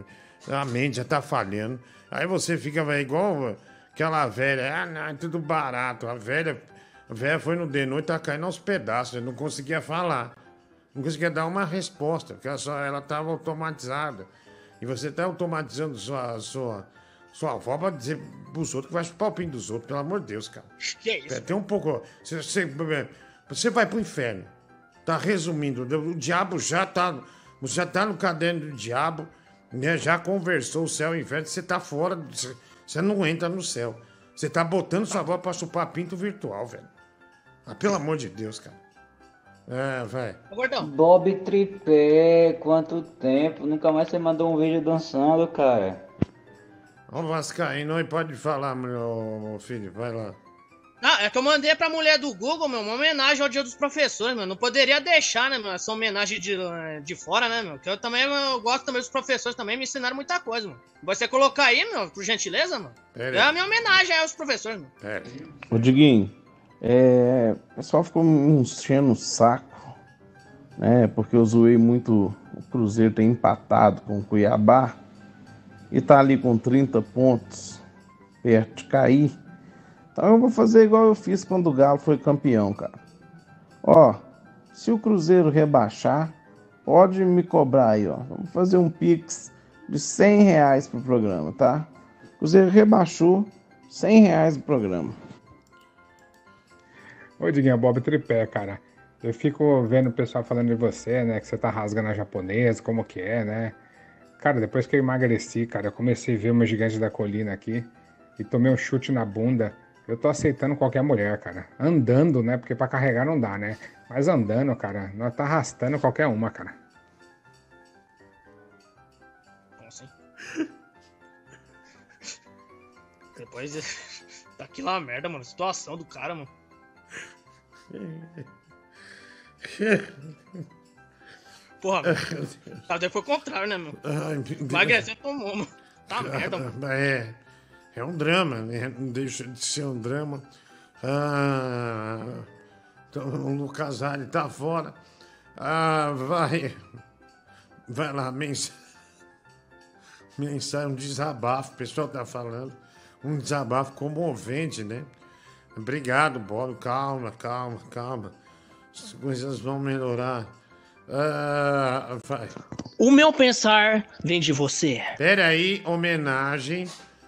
A mente já está falhando. Aí você fica véio, igual aquela velha. Ah, não, é tudo barato. A velha, a velha foi no de noite, tá caindo aos pedaços. Não conseguia falar. Não conseguia dar uma resposta. Porque ela estava automatizada. E você está automatizando sua, sua, sua avó para dizer pros outros que vai chupar o pinto dos outros. Pelo amor de Deus, cara. Que é isso? Tem um pouco. Você, você, você vai pro inferno. Tá resumindo. O diabo já tá. Você já tá no caderno do diabo. Né? Já conversou o céu e o inferno. Você tá fora. Você, você não entra no céu. Você tá botando sua avó pra chupar pinto virtual, velho. Ah, pelo amor de Deus, cara. É, vai. Bob Tripé, quanto tempo? Nunca mais você mandou um vídeo dançando, cara. Ó, Vascaíno, aí pode falar, meu, meu filho, vai lá. Não, é que eu mandei pra mulher do Google, meu, uma homenagem ao Dia dos Professores, meu. Não poderia deixar, né, meu, essa homenagem de, de fora, né, meu. Que eu também eu gosto também dos professores, também me ensinaram muita coisa, mano. Você colocar aí, meu, por gentileza, mano. Pera É aí. a minha homenagem aos professores, meu. Pera. Ô Diguinho, é, o pessoal ficou me enchendo o saco, né? Porque eu zoei muito o Cruzeiro ter empatado com o Cuiabá e tá ali com trinta pontos, perto de cair. Então eu vou fazer igual eu fiz quando o Galo foi campeão, cara. Ó, se o Cruzeiro rebaixar, pode me cobrar aí, ó. Vamos fazer um Pix de cem reais pro programa, tá? O Cruzeiro rebaixou, cem reais pro programa. Oi, Diguinho, Bob Tripé, cara. Eu fico vendo o pessoal falando de você, né? Que você tá rasgando a japonesa, como que é, né? Cara, depois que eu emagreci, cara, eu comecei a ver uma gigante da colina aqui e tomei um chute na bunda Eu tô aceitando qualquer mulher, cara. Andando, né? Porque pra carregar não dá, né? Mas andando, cara, nós tá arrastando qualquer uma, cara. Como assim? Depois daquilo é uma merda, mano. Situação do cara, mano. Porra, mano. Até foi o contrário, né, meu? Emagrecer tomou, mano. Tá merda, mano. É, é um drama, né? Não deixa de ser um drama. Ah, então, o Lucas Alli tá fora. Ah, vai. Vai lá, mensagem. Mensagem, um desabafo. O pessoal tá falando. Um desabafo comovente, né? Obrigado, Bob. Calma, calma, calma. As coisas vão melhorar. Ah, vai. O meu pensar vem de você. Peraí, homenagem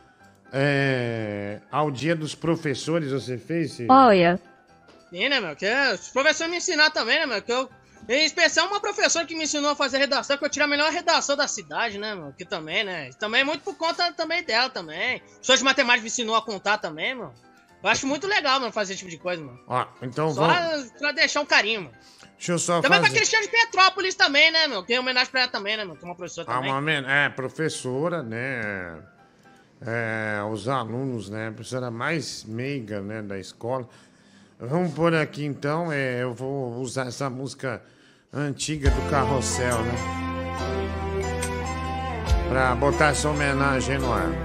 é, ao Dia dos Professores, você fez? Cid? Olha. Sim, né, meu? Que os professores me ensinaram também, né, meu? Que eu, em especial uma professora que me ensinou a fazer redação, que eu tirei a melhor redação da cidade, né, meu? Que também, né? Também muito por conta também dela, também. Professor de matemática me ensinou a contar também, meu. Eu acho muito legal, mano, fazer esse tipo de coisa, mano. Ó, então Só vamos... pra deixar um carinho, mano. Deixa eu só Também fazer... pra Cristiane de Petrópolis também, né, meu? Tem homenagem pra ela também, né, meu? Que é uma professora Ah, também. uma men- é, professora, né? É, os alunos, né? A professora mais meiga, né, da escola. Vamos por aqui, então. É, eu vou usar essa música antiga do Carrossel, né? Pra botar essa homenagem no ar.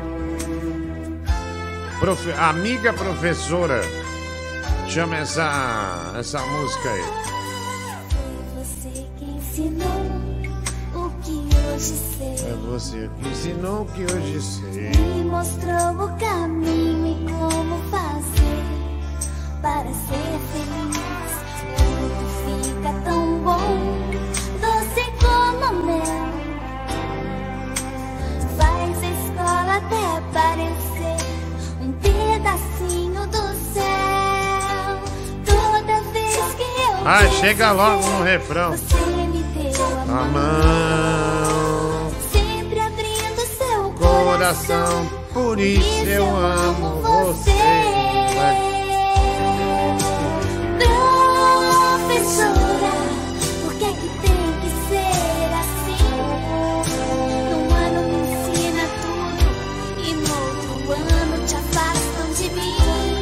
Profe- Amiga professora, chama essa, essa música aí. Você que ensinou o que hoje sei. É você que ensinou o que hoje sei. Me mostrou o caminho e como fazer para ser feliz. Tudo fica tão bom, doce como mel. Faz a escola até parecer um pedacinho do céu. Toda vez que eu Ah, chega logo no refrão. você me deu a A mão, sempre abrindo seu coração, por isso eu amo você. Vai. Professora, por que que tem que ser assim? Num ano me ensina tudo e no outro ano te afastam de mim.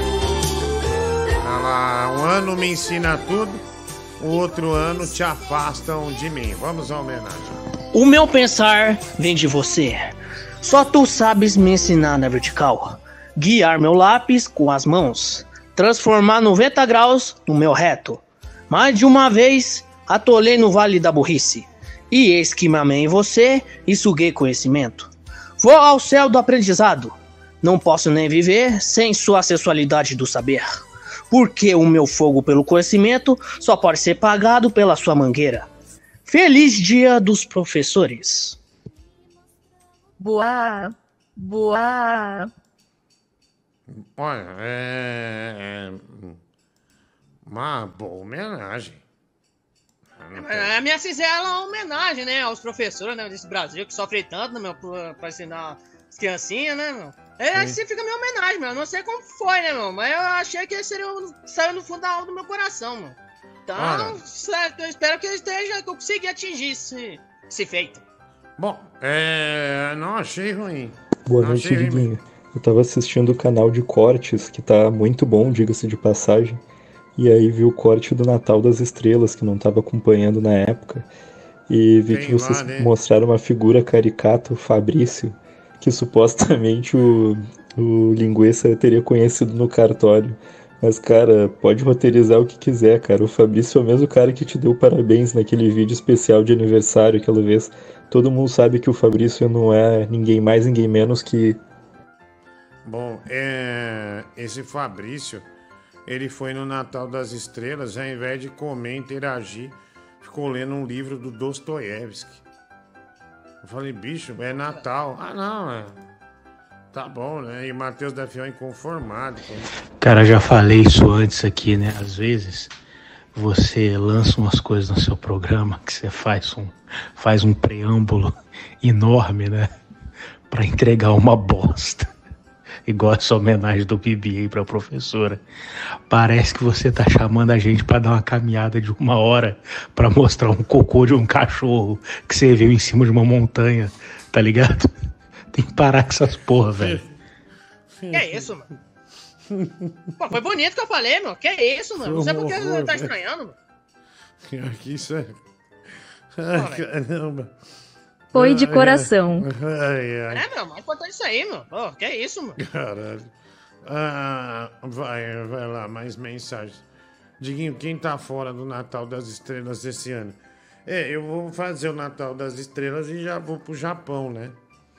Ah lá, um ano me ensina tudo, o outro ano te afastam de mim. Vamos à homenagem. O meu pensar vem de você. Só tu sabes me ensinar na vertical. Guiar meu lápis com as mãos. Transformar noventa graus no meu reto. Mais de uma vez atolei no vale da burrice. E eis que me amei em você e suguei conhecimento. Vou ao céu do aprendizado. Não posso nem viver sem sua sensualidade do saber. Porque o meu fogo pelo conhecimento só pode ser pagado pela sua mangueira. Feliz Dia dos Professores. Boa. Boa. Olha, é, é uma boa homenagem. É a minha singela homenagem, né, aos professores, né, desse Brasil que sofrem tanto, né, meu, pra, pra ensinar as criancinhas, né, meu. É, assim fica a minha homenagem, meu. Eu não sei como foi, né, meu, mas eu achei que seria um, saiu no fundo da alma do meu coração, meu. Então, Olha. certo, eu espero que eu esteja, que eu consiga atingir esse, esse feito. Bom, é, não achei ruim. Boa Não noite, achei ruim. Diguinho. Eu tava assistindo o canal de cortes, que tá muito bom, diga-se de passagem. E aí vi o corte do Natal das Estrelas, que não tava acompanhando na época. E vi Tem que vocês lá, né? mostraram uma figura caricata, o Fabrício, que supostamente o, o Linguiça teria conhecido no cartório. Mas, cara, pode roteirizar o que quiser, cara. O Fabrício é o mesmo cara que te deu parabéns naquele vídeo especial de aniversário aquela vez. Todo mundo sabe que o Fabrício não é ninguém mais, ninguém menos que... Bom, é, esse Fabrício, ele foi no Natal das Estrelas, ao invés de comer, interagir, ficou lendo um livro do Dostoiévski. Eu falei, bicho, é Natal. Ah, não, é... Tá bom, né? E o Matheus da Fiel inconformado. Cara, já falei isso antes aqui, né? Às vezes você lança umas coisas no seu programa que você faz um, faz um preâmbulo enorme, né? Pra entregar uma bosta. igual essa homenagem do Bibi aí pra professora. Parece que você tá chamando a gente pra dar uma caminhada de uma hora pra mostrar um cocô de um cachorro que você viu em cima de uma montanha, tá ligado? Tem que parar com essas porra, velho. Que é isso, mano? Pô, foi bonito que eu falei, meu. Que é isso, mano? Não sei por que você tá estranhando, mano. Que isso é... Ai, caramba. Foi de coração. Ai, ai. É, meu, mais importante isso aí, meu. Pô, que é isso, mano? Caralho. Ah, vai, vai lá, mais mensagens. Diguinho, quem tá fora do Natal das Estrelas esse ano? É, eu vou fazer o Natal das Estrelas e já vou pro Japão, né?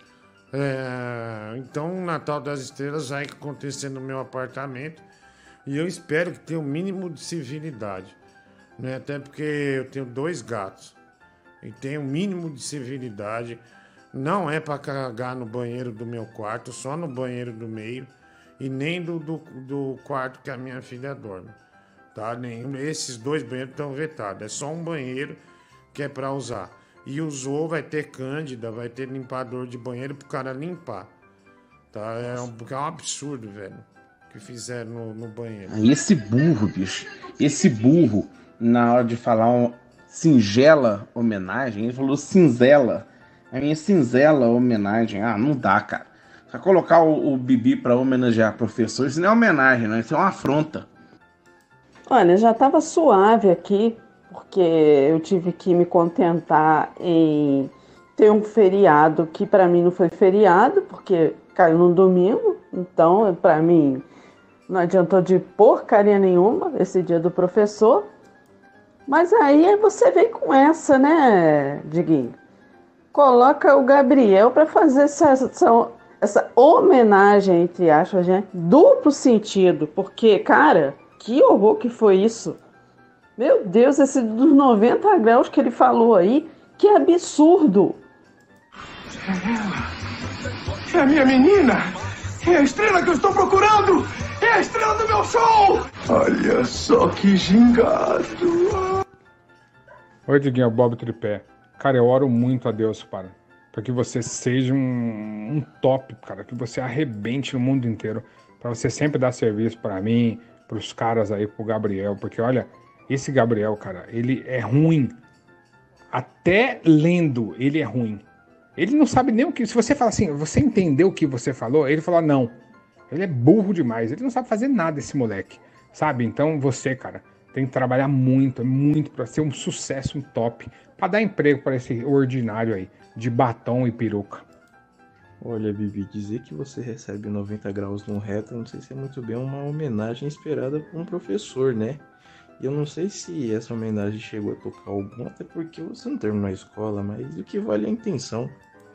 É, então o Natal das Estrelas vai acontecer no meu apartamento e eu espero que tenha o mínimo de civilidade, né? Até porque eu tenho dois gatos e tenho o mínimo de civilidade. Não é para cagar no banheiro do meu quarto, só no banheiro do meio e nem do, do, do quarto que a minha filha dorme, tá? Nem, esses dois banheiros estão vetados, é só um banheiro que é para usar. E usou, vai ter cândida, vai ter limpador de banheiro pro cara limpar. Tá? É um, é um absurdo, velho, que fizeram no, no banheiro. Ah, esse burro, bicho, esse burro, na hora de falar uma singela homenagem, ele falou cinzela. A minha cinzela homenagem. Ah, não dá, cara. Só colocar o, o Bibi pra homenagear professor, isso não é homenagem, não, isso é uma afronta. Olha, já tava suave aqui, porque eu tive que me contentar em ter um feriado que para mim não foi feriado, porque caiu no domingo, então para mim não adiantou de porcaria nenhuma esse dia do professor. Mas aí você vem com essa, né, Diguinho? Coloca o Gabriel para fazer essa, essa, essa homenagem, entre aspas, né? Duplo sentido, porque, cara, que horror que foi isso. Meu Deus, esse dos noventa graus que ele falou aí, que absurdo! É a minha menina! É a estrela que eu estou procurando! É a estrela do meu show! Olha só que gingado! Oi, Diguinho, é o Bob Tripé. Cara, eu oro muito a Deus, para, para que você seja um, um top, cara, que você arrebente no mundo inteiro, para você sempre dar serviço para mim, pros caras aí, pro Gabriel, porque olha... Esse Gabriel, cara, ele é ruim. Até lendo, ele é ruim. Ele não sabe nem o que... Se você fala assim, você entendeu o que você falou? Ele fala, não. Ele é burro demais. Ele não sabe fazer nada, esse moleque. Sabe? Então você, cara, tem que trabalhar muito, muito pra ser um sucesso, um top. Pra dar emprego pra esse ordinário aí, de batom e peruca. Olha, Bibi, dizer que você recebe noventa graus no reto, não sei se é muito bem uma homenagem esperada por um professor, né? E eu não sei se essa homenagem chegou a tocar algum, até porque você não terminou a escola, mas o que vale é a intenção.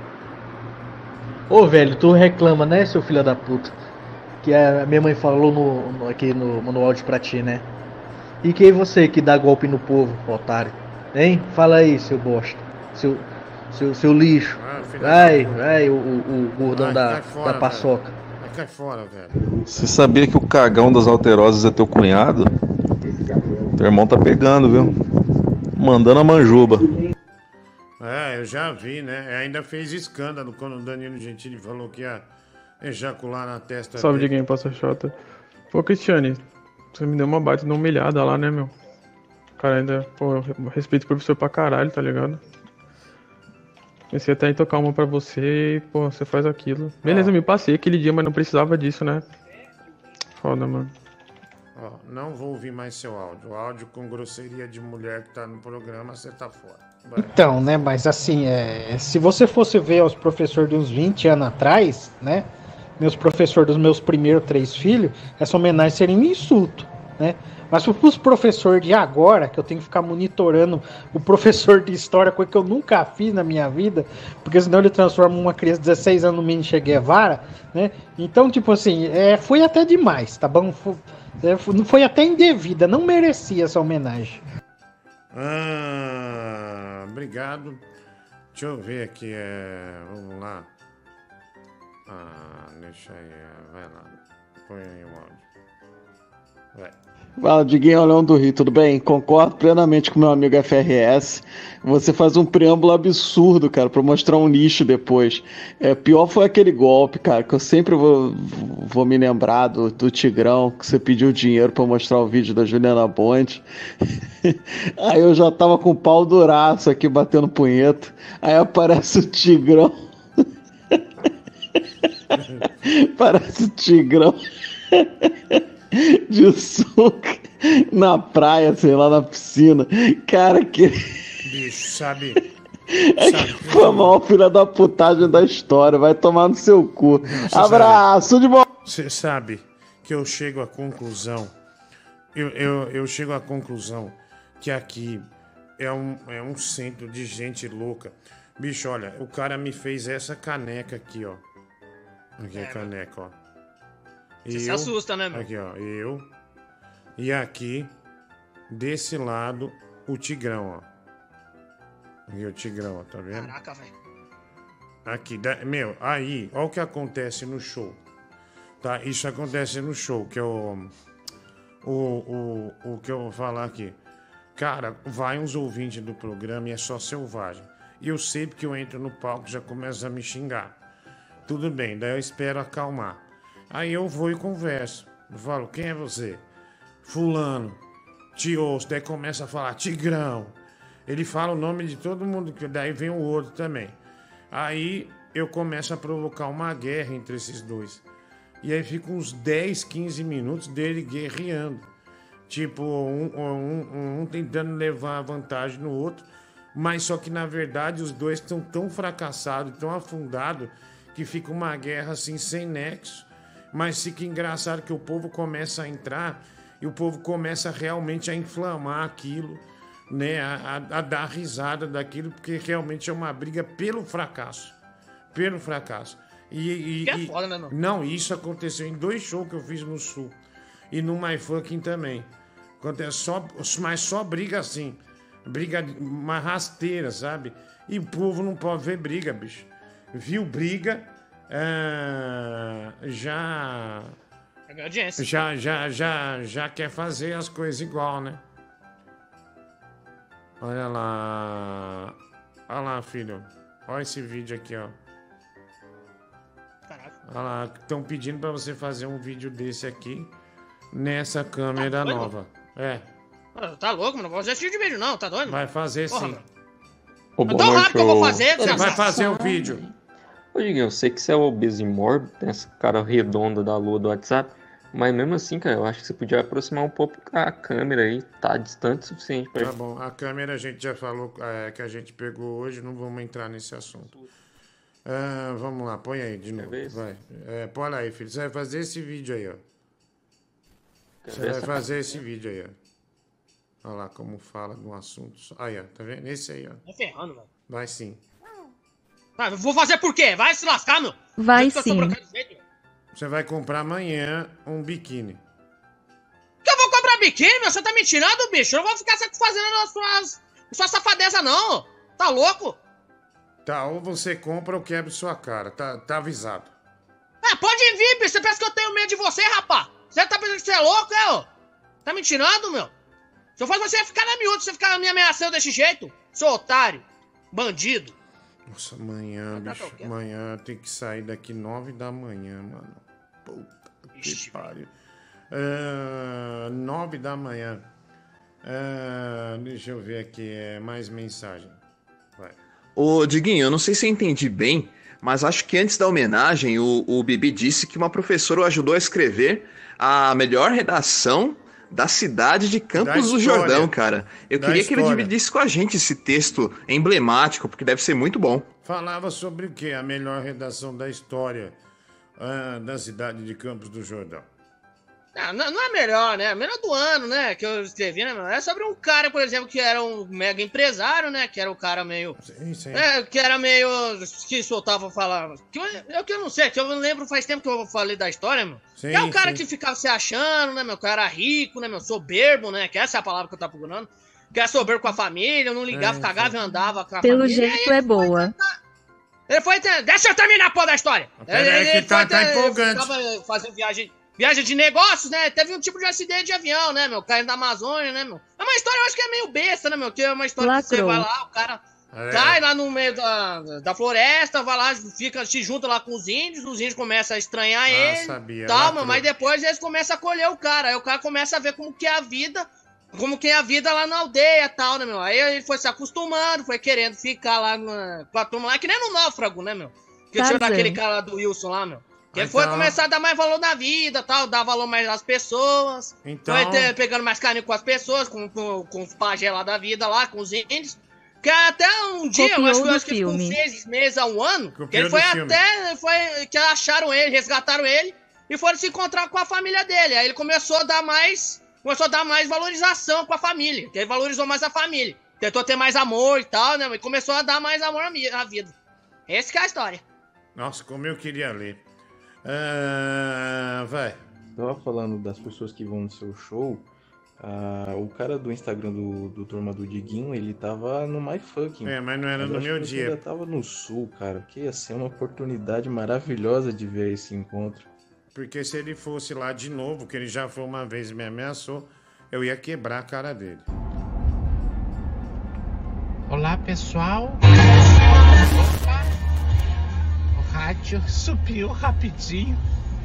Ô, velho, tu reclama, né, seu filho da puta? Que a minha mãe falou no, no, aqui no, no áudio pra ti, né? E quem é você que dá golpe no povo, otário? Hein? Fala aí, seu bosta. Seu, seu, seu lixo. Vai, vai, o, o, o gordão Vai, da, cai fora, da paçoca. Vai cair fora, velho. Você sabia que o cagão das alterosas é teu cunhado? Teu irmão tá pegando, viu? Mandando a manjuba. É, eu já vi, né? Ainda fez escândalo quando o Danilo Gentili falou que ia ejacular na testa Salve, dele. Diguinho, passa Xota. Pô, Cristiane, você me deu uma baita de uma humilhada lá, né, meu? Cara, ainda, pô, eu respeito o professor pra caralho, tá ligado? Pensei até em tocar uma pra você e, pô, você faz aquilo. Beleza, me passei aquele dia, mas não precisava disso, né? Foda, mano. Ó, não vou ouvir mais seu áudio. O áudio com grosseria de mulher que tá no programa, você tá fora. Vai. Então, né, mas assim, é, se você fosse ver os professores de uns vinte anos atrás, né, meus professores dos meus primeiros três filhos, essa homenagem seria um insulto, né? Mas para os professores de agora, que eu tenho que ficar monitorando o professor de história, coisa que eu nunca fiz na minha vida, porque senão ele transforma uma criança de dezesseis anos no mini Che Guevara, né? Então, tipo assim, é, foi até demais, tá bom? Foi, é, foi até indevida, não merecia essa homenagem. Ah, obrigado. Deixa eu ver aqui, é, vamos lá. Ah, deixa aí, vai lá. Põe aí o áudio. Vai. Fala, Diguinho, Leão do Rio, tudo bem? Concordo plenamente com meu amigo F R S. Você faz um preâmbulo absurdo, cara, pra mostrar um lixo depois. É, pior foi aquele golpe, cara, que eu sempre vou, vou me lembrar do, do Tigrão, que você pediu dinheiro pra mostrar o vídeo da Juliana Bonde. Aí eu já tava com o pau duraço aqui batendo punheta. Aí aparece o Tigrão. Parece o Tigrão. De suca na praia, sei lá, na piscina. Cara, que. Bicho, sabe? É que foi a maior filha da putagem da história. Vai tomar no seu cu. Você Abraço sabe, de bola. Você sabe que eu chego à conclusão. Eu, eu, eu chego à conclusão que aqui é um, é um centro de gente louca. Bicho, olha, o cara me fez essa caneca aqui, ó. Aqui é a caneca, ó. Você se assusta, né, meu? Aqui, ó, eu. E aqui, desse lado, o Tigrão, ó. Aqui o Tigrão, ó, tá vendo? Caraca, velho. Aqui, da- meu, aí, olha o que acontece no show. Tá? Isso acontece no show, que é o, o, o, o que eu vou falar aqui. Cara, vai uns ouvintes do programa e é só selvagem. E eu sei porque eu entro no palco já começa a me xingar. Tudo bem, daí eu espero acalmar. Aí eu vou e converso. Eu falo, quem é você? Fulano. Te ouço. Daí começa a falar, Tigrão. Ele fala o nome de todo mundo, que daí vem o outro também. Aí eu começo a provocar uma guerra entre esses dois. E aí fica uns dez, quinze minutos dele guerreando. Tipo, um, um, um tentando levar vantagem no outro. Mas só que, na verdade, os dois estão tão fracassados, tão afundados, que fica uma guerra assim, sem nexo. Mas fica engraçado que o povo começa a entrar e o povo começa realmente a inflamar aquilo, né? A, a, a dar risada daquilo, porque realmente é uma briga pelo fracasso. Pelo fracasso. E, e, Que é e- foda, né, meu? Não, isso aconteceu em dois shows que eu fiz no Sul. E no My Fucking também. Acontece só, mas só briga assim. Briga, uma rasteira, sabe? E o povo não pode ver briga, bicho. Viu briga, ah, já, É minha audiência. já, já, já, já quer fazer as coisas igual, né? Olha lá. Olha lá, filho. Olha esse vídeo aqui, ó. Caraca. Olha lá, estão pedindo pra você fazer um vídeo desse aqui nessa câmera doido? nova. É, Ah, Tá louco, mano? Não vou fazer esse tipo de vídeo, não. Tá doido? vai fazer Porra, sim. mano. Ô, Tão rápido que eu vou fazer, Você vai desgraçado. fazer o vídeo. Ô, Diguinho, eu sei que você é obeso e mórbido, tem essa cara redonda da lua do WhatsApp, mas mesmo assim, cara, eu acho que você podia aproximar um pouco a câmera aí, tá distante o suficiente pra Tá bom, a câmera a gente já falou é, que a gente pegou hoje, não vamos entrar nesse assunto. Ah, vamos lá, põe aí de novo. Vai. É, põe aí, filho. Você vai fazer esse vídeo aí, ó. Você ver vai essa- fazer esse vídeo aí, ó. Olha lá como fala de um assunto. só- Aí, ó, tá vendo? Esse aí, ó. Tá ferrando, velho. Vai sim. Ah, eu vou fazer por quê? Vai se lascar, meu. Vai Do jeito que eu sim. sou brocado desse jeito. Você vai comprar amanhã um biquíni. Que eu vou comprar biquíni, meu? Você tá me tirando, bicho? Eu não vou ficar fazendo as suas, sua safadeza, não. Tá louco? Tá, ou você compra ou quebra sua cara. Tá, tá avisado. É, pode vir, bicho. Você pensa que eu tenho medo de você, rapá? Você tá pensando que você é louco, é, ó? Tá me tirando, meu? Se eu fosse você, ia ficar na miúda. Você ficar me ameaçando desse jeito? Seu otário. Bandido. Nossa, amanhã, Tá bicho. qualquer. Amanhã tem que sair daqui nove da manhã, mano. Puta que pariu. Ah, nove da manhã. Ah, deixa eu ver aqui. É, mais mensagem. Vai. Ô, Diguinho, eu não sei se eu entendi bem, mas acho que antes da homenagem, o, o Bibi disse que uma professora o ajudou a escrever a melhor redação da cidade de Campos do história. Jordão, cara. Eu Da queria que ele história. dividisse com a gente esse texto emblemático, porque deve ser muito bom. Falava sobre o quê? A melhor redação da história ah, da cidade de Campos do Jordão. Não, não, não é melhor, né? Melhor do ano, né? Que eu escrevi, né, meu? É sobre um cara, por exemplo, que era um mega empresário, né? Que era o cara meio. Sim, sim. É, que era meio. Que soltava, falava. Que eu, eu que eu não sei, que eu não lembro, faz tempo que eu falei da história, meu. Sim, que é o cara sim. que ficava se achando, né, meu? Que era rico, né, meu? Soberbo, né? Que essa é a palavra que eu tava procurando. Que era soberbo com a família, não ligava, É, cagava e andava com a Pelo família. jeito é boa. Ele foi. ter- Deixa eu terminar a porra da história! Pera aí que tá- tá empolgante. Ficava fazendo viagem. viagem de negócios, né? Teve um tipo de acidente de avião, né, meu? Caindo da Amazônia, né, meu? É uma história, eu acho que é meio besta, né, meu? Que é uma história Lacrou. que você vai lá, o cara É. cai lá no meio da, da floresta, vai lá, fica, se junta lá com os índios, os índios começam a estranhar ele, sabia, tal, lacrou. meu, mas depois eles começam a acolher o cara. Aí o cara começa a ver como que é a vida, como que é a vida lá na aldeia e tal, né, meu? Aí ele foi se acostumando, foi querendo ficar lá na, com a turma lá, que nem no Náufrago, né, meu? Que tinha Tarzan. daquele cara lá do Wilson lá, meu. Que ele Então- foi começar a dar mais valor na vida, tal, dar valor mais às pessoas. Então- Foi ter- pegando mais carinho com as pessoas, com, com, com os pajés lá da vida, lá, com os índios. Que até um dia, eu Copiou acho, que- eu do acho que ele ficou filme. seis meses a um ano, que Copiou ele foi do filme. até, foi, que acharam ele, resgataram ele, e foram se encontrar com a família dele. Aí ele começou a dar mais, começou a dar mais valorização com a família, que ele valorizou mais a família. Tentou ter mais amor e tal, né, e começou a dar mais amor à mi- à vida. Essa que é a história. Nossa, como eu queria ler. Ah, vai. Tava falando das pessoas que vão no seu show. Ah, o cara do Instagram do, do Turma do Diguinho, ele tava no MyFucking. É, mas não era Mas no acho meu que você dia. ainda tava no sul, cara. Que ia ser uma oportunidade maravilhosa de ver esse encontro. Porque se ele fosse lá de novo, que ele já foi uma vez e me ameaçou, eu ia quebrar a cara dele. Olá, pessoal. Opa, o rádio subiu rapidinho.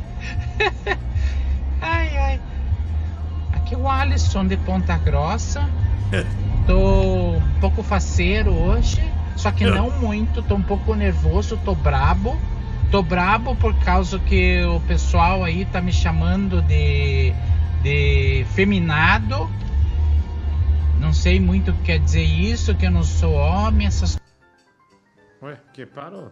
Ai, ai. Aqui é o Alisson de Ponta Grossa. Tô um pouco faceiro hoje, só que não muito. Tô um pouco nervoso, tô brabo. Tô brabo por causa que o pessoal aí tá me chamando de, de feminado. Não sei muito o que quer dizer isso, que eu não sou homem, essas Ué, que parou?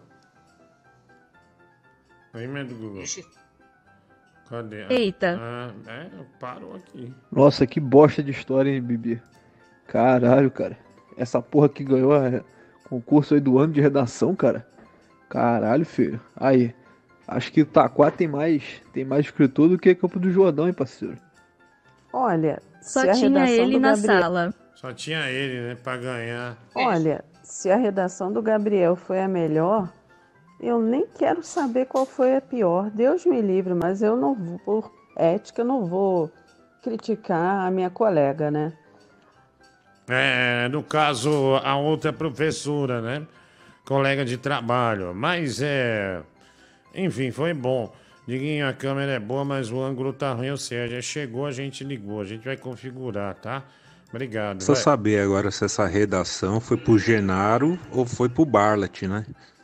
Aí, meu do Google. Cadê? Eita. Ah, é, parou aqui. Nossa, que bosta de história, hein, Bibi? Caralho, cara. Essa porra que ganhou o concurso aí do ano de redação, cara. Caralho, filho. Aí, acho que o Taquá tem mais, tem mais escritor do que Campo do Jordão, hein, parceiro? Olha, Só se a tinha redação ele do na Gabriel... sala. Só tinha ele, né, pra ganhar. Olha, se a redação do Gabriel foi a melhor, eu nem quero saber qual foi a pior. Deus me livre, mas eu não vou, por ética, eu não vou criticar a minha colega, né? É, no caso, a outra professora, né? Colega de trabalho. Mas é. Enfim, foi bom. Diguinho, a câmera é boa, mas o ângulo tá ruim. Ou seja, chegou, a gente ligou. A gente vai configurar, tá? Obrigado. Precisa vai. saber agora se essa redação foi pro Genaro ou foi pro Barlet, né?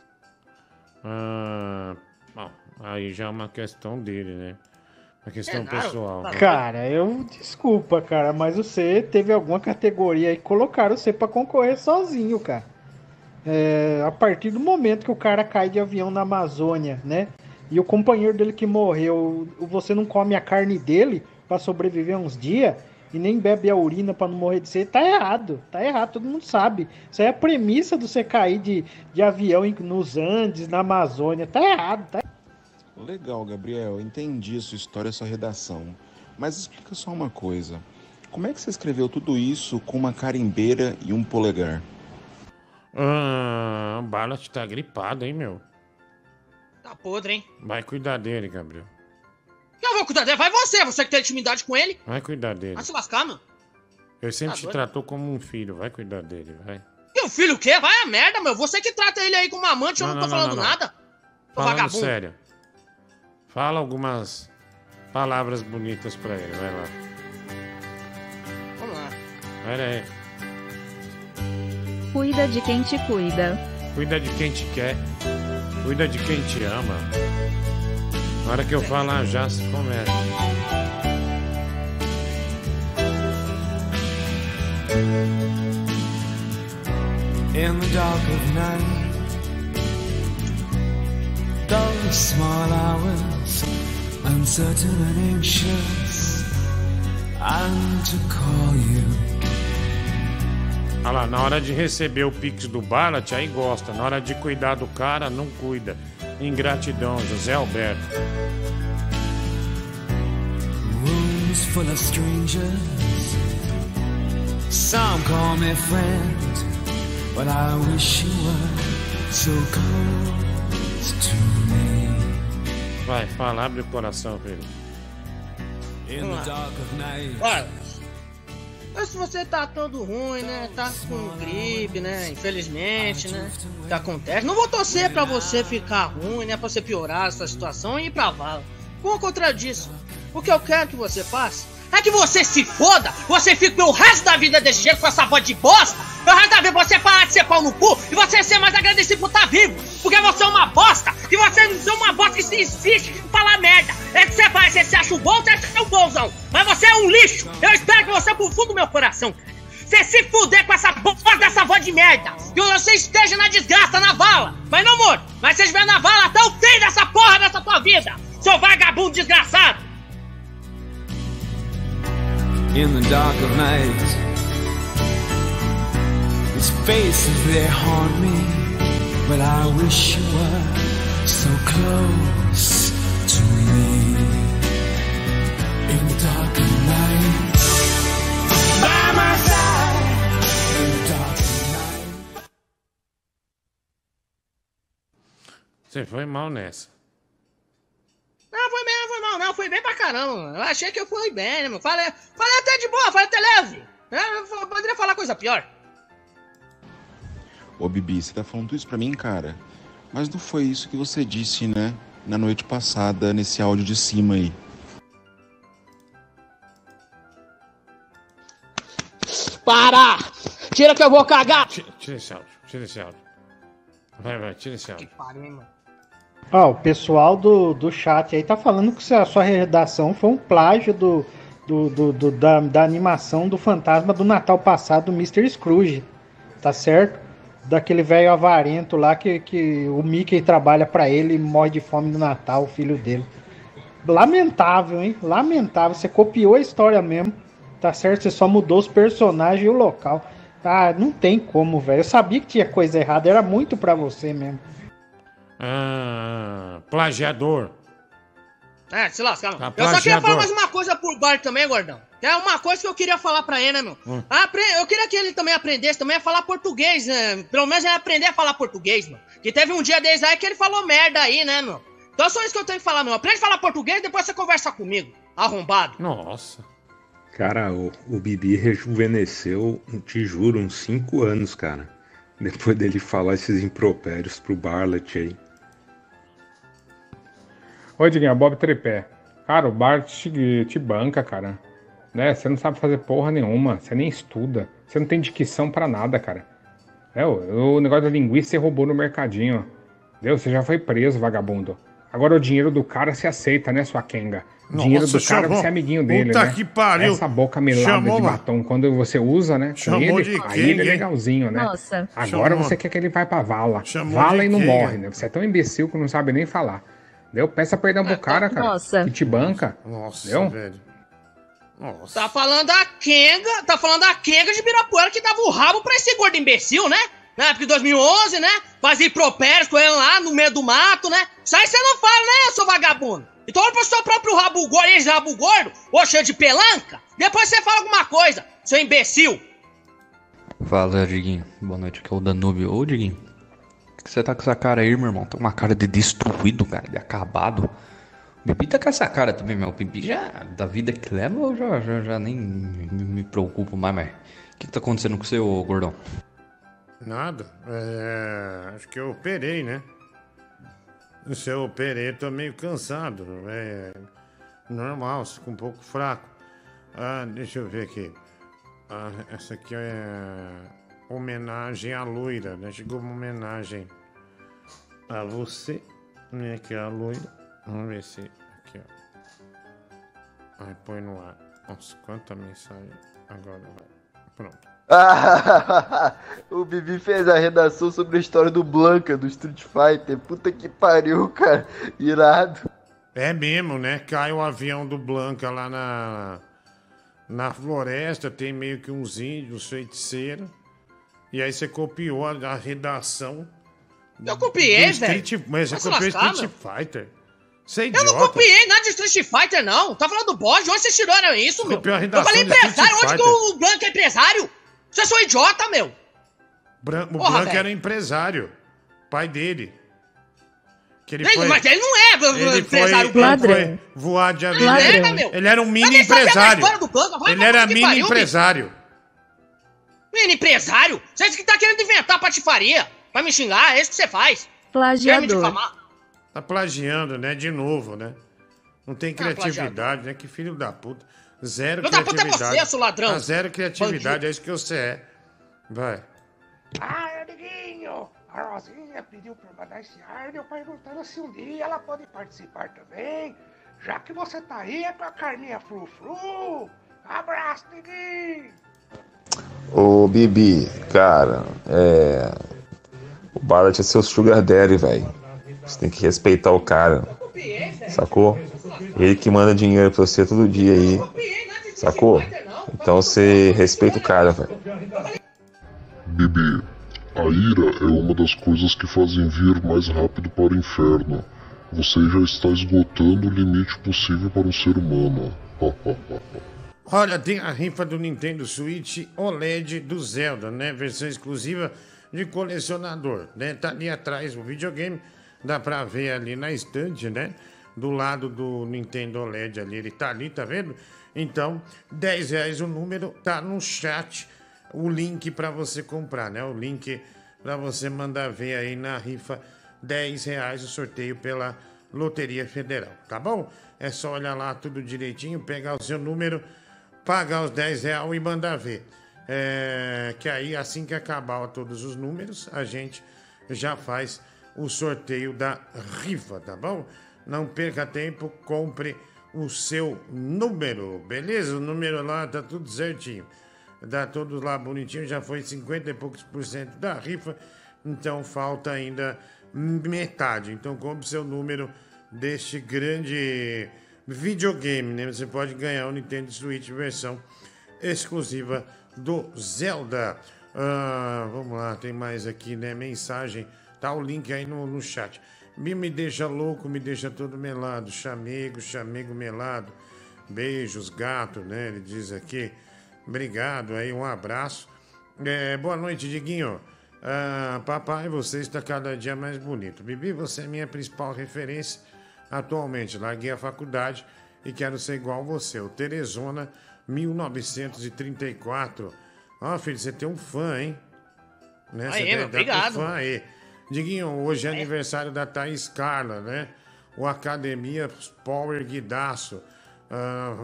Ah, bom, aí já é uma questão dele, né? Uma questão Genaro, pessoal. né? Cara, eu desculpa, cara, mas você teve alguma categoria aí que colocaram você pra concorrer sozinho, cara. É, a partir do momento que o cara cai de avião na Amazônia, né? E o companheiro dele que morreu, você não come a carne dele pra sobreviver uns dias e nem bebe a urina pra não morrer de sede, tá errado, tá errado, todo mundo sabe. Isso aí é a premissa do você cair de, de avião em- nos Andes, na Amazônia, tá errado, tá Legal, Gabriel, entendi a sua história, a sua redação. Mas explica só uma coisa. Como é que você escreveu tudo isso com uma carimbeira e um polegar? Ah, o Barlat tá gripado, hein, meu? Tá podre, hein? Vai cuidar dele, Gabriel. Eu vou cuidar dele, vai você, você que tem intimidade com ele. Vai cuidar dele. Vai se lascar, meu. Ele sempre Tá te doido? tratou como um filho. Vai cuidar dele, vai. E o filho o quê? Vai a merda, meu. Você que trata ele aí como amante, eu não, tô falando nada. Ô, Falando vagabundo. sério. Fala algumas palavras bonitas pra ele, vai lá. Vamos lá. Pera aí. Cuida de quem te cuida. Cuida de quem te quer. Cuida de quem te ama. Na hora que eu falar já, se começa. In the dark of night, those small hours, uncertain and anxious, and to call you. Olha lá, na hora de receber o Pix do Barlat, aí gosta. Na hora de cuidar do cara, não cuida. Ingratidão, José Alberto. Rooms full of strangers, some call me friend, but I wish you were so close to me. Vai, fala, abre o coração, filho. Vamos lá. Olha, mas se você tá todo ruim, né? Tá com gripe, né? Infelizmente, né? Que acontece. Não vou torcer pra você ficar ruim, né? Pra você piorar a sua situação e ir pra vala. Por contra disso, o que eu quero que você faça é que você se foda, você fica pelo resto da vida desse jeito com essa voz de bosta. O resto da vida você parar de ser pau no cu e você ser mais agradecido por estar vivo. Porque você é uma bosta e você não é uma bosta que se insiste em falar merda. É que você faz, você se acha o bom, você acha o bonzão. Mas você é um lixo. Eu espero que você pro fundo do meu coração. Você se fuder com essa bosta dessa voz de merda. Que você esteja na desgraça, na vala. Mas não, amor, mas se você estiver na vala até o fim dessa porra dessa tua vida. Seu vagabundo desgraçado. In the dark of night, these faces they haunt me, but I wish you were so close to me. In the dark of night, by my side. In the dark of night. Você foi mal nessa. Não, foi bem, foi mal, não, foi bem pra caramba. Eu achei que eu fui bem, né, mano? Falei, falei até de boa, falei até leve. Eu poderia falar coisa pior. Ô, Bibi, você tá falando tudo isso pra mim, cara? Mas não foi isso que você disse, né? Na noite passada, nesse áudio de cima aí. Para! Tira que eu vou cagar! Tira, tira esse áudio, tira esse áudio. Vai, vai, tira esse áudio. Que pariu, hein, mano? Ó, o pessoal do, do chat aí tá falando que a sua redação foi um plágio do, do, do, do da, da animação do fantasma do Natal passado do mister Scrooge, tá certo? Daquele velho avarento lá que, que o Mickey trabalha pra ele e morre de fome no Natal, o filho dele. Lamentável, hein? Lamentável. Você copiou a história mesmo, tá certo? Você só mudou os personagens e o local. Ah, não tem como, velho. Eu sabia que tinha coisa errada, era muito pra você mesmo. Ah, plagiador. É, se lascar, mano. Ah, eu só queria plagiador. falar mais uma coisa por Bart também, gordão. É uma coisa que eu queria falar pra ele, né, meu? Hum. Apre- Eu queria que ele também aprendesse também a falar português, né? Pelo menos ele aprender a falar português, mano. Que teve um dia desde aí que ele falou merda aí, né, meu? Então é só isso que eu tenho que falar, meu. Aprende a falar português, depois você conversa comigo. Arrombado. Nossa. Cara, o, o Bibi rejuvenesceu, te juro, uns cinco anos, cara. Depois dele falar esses impropérios pro Barlet aí. Oi, Diguinho, Bob Tripé. Cara, o Bart te, te banca, cara. Né? Você não sabe fazer porra nenhuma. Você nem estuda. Você não tem dicção pra nada, cara. É, o, o negócio da linguiça você roubou no mercadinho. Entendeu? Você já foi preso, vagabundo. Agora o dinheiro do cara você aceita, né, sua Kenga? O dinheiro Nossa, do cara chamou- você é amiguinho dele, Puta né? que pariu. Essa boca melada Chamou de uma- batom, quando você usa, né? Com Chamou ele, de aí Kenga, ele é hein? legalzinho, né? Nossa. Agora Chamou- você quer que ele vá pra vala. Chamou Vala de e não Kenga. morre, né? Você é tão imbecil que não sabe nem falar. Entendeu? Peça perdão pro cara, cara. Nossa. Que te banca. Nossa, Entendeu? velho. Nossa. Tá falando a Kenga, tá falando a Kenga de Birapuera que dava o rabo pra esse gordo imbecil, né? Na época de dois mil e onze, né? Fazia impropérios com ele lá no meio do mato, né? Isso aí você não fala, né, seu vagabundo? Então olha pro seu próprio rabo gordo, esse rabo gordo, ou cheio de pelanca, depois você fala alguma coisa, seu imbecil. Fala, Diguinho. Boa noite, aqui é o Danúbio. Ô, Diguinho, por que você tá com essa cara aí, meu irmão? Tá com uma cara de destruído, cara, de acabado. O Bibi tá com essa cara também, meu. O Bibi já, da vida que leva, eu já, já, já nem me, me preocupo mais, mas... O que que tá acontecendo com você, ô, gordão? Nada. É, acho que eu operei, né? Se eu operei, eu tô meio cansado. É normal, fico um pouco fraco. Ah, deixa eu ver aqui. Ah, essa aqui é homenagem à loira, né? Chegou uma homenagem a você, né? Que é a loira. Vamos ver se... Aqui, ó. Aí põe no ar. Nossa, quanta mensagem. Agora vai. Pronto. O Bibi fez a redação sobre a história do Blanca, do Street Fighter. Puta que pariu, cara. Irado. É mesmo, né? Cai o avião do Blanca lá na, na floresta, tem meio que uns índios, feiticeiros. E aí você copiou a, a redação. Eu copiei, do velho. Street- Mas você Vai se copiou lascar, Street meu. Fighter. Você é Eu idiota. não copiei nada de Street Fighter, não. Tá falando do bode? Onde vocês tiraram isso, meu? Copiou a Eu redação falei de Street empresário. Onde que Fighter. o Blanca é empresário? Vocês são idiota, meu. Bran- o Porra, Blanca velho. era empresário. Pai dele. Que ele Ele- foi, mas ele não é do- do ele empresário foi, Planta. ele foi voar de avião. Ladrão. Ele, É, meu. ele era um mini Mas nem sabe a empresário. história do Planta, vai Ele pra era puta que mini pariu, empresário. Menino empresário? Você que tá querendo inventar patifaria pra me xingar, é isso que você faz. Quer me Plagiador. difamar? Tá plagiando, né? De novo, né? Não tem Ah, criatividade, né? Que filho da puta. Zero Filho da puta é criatividade. você, seu ladrão. Ah, zero criatividade, Bandido. é isso que você é. Vai. Ah, amiguinho, a Rosinha pediu pra eu mandar esse áudio perguntando se um dia ela pode participar também, já que você tá aí com a Carminha Frufru. Abraço, amiguinho. Ô, Bibi, cara, é. O Bart é seu sugar daddy, velho. Você tem que respeitar o cara. Sacou? Ele que manda dinheiro pra você todo dia aí. Sacou? Então você respeita o cara, velho. Bibi, a ira é uma das coisas que fazem vir mais rápido para o inferno. Você já está esgotando o limite possível para um ser humano. Olha, tem a rifa do Nintendo Switch O L E D do Zelda, né? Versão exclusiva de colecionador, né? Tá ali atrás o videogame, dá pra ver ali na estante, né? Do lado do Nintendo O L E D ali, ele tá ali, tá vendo? Então, dez reais o número, tá no chat o link pra você comprar, né? O link pra você mandar ver aí na rifa, dez reais o sorteio pela Loteria Federal, tá bom? É só olhar lá tudo direitinho, pegar o seu número, pagar os dez reais e mandar ver. É, que aí, assim que acabar todos os números, a gente já faz o sorteio da rifa, tá bom? Não perca tempo, compre o seu número, beleza? O número lá tá tudo certinho. Tá tudo lá bonitinho, já foi cinquenta e poucos por cento da rifa, então falta ainda metade. Então compre seu número deste grande videogame, né? Você pode ganhar o Nintendo Switch versão exclusiva do Zelda. Ah, vamos lá, tem mais aqui, né? Mensagem, tá o link aí no, no chat. Me, me deixa louco, me deixa todo melado. Chamego, chamego melado. Beijos, gato, né? Ele diz aqui. Obrigado aí, um abraço. É, boa noite, Diguinho. Ah, papai, você está cada dia mais bonito. Bibi, você é minha principal referência atualmente. Larguei a faculdade e quero ser igual a você. O Teresona, mil novecentos e trinta e quatro. Ó, filho, você tem um fã, hein? Né? Você Aí, tem- meu, tá com obrigado. fã aí. Diguinho, hoje é aniversário da Thaís Carla, né? O Academia Power Guidaço. Ah,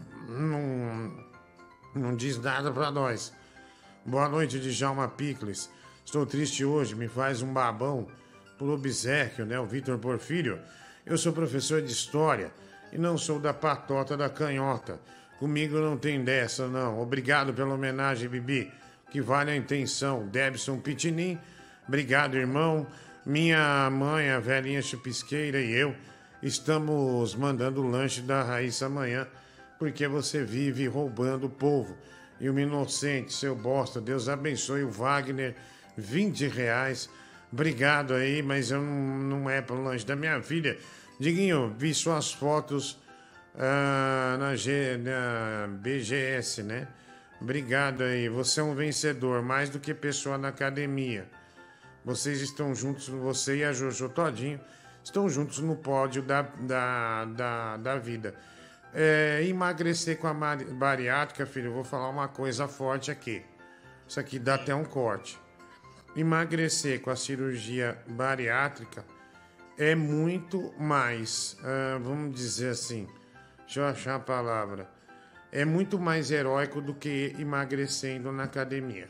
não, não diz nada pra nós. Boa noite, Djalma Picles. Estou triste hoje, me faz um babão por obséquio, né? O Vitor Porfírio. Eu sou professor de História e não sou da patota da canhota. Comigo não tem dessa, não. Obrigado pela homenagem, Bibi. Que vale a intenção. Debson Pitinim. Obrigado, irmão. Minha mãe, a velhinha chupisqueira e eu estamos mandando o lanche da Raíssa amanhã porque você vive roubando o povo. E o inocente, seu bosta, Deus abençoe o Wagner, vinte reais. Obrigado aí, mas eu não, não é para o lanche da minha filha. Diguinho, vi suas fotos ah, na, G, na B G S, né? Obrigado aí, você é um vencedor, mais do que pessoa na academia. Vocês estão juntos, você e a Jojo Todinho, estão juntos no pódio da, da, da, da vida. É, emagrecer com a mari- bariátrica, filho, eu vou falar uma coisa forte aqui. Isso aqui dá até um corte. Emagrecer com a cirurgia bariátrica é muito mais, ah, vamos dizer assim, deixa eu achar a palavra, é muito mais heróico do que emagrecendo na academia.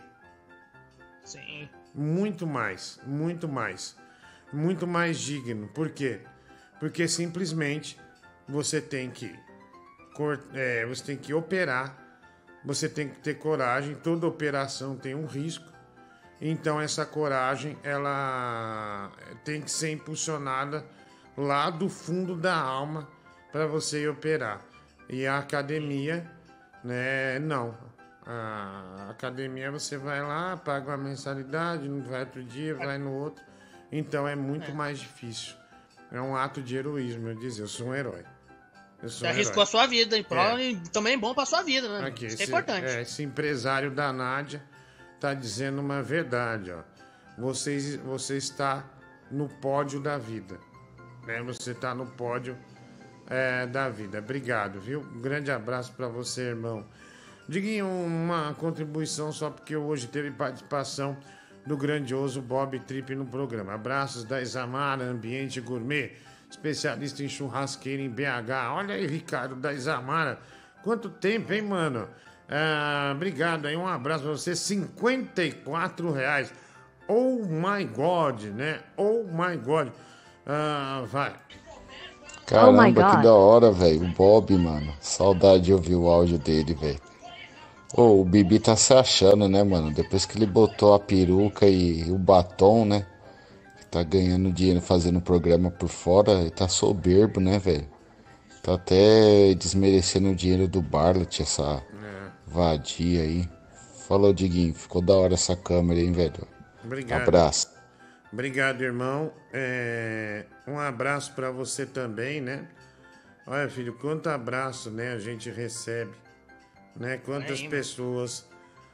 Sim. Muito mais, muito mais. Muito mais digno. Por quê? Porque simplesmente você tem que cor- é, você tem que operar, você tem que ter coragem, toda operação tem um risco. Então essa coragem ela tem que ser impulsionada lá do fundo da alma para você ir operar. E a academia, né, não. A academia você vai lá, paga uma mensalidade, não vai outro dia, vai no outro. Então é muito mais difícil. É um ato de heroísmo, eu dizer, eu sou um herói. Eu sou Você um arriscou herói. a sua vida em prol É. e também é bom pra sua vida, né? Aqui, Isso que é esse, importante. é, esse empresário da Nádia tá dizendo uma verdade, ó. Você, você está no pódio da vida. né? Você tá no pódio é, da vida. Obrigado, viu? Um grande abraço para você, irmão. Diguinho, uma contribuição só porque hoje teve participação do grandioso Bob Trip no programa. Abraços da Isamara Ambiente Gourmet, especialista em churrasqueira em B H. Olha aí, Ricardo, da Isamara. Quanto tempo, hein, mano? Ah, obrigado aí, um abraço pra você. cinquenta e quatro reais. Oh my God, né? Oh my God. Ah, vai. Caramba, Oh my God. que da hora, velho. O Bob, mano. Saudade de ouvir o áudio dele, velho. Ô, o Bibi tá se achando, né, mano? Depois que ele botou a peruca e o batom, né? Tá ganhando dinheiro fazendo programa por fora. Ele tá soberbo, né, velho? Tá até desmerecendo o dinheiro do Barlet, essa vadia aí. Falou, Diguinho. Ficou da hora essa câmera, hein, velho? Obrigado. Abraço. Obrigado, irmão. É, um abraço pra você também, né? Olha, filho, quanto abraço, né, a gente recebe, né? Quantas É, pessoas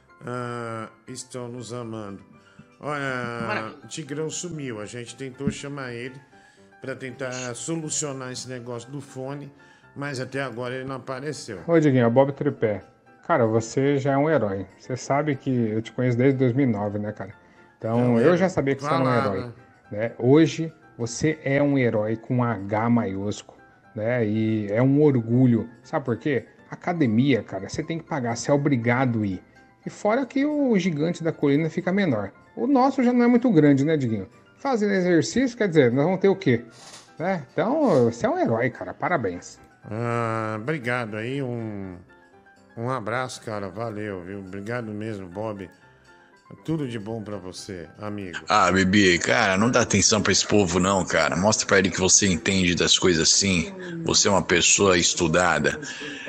ah, estão nos amando. Olha, Maravilha. o Tigrão sumiu. A gente tentou chamar ele pra tentar solucionar esse negócio do fone, mas até agora ele não apareceu. Ô, Diguinho, é o Bob Tripé. Cara, você já é um herói. Você sabe que eu te conheço desde dois mil e nove, né, cara? Então, Não, eu é, já sabia que você era um falaram. herói. Né? Hoje, você é um herói com H maiúsculo, né? E é um orgulho. Sabe por quê? Academia, cara, você tem que pagar, você é obrigado a ir. E fora que o gigante da colina fica menor. O nosso já não é muito grande, né, Diguinho? Fazendo exercício, quer dizer, nós vamos ter o quê? Né? Então, você é um herói, cara. Parabéns. Ah, obrigado aí, um, um abraço, cara, valeu, viu? Obrigado mesmo, Bob. Tudo de bom pra você, amigo. Ah, Bibi, cara, não dá atenção pra esse povo não, cara. Mostra pra ele que você entende das coisas assim. Você é uma pessoa estudada.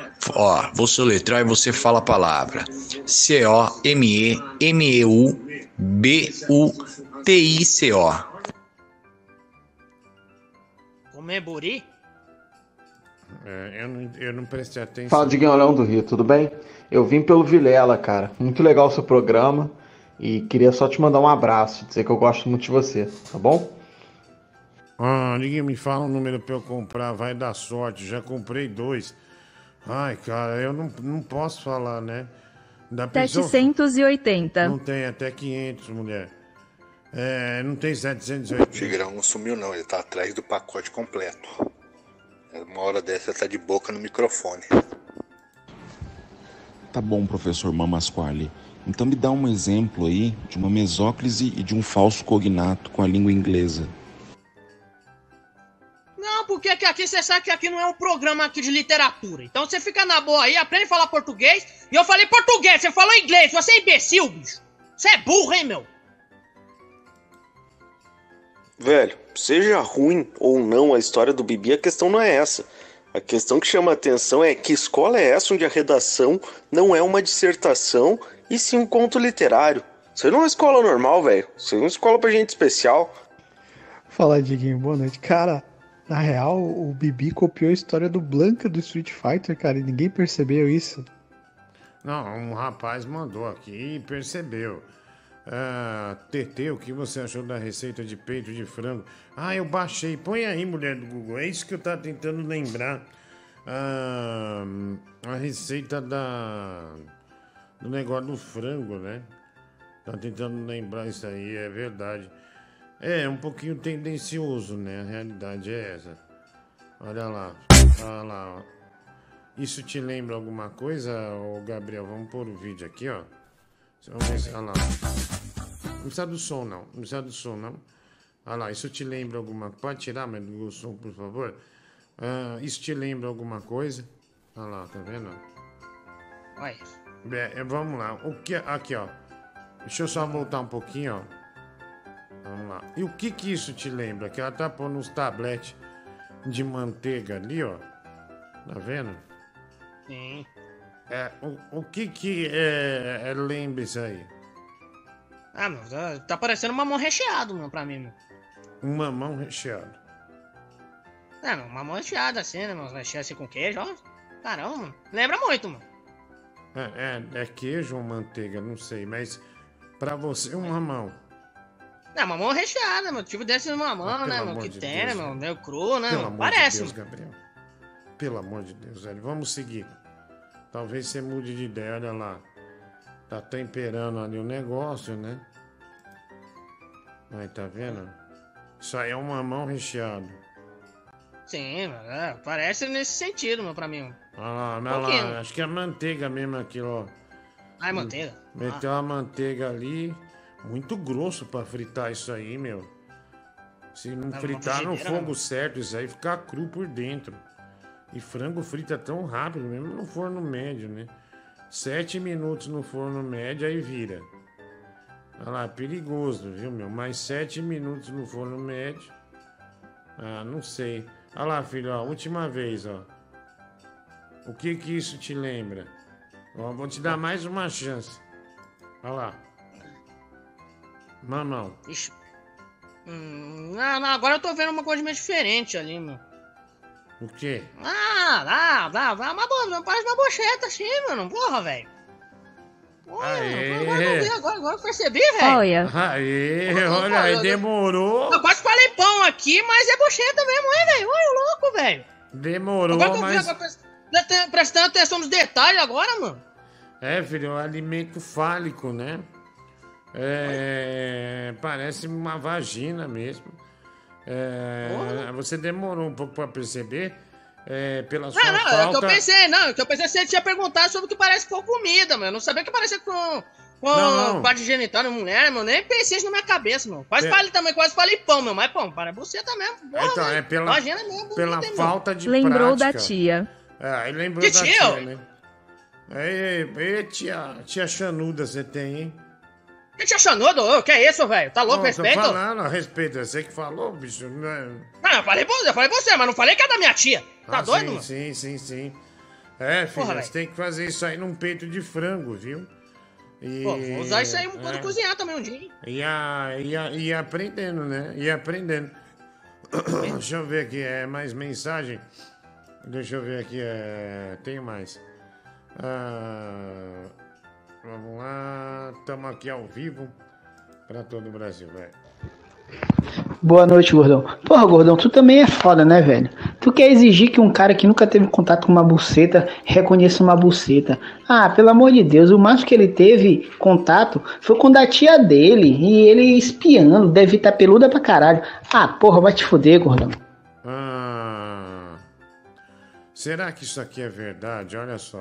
Ó, vou soletrar e você fala a palavra. C O M E M E U B U T I C O. Comer buri? É, eu, não, eu não prestei atenção. Fala, Diguinho Leão do Rio, tudo bem? Eu vim pelo Vilela, cara. Muito legal o seu programa. E queria só te mandar um abraço, dizer que eu gosto muito de você, tá bom? Ah, ninguém me fala um número pra eu comprar, vai dar sorte. Já comprei dois. Ai, cara, eu não, não posso falar, né? Da pessoa- setecentos e oitenta. Não tem até quinhentos, mulher. É, não tem setecentos e oitenta. O Tigrão não sumiu não, ele tá atrás do pacote completo. Uma hora dessa ele tá de boca no microfone. Tá bom, professor Mamasquale. Então me dá um exemplo aí de uma mesóclise e de um falso cognato com a língua inglesa. Não, porque que aqui você sabe que aqui não é um programa aqui de literatura. Então você fica na boa aí, aprende a falar português. E eu falei português, você falou inglês. Você é imbecil, bicho. Você é burro, hein, meu? Velho, seja ruim ou não a história do Bibi, a questão não é essa. A questão que chama a atenção é que escola é essa onde a redação não é uma dissertação e sim um conto literário. Isso não é uma escola normal, velho. Isso é uma escola pra gente especial. Fala, Diguinho, boa noite. Cara, na real, o Bibi copiou a história do Blanca do Street Fighter, cara, e ninguém percebeu isso. Não, um rapaz mandou aqui e percebeu. Ah, T T, o que você achou da receita de peito de frango? Ah, eu baixei. Põe aí, mulher do Google. É isso que eu tava tentando lembrar. Ah, a receita da do negócio do frango, né? Tá tentando lembrar isso aí, é verdade. É um pouquinho tendencioso, né? A realidade é essa. Olha lá. Olha lá, ó. Isso te lembra alguma coisa, ô Gabriel? Vamos pôr o vídeo aqui, ó. Vamos ver se... Olha lá. Não precisa do som, não. Não precisa do som, não. Olha lá, isso te lembra alguma... Pode tirar, mas o som, por favor. Ah, isso te lembra alguma coisa? Olha lá, tá vendo? Olha. É, vamos lá. O que... Aqui, ó. Deixa eu só voltar um pouquinho, ó. Vamos lá. E o que que isso te lembra? Que ela tá pondo uns tabletes de manteiga ali, ó. Tá vendo? Sim. É, o, o que que é, é, lembra isso aí? Ah, meu, tá, tá parecendo um mamão recheado, meu, pra mim, meu. Um mamão recheado. É, meu, mamão recheado assim, né, meu? Recheado assim com queijo, ó. Caramba, mano. Lembra muito, mano. É, é, é queijo ou manteiga, não sei, mas pra você um mamão. É, mamão recheada, meu. Tipo desse no mamão, Ah, né, pelo meu? amor Que de tem, Deus, né, meu? velho. Meio cru, né? Pelo meu? amor Parece, de Deus, meu. Gabriel. Pelo amor de Deus, velho. Vamos seguir. Talvez você mude de ideia, olha lá. Tá temperando ali o negócio, né? Aí, tá vendo? Isso aí é um mamão recheado. Sim, meu, é, parece nesse sentido, meu, pra mim. Olha lá, olha Um pouquinho. lá. Acho que é manteiga mesmo aquilo, ó. Ai, manteiga. Meteu a manteiga ali. Muito grosso pra fritar isso aí, meu. Se não Tá uma fritar no frigideira, fogo né? certo, isso aí fica cru por dentro. E frango frita tão rápido, mesmo no forno médio, né? Sete minutos no forno médio, aí vira. Olha lá, perigoso, viu, meu? Mais sete minutos no forno médio. Ah, não sei. Olha lá, filho, ó, última vez, ó. O que que isso te lembra? Ó, vou te dar mais uma chance. Olha lá. Mamão. Ixi. Hum, não, não, agora eu tô vendo uma coisa meio diferente ali, meu. O quê? Ah, dá, dá, dá uma boa, parece uma bocheta assim, mano. Porra, velho. Porra, Aê. agora eu vi, agora, agora eu percebi, velho. Olha. Aê, Porra, olha aí, eu- demorou. Eu quase falei pão aqui, mas é bocheta mesmo, é, velho. Olha, o louco, velho. Demorou, Agora que eu vi, mas... agora prestando, prestando atenção nos detalhes agora, mano. É, filho, é um alimento fálico, né? É, parece uma vagina mesmo. É, você demorou um pouco pra perceber, é, pela sua Não, não, é falta... que eu pensei, não, é que eu pensei que você tinha perguntado sobre o que parece com comida, mano. Eu não sabia que parecia com, com Não, não. parte genital de mulher, meu. Nem pensei isso na minha cabeça, meu. Quase É. falei também, quase falei pão, meu. Mas pão, para buceta mesmo. Porra, Então, velho. é pela, Imagina mesmo, pela bonita, falta de Lembrou da prática. tia. É, ele lembrou Que da tia? tia, né? Ei, ei, tia, tia chanuda você tem, hein? Que tia chanudo? Ô, que é isso, velho? Tá louco, Não, respeito? Tô falando, respeito. É você que falou, bicho. Não é... Não, eu falei você, eu falei você, mas não falei que é da minha tia. Tá Ah, doido, sim, mano? sim, sim, sim. É, filho, Porra, você velho. tem que fazer isso aí num peito de frango, viu? E, Pô, vou usar isso aí quando é, cozinhar também um dia. E, a, e, a, e aprendendo, né? E aprendendo. Deixa eu ver aqui, é mais mensagem. Deixa eu ver aqui, é... tem mais. Ah, vamos lá, estamos aqui ao vivo para todo o Brasil, velho. Boa noite, gordão. Porra, gordão, tu também é foda, né, velho? Tu quer exigir que um cara que nunca teve contato com uma buceta reconheça uma buceta. Ah, pelo amor de Deus, o máximo que ele teve contato foi com a tia dele. E ele espiando, deve estar peluda pra caralho. Ah, porra, vai te fuder, gordão. Ah, será que isso aqui é verdade? Olha só.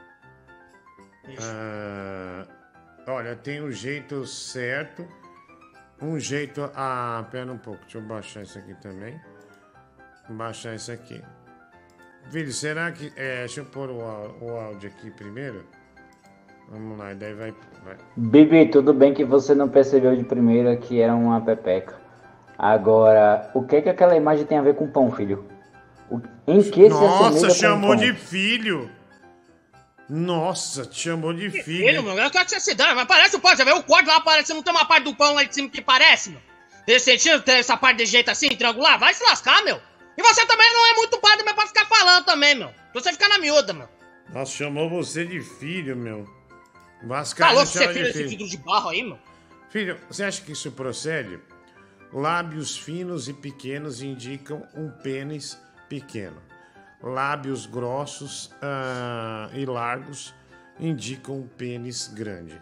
Ah, olha, tem um jeito certo. Um jeito. Ah, pera um pouco. Deixa eu baixar isso aqui também. Baixar isso aqui. Filho, será que. É, deixa eu pôr o, á- o áudio aqui primeiro. Vamos lá, e daí vai. vai. Bibi, tudo bem que você não percebeu de primeira que era uma pepeca. Agora, o que que aquela imagem tem a ver com pão, filho? O- Em que se Nossa, assemelha com chamou pão? de filho! Nossa, te chamou de Filho, filho. meu, eu quero que você se dane, mas parece o pão, já vê o corte lá, parece, não tem uma parte do pão lá de cima que parece, meu. Desse sentido, tem essa parte de jeito assim, triangular, vai se lascar, meu. E você também não é muito padre mesmo pra ficar falando também, meu. Pra você ficar na miúda, meu. Nossa, chamou você de filho, meu. Tá Vascaíno louco você é chama filho de desse vidro de barro aí, meu? Filho, você acha que isso procede? Lábios finos e pequenos indicam um pênis pequeno. Lábios grossos ah, e largos indicam um pênis grande.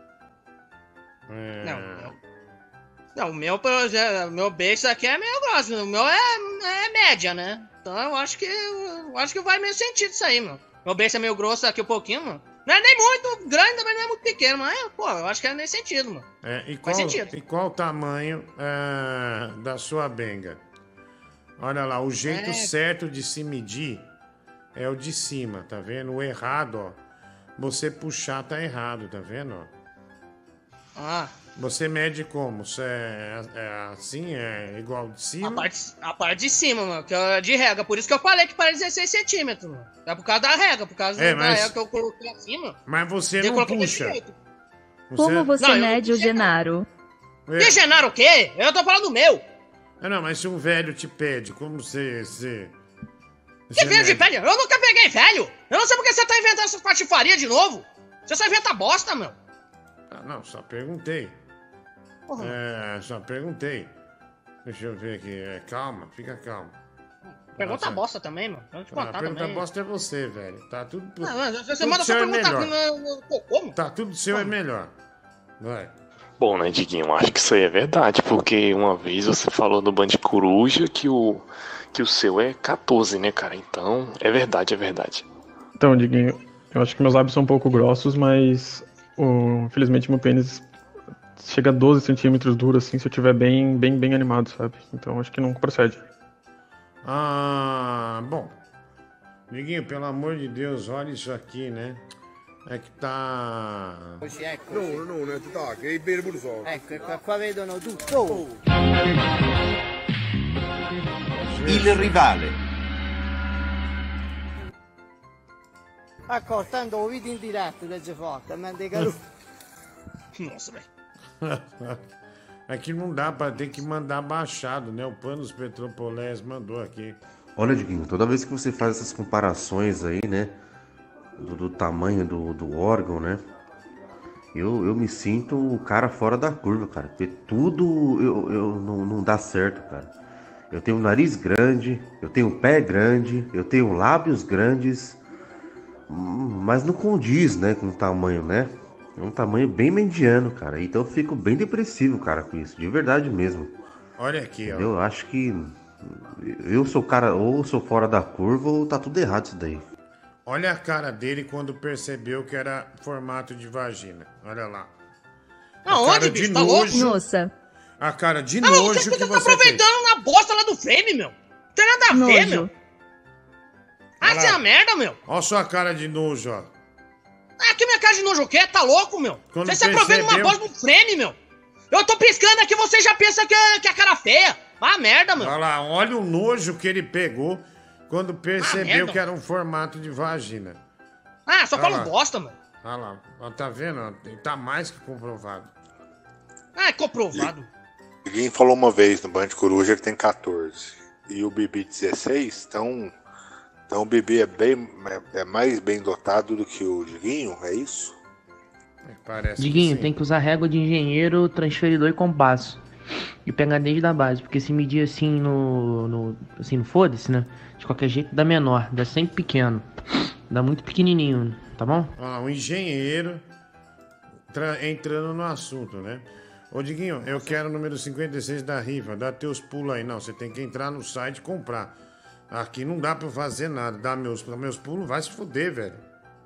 É, Não, não. Não, o meu, pelo jeito, o meu beijo aqui é meio grosso, o meu é, é média, né? Então eu acho que eu acho que vai meio sentido isso aí, meu. Meu beijo é meio grosso aqui um pouquinho, mano. Não é nem muito grande, também não é muito pequeno, mas, pô, eu acho que é nesse sentido, mano. É, e, Faz qual, sentido. e qual o tamanho ah, da sua benga? Olha lá, o jeito É. certo de se medir é o de cima, tá vendo? O errado, ó. Você puxar tá errado, tá vendo? Ó? Ah, Você mede como? Você é, é assim? É igual de cima? a parte, a parte de cima, mano, que é de rega. Por isso que eu falei que parece dezesseis centímetros, mano. É por causa da rega, por causa É, da mas- rega que eu coloquei assim, mano. Mas você Eu não coloquei desse puxa. jeito. Como você Não, eu não mede o Genaro? É. Que Genaro o quê? Eu tô falando do meu. Ah, não, mas se um velho te pede, como você... você Que você velho de mede? velho? Eu nunca peguei velho. Eu não sei porque você tá inventando essas patifarias de novo. Você só inventa bosta, meu. Ah, não, só perguntei. É, só perguntei. Deixa eu ver aqui. É, calma, fica calmo. Pergunta bosta também, mano. Vamos te Ah, contar pergunta também. bosta é você, velho. Tá tudo. Não, não, você tudo manda só seu é perguntar melhor. no, no cocô, mano. Tá tudo seu é melhor. Vai. Bom, né, Diguinho, acho que isso aí é verdade, porque uma vez você falou no Band Coruja que o, que o seu é quatorze, né, cara? Então, é verdade, é verdade. Então, Diguinho, eu acho que meus lábios são um pouco grossos, mas o, infelizmente meu pênis chega a doze centímetros duro, assim, se eu estiver bem, bem, bem animado, sabe? Então acho que não procede. Ah, bom. Diguinho, pelo amor de Deus, olha isso aqui, né? É que tá. Così, ecco. No, no, non ti tocca, devi bere pure solo. Ecco, e qua, qua vedono tutto. Il rivale. Ecco, tanto ho visto in diretta da Geforte, ma de garoto. Nossa, velho. Aqui não dá pra ter que mandar baixado, né? O Panos Petropolés mandou aqui. Olha, Diguinho, toda vez que você faz essas comparações aí, né? Do, do tamanho do, do órgão, né? Eu, eu me sinto o cara fora da curva, cara. Porque tudo eu, eu não, não dá certo, cara. Eu tenho um nariz grande, eu tenho um pé grande, eu tenho lábios grandes, mas não condiz, né, com o tamanho, né? É um tamanho bem mediano, cara. Então eu fico bem depressivo, cara, com isso. De verdade mesmo. Olha aqui, ó. Eu acho que eu sou o cara, ou sou fora da curva, ou tá tudo errado isso daí. Olha a cara dele quando percebeu que era formato de vagina. Olha lá. Aonde, bicho? Tá louco? Nossa. A cara de Ah, nojo você, que você você tá aproveitando fez. na bosta lá do frame, meu. Não tem nada a ver, Nojo. meu. Ah, você é a merda, meu. Olha sua cara de nojo, ó. Ah, que minha cara de nojo o quê? Tá louco, meu? Quando Você se aproveita numa percebeu- bosta do frame, meu. Eu tô piscando aqui, você já pensa que é, que é a cara feia. Ah, merda, meu. Olha lá, olha o nojo que ele pegou quando percebeu merda. que era um formato de vagina. Ah, só Olha fala lá. bosta, meu. Olha lá, ó, tá vendo? Ó, tá mais que comprovado. Ah, é comprovado. Ninguém falou uma vez no Band Coruja que tem quatorze e o Bibi dezesseis, então, então o Bibi é, bem, é, é mais bem dotado do que o Diguinho, é isso? Parece Diguinho, tem que usar régua de engenheiro, transferidor e compasso. E pegar desde da base, porque se medir assim no. no assim, no foda-se, né? De qualquer jeito dá menor, dá sempre pequeno. Dá muito pequenininho, tá bom? Ó, um engenheiro tra- entrando no assunto, né? Ô, Diguinho, eu quero o número cinquenta e seis da rifa, dá teus pulos aí. Não, você tem que entrar no site e comprar. Aqui não dá pra eu fazer nada. Dá meus, meus pulos, vai se fuder, velho.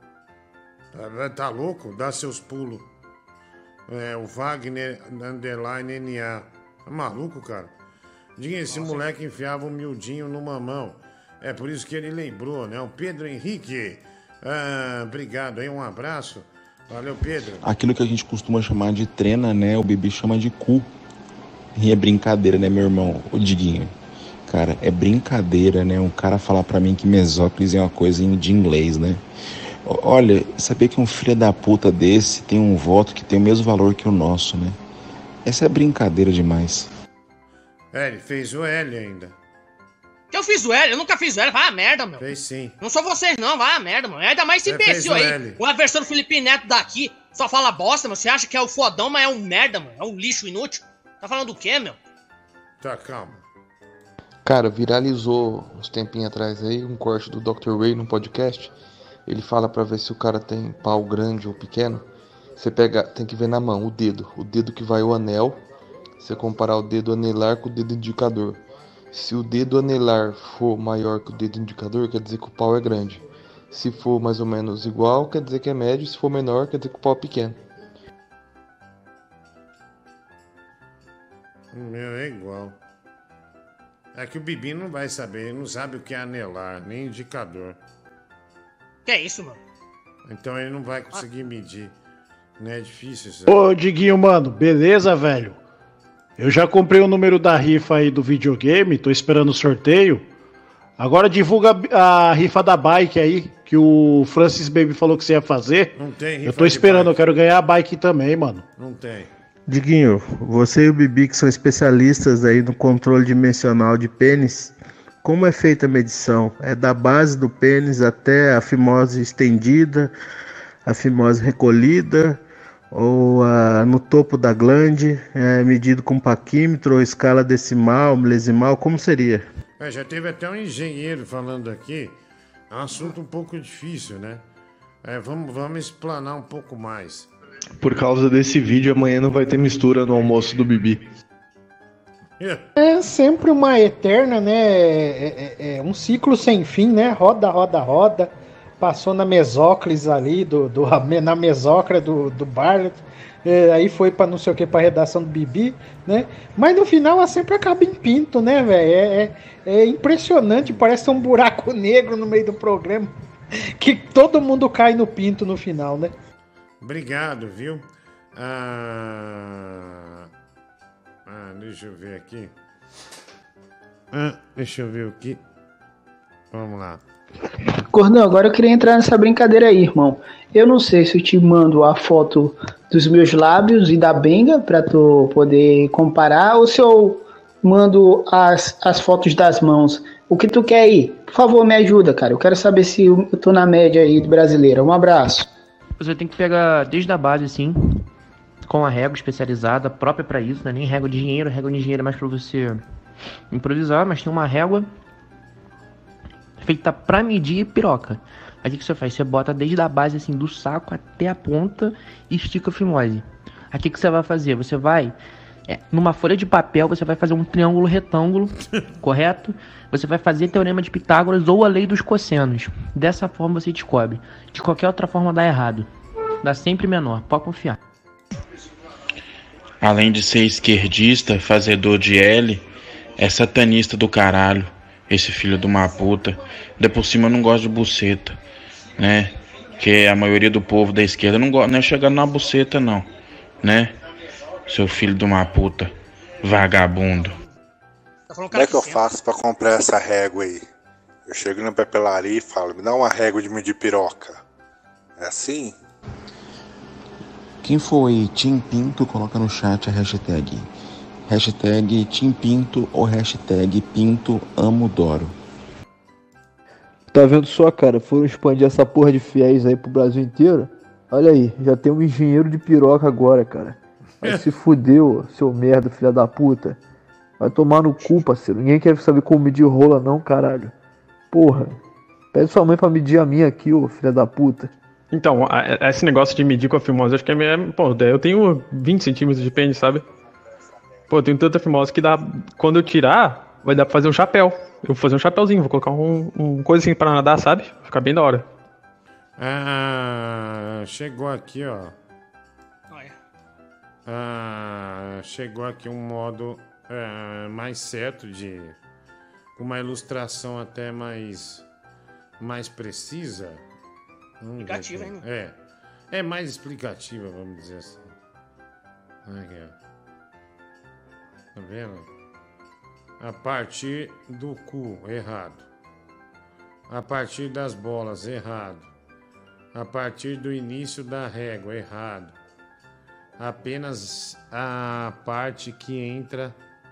Tá, tá louco? Dá seus pulos. É, o Wagner Underline N A. Tá maluco, cara? Diguinho, esse moleque enfiava um miudinho no mamão. É por isso que ele lembrou, né? O Pedro Henrique. Ah, obrigado aí, um abraço. Valeu, Pedro. Aquilo que a gente costuma chamar de trena, né? O bebê chama de cu. E é brincadeira, né, meu irmão? O Diguinho. Cara, é brincadeira, né? Um cara falar pra mim que mesóclise é uma coisa de inglês, né? O- Olha, saber que um filho da puta desse tem um voto que tem o mesmo valor que o nosso, né? Essa é brincadeira demais. É, ele fez o L ainda. Que eu fiz o L, eu nunca fiz o L, vai a merda, meu. Fez sim. Não sou vocês não, vai a merda, mano. Ainda mais esse Você fez imbecil o aí. L. O versão do Felipe Neto daqui só fala bosta, meu. Você acha que é o fodão, mas é um merda, mano. É um lixo inútil. Tá falando do quê, meu? Tá, calma. Cara, viralizou uns tempinhos atrás aí um corte do doutor Ray no podcast. Ele fala pra ver se o cara tem pau grande ou pequeno. Você pega, tem que ver na mão o dedo, o dedo que vai o anel. Você comparar o dedo anelar com o dedo indicador. Se o dedo anelar for maior que o dedo indicador, quer dizer que o pau é grande. Se for mais ou menos igual, quer dizer que é médio. Se for menor, quer dizer que o pau é pequeno. O meu é igual. É que o Bibi não vai saber, ele não sabe o que é anelar, nem indicador. Que é isso, mano? Então ele não vai conseguir medir. Não é difícil isso. Ô, Diguinho, mano, beleza, velho? Eu já comprei o número da rifa aí do videogame, tô esperando o sorteio. Agora divulga a rifa da bike aí, que o Francis Baby falou que você ia fazer. Não tem rifa Eu tô de esperando, eu quero ganhar a bike também, mano. Não tem. Diguinho, você e o Bibi que são especialistas aí no controle dimensional de pênis, como é feita a medição? É da base do pênis até a fimose estendida, a fimose recolhida, ou ah, no topo da glande, é, medido com paquímetro ou escala decimal, milesimal, como seria? É, já teve até um engenheiro falando aqui. É um assunto um pouco difícil, né? É, vamos, vamos explanar um pouco mais. Por causa desse vídeo, amanhã não vai ter mistura no almoço do Bibi. É sempre uma eterna, né? É, é, é um ciclo sem fim, né? Roda, roda, roda. Passou na mesóclise ali, do, do, na mesócra do, do Barlet. É, aí foi para não sei o que, para redação do Bibi, né? Mas no final ela sempre acaba em pinto, né, velho? É, é, é impressionante, parece um buraco negro no meio do programa. Que todo mundo cai no pinto no final, né? Obrigado, viu? Ah, ah, deixa eu ver aqui. Ah, deixa eu ver aqui. Vamos lá. Gordão, agora eu queria entrar nessa brincadeira aí, irmão. Eu não sei se eu te mando a foto dos meus lábios e da benga pra tu poder comparar, ou se eu mando as, as fotos das mãos. O que tu quer aí? Por favor, me ajuda, cara. Eu quero saber se eu tô na média aí do brasileiro. Um abraço. Você tem que pegar desde a base, assim, com a régua especializada, própria pra isso, não é nem régua de engenheiro. Régua de engenheiro é mais pra você improvisar, mas tem uma régua feita pra medir piroca. Aí o que você faz? Você bota desde a base, assim, do saco até a ponta e estica a fimose. Aí o que você vai fazer? Você vai, é, numa folha de papel, você vai fazer um triângulo retângulo, correto? Você vai fazer teorema de Pitágoras ou a lei dos cossenos. Dessa forma você descobre. De qualquer outra forma dá errado. Dá sempre menor, pode confiar. Além de ser esquerdista, fazedor de L, é satanista do caralho. Esse filho de uma puta. De por cima eu não gosto de buceta, né? Que a maioria do povo da esquerda não, gosta, não é chegando na buceta não, né? Seu filho de uma puta. Vagabundo. Como é que eu faço pra comprar essa régua aí? Eu chego na papelaria e falo, me dá uma régua de medir piroca. É assim? Quem foi Tim Pinto, coloca no chat a hashtag. Hashtag Tim Pinto ou hashtag Pinto Amo Doro. Tá vendo só, cara? Foram expandir essa porra de fiéis aí pro Brasil inteiro. Olha aí, já tem um engenheiro de piroca agora, cara. Vai se fudeu, seu merda, filha da puta. Vai tomar no cu, parceiro. Ninguém quer saber como medir rola não, caralho. Porra. Pede sua mãe pra medir a minha aqui, ô filha da puta. Então, a, esse negócio de medir com a fimose, acho que é meio... Pô, eu tenho vinte centímetros de pênis, sabe? Pô, eu tenho tanta fimose que dá... Quando eu tirar, vai dar pra fazer um chapéu. Eu vou fazer um chapéuzinho, vou colocar um, um coisa assim pra nadar, sabe? Vai ficar bem da hora. Ah, chegou aqui, ó. Ah, chegou aqui um modo é, mais certo de... Com uma ilustração até mais... Mais precisa. Explicativa, hein? É. É mais explicativa, vamos dizer assim. Aqui, ó. Tá vendo? A partir do cu, errado. A partir das bolas, errado. A partir do início da régua, errado. Apenas a parte que entra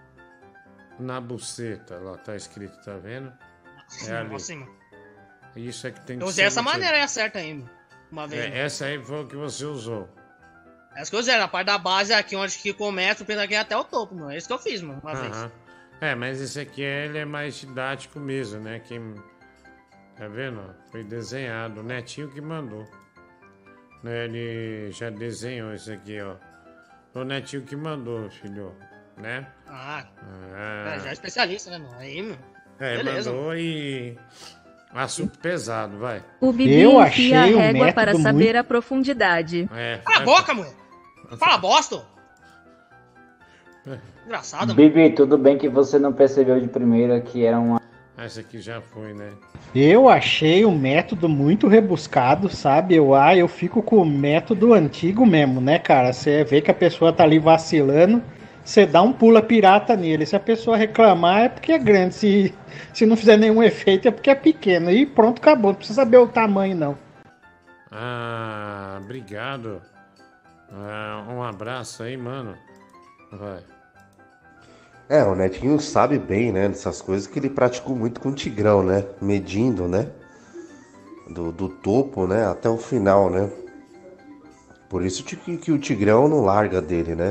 na buceta. Lá tá escrito, tá vendo? É ali. Assim. Isso é que tem que Eu ser. usei essa muito... maneira, é a certa ainda. Uma vez. É, essa aí foi o que você usou. Essa que eu usei, na parte da base aqui, onde que começa, o aqui até o topo, mano. É isso que eu fiz, mano, uma Aham. vez. É, mas esse aqui ele é mais didático mesmo, né? Quem... Tá vendo? Foi desenhado. O Netinho que mandou. Né? Ele já desenhou isso aqui, ó. O Netinho que mandou, filho. Né? Ah, ah. É, já é especialista, né, mano? Aí, mano. É, beleza, mandou mano. e... Assunto pesado, vai. O Bibi Eu enfia a achei o régua para método saber muito- a profundidade. É, Cala a boca, mano! Fala bosta! Engraçado, mano. Bibi, tudo bem que você não percebeu de primeira que era uma... Essa aqui já foi, né? Eu achei o método muito rebuscado, sabe? Eu, ah, eu fico com o método antigo mesmo, né, cara? Você vê que a pessoa tá ali vacilando, você dá um pula pirata nele. Se a pessoa reclamar é porque é grande, se, se não fizer nenhum efeito é porque é pequeno. E pronto, acabou, não precisa saber o tamanho, não. Ah, obrigado. Ah, um abraço aí, mano. Vai. É, o Netinho sabe bem, né, dessas coisas que ele praticou muito com o Tigrão, né? Medindo, né? Do, do topo, né, até o final, né? Por isso que, que o Tigrão não larga dele, né?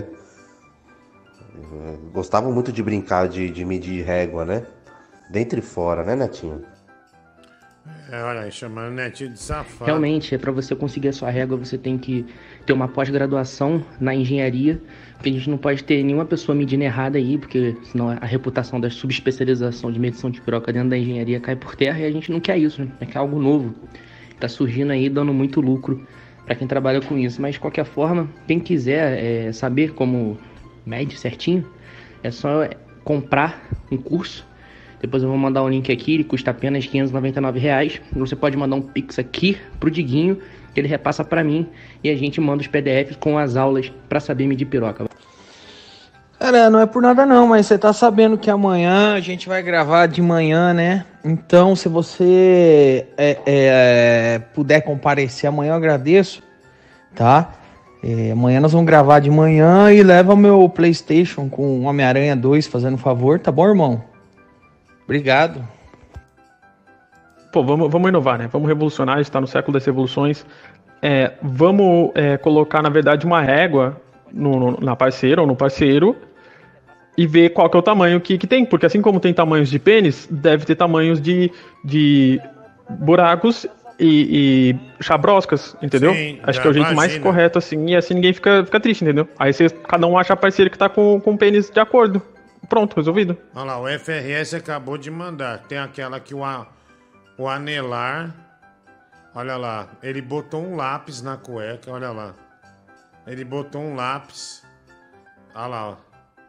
É, gostava muito de brincar de, de medir régua, né? Dentro e fora, né, Netinho? É, olha aí, chamando o Netinho de safado. Realmente, é para você conseguir a sua régua, você tem que ter uma pós-graduação na engenharia, porque a gente não pode ter nenhuma pessoa medindo errada aí, porque senão a reputação da subespecialização de medição de piroca dentro da engenharia cai por terra e a gente não quer isso, né? É que é algo novo. Tá surgindo aí, dando muito lucro para quem trabalha com isso. Mas, de qualquer forma, quem quiser é, saber como mede certinho, é só comprar um curso. Depois eu vou mandar um link aqui, ele custa apenas quinhentos e noventa e nove reais. Você pode mandar um pix aqui pro Diguinho, que ele repassa para mim e a gente manda os P D Fs com as aulas para saber medir piroca. Cara, não é por nada não, mas você tá sabendo que amanhã a gente vai gravar de manhã, né? Então, se você é, é, puder comparecer amanhã, eu agradeço, tá? É, amanhã nós vamos gravar de manhã e leva o meu PlayStation com Homem-Aranha dois, fazendo um favor, tá bom, irmão? Obrigado. Pô, vamos, vamos inovar, né? Vamos revolucionar, a gente tá no século das revoluções. É, vamos é, colocar, na verdade, uma régua no, no, na parceira ou no parceiro e ver qual que é o tamanho que, que tem. Porque assim como tem tamanhos de pênis, deve ter tamanhos de, de buracos e, e chabroscas, entendeu? Sim, acho que é o jeito imagina. mais correto, assim, e assim ninguém fica, fica triste, entendeu? Aí você, cada um acha a parceira que tá com, com o pênis de acordo. Pronto, resolvido. Olha lá, o F R S acabou de mandar. Tem aquela que o, a, o anelar... Olha lá, ele botou um lápis na cueca, olha lá. Ele botou um lápis. Olha lá, ó.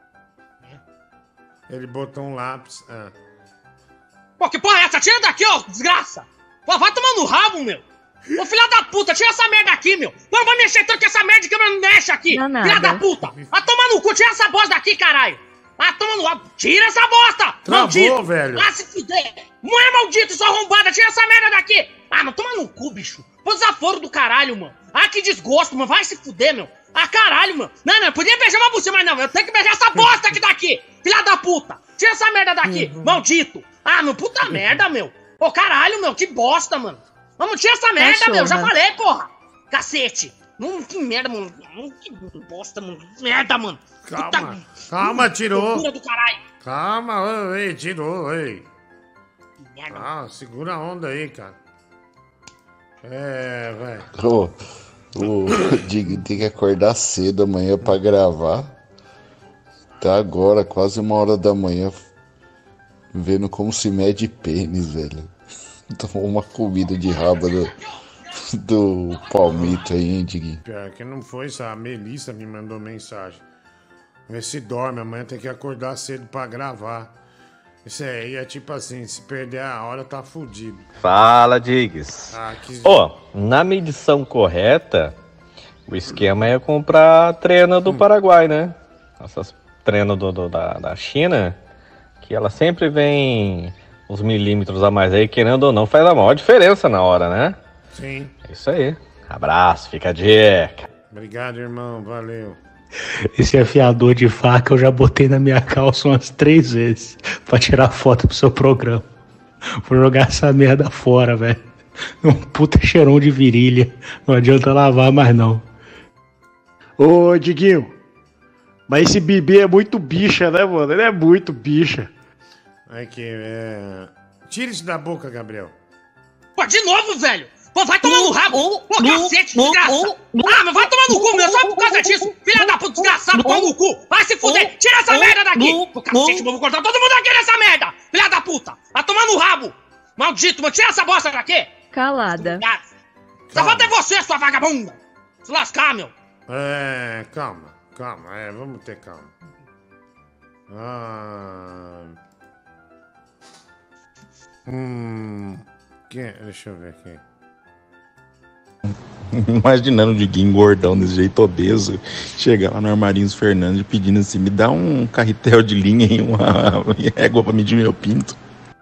Ele botou um lápis. É. Pô, que porra é essa? Tira daqui, ó, desgraça! Pô, vai tomar no rabo, meu! Ô, filha da puta, tira essa merda aqui, meu! Pô, não vai mexer tanto que essa merda de câmera não mexe aqui! Não, filha da puta! Vai tomar no cu, tira essa bosta daqui, caralho! Ah, toma no rabo! Tira essa bosta! Travou, maldito! velho! Ah, se fuder! Mulher maldita, sua arrombada! Tira essa merda daqui! Ah, não toma no cu, bicho! Pô, desaforo do caralho, mano! Ah, que desgosto, mano! Vai se fuder, meu! Ah, caralho, mano! Não, não, eu podia beijar uma buceta, mas não, eu tenho que beijar essa bosta aqui daqui! Filha da puta! Tira essa merda daqui! Maldito! Ah, meu, puta merda, meu! Ô, caralho, meu, que bosta, mano! Vamos, tira essa merda, Cachorra. meu! Já falei, porra! Cacete! Hum, que merda, mano! Hum, que bosta, mano! Que merda, mano! Calma, Puta... calma, tirou! Loucura do caralho! Calma, ei, tirou, ei! Ah, segura a onda aí, cara. É, velho. Ô, o Digo tem que acordar cedo amanhã pra gravar. Tá agora, quase uma hora da manhã, vendo como se mede pênis, velho. Tomou uma comida de raba do, do palmito aí, hein, Diguinho? Pior que não foi isso, a Melissa me mandou mensagem. Vê se dorme, amanhã tem que acordar cedo pra gravar. Isso aí é tipo assim, se perder a hora tá fudido. Fala, Diggs. Ah, que... Ó, na medição correta, o esquema é comprar a trena do Paraguai, né? Essas trenas do, do, da, da China, que ela sempre vem uns milímetros a mais aí, querendo ou não, faz a maior diferença na hora, né? Sim. É isso aí. Abraço, fica a dica. Obrigado, irmão, valeu. Esse afiador de faca eu já botei na minha calça umas três vezes pra tirar foto pro seu programa. Vou jogar essa merda fora, velho. Um puta cheirão de virilha. Não adianta lavar mais não. Ô, Diguinho, mas esse bebê é muito bicha, né, mano? Ele é muito bicha. Aqui, é... Tira isso da boca, Gabriel. Pô, de novo, velho! Pô, vai tomar no rabo! Pô, cacete, desgraça! Ah, mas vai tomar no cu, meu, só por causa disso! Filha da puta, desgraçado, pau no cu! Vai se fuder! Tira essa merda daqui! Pô, cacete, eu vou cortar todo mundo aqui nessa merda! Filha da puta! Vai tomar no rabo! Maldito, mano, tira essa bosta daqui! Calada. Safado é você, sua vagabunda! Se lascar, meu! É, calma, calma, é, vamos ter calma. Ah... Hum... Que... Deixa eu ver aqui. Imaginando o Diguinho gordão desse jeito obeso, chegar lá no Armarinhos Fernandes pedindo assim, me dá um carretel de linha e uma régua pra medir meu pinto.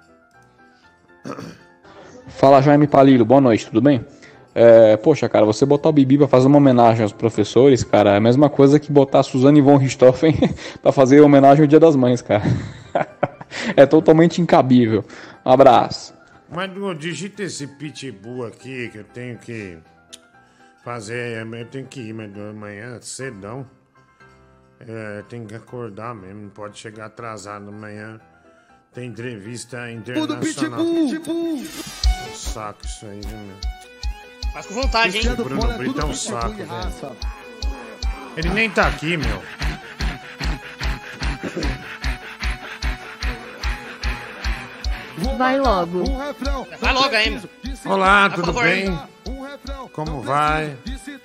Fala, Jaime Palilho, boa noite, tudo bem? É, poxa, cara, você botar o Bibi pra fazer uma homenagem aos professores, cara, é a mesma coisa que botar a Suzane von Richthofen pra fazer homenagem ao Dia das Mães, cara. É totalmente incabível. Um abraço. Mas digita esse pitbull aqui que eu tenho que fazer. Eu tenho que ir, mas amanhã cedão. É, tem que acordar mesmo, não pode chegar atrasado amanhã. Tem entrevista internacional. Saco isso aí, viu, meu? Faz com vontade, hein? O Bruno Brito é um saco, velho. Ele nem tá aqui, meu. Vai logo. Vai logo aí, meu. Olá, Por tudo favor, bem? hein? Como vai?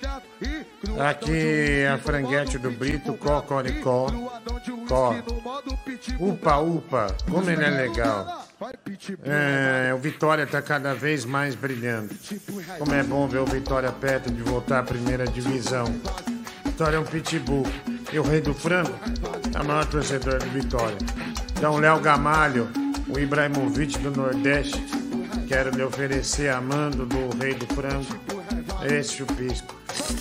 Aqui é a franguete do Brito, Cocoricó. Có. Upa, upa, como ele é legal. É, o Vitória tá cada vez mais brilhando. Como é bom ver o Vitória perto de voltar à primeira divisão. Vitória é um pitbull. E o Rei do Frango é o maior torcedor do Vitória. Então, Léo Gamalho, o Ibrahimovic do Nordeste, quero lhe oferecer a mando do Rei do Frango. Esse chupisco.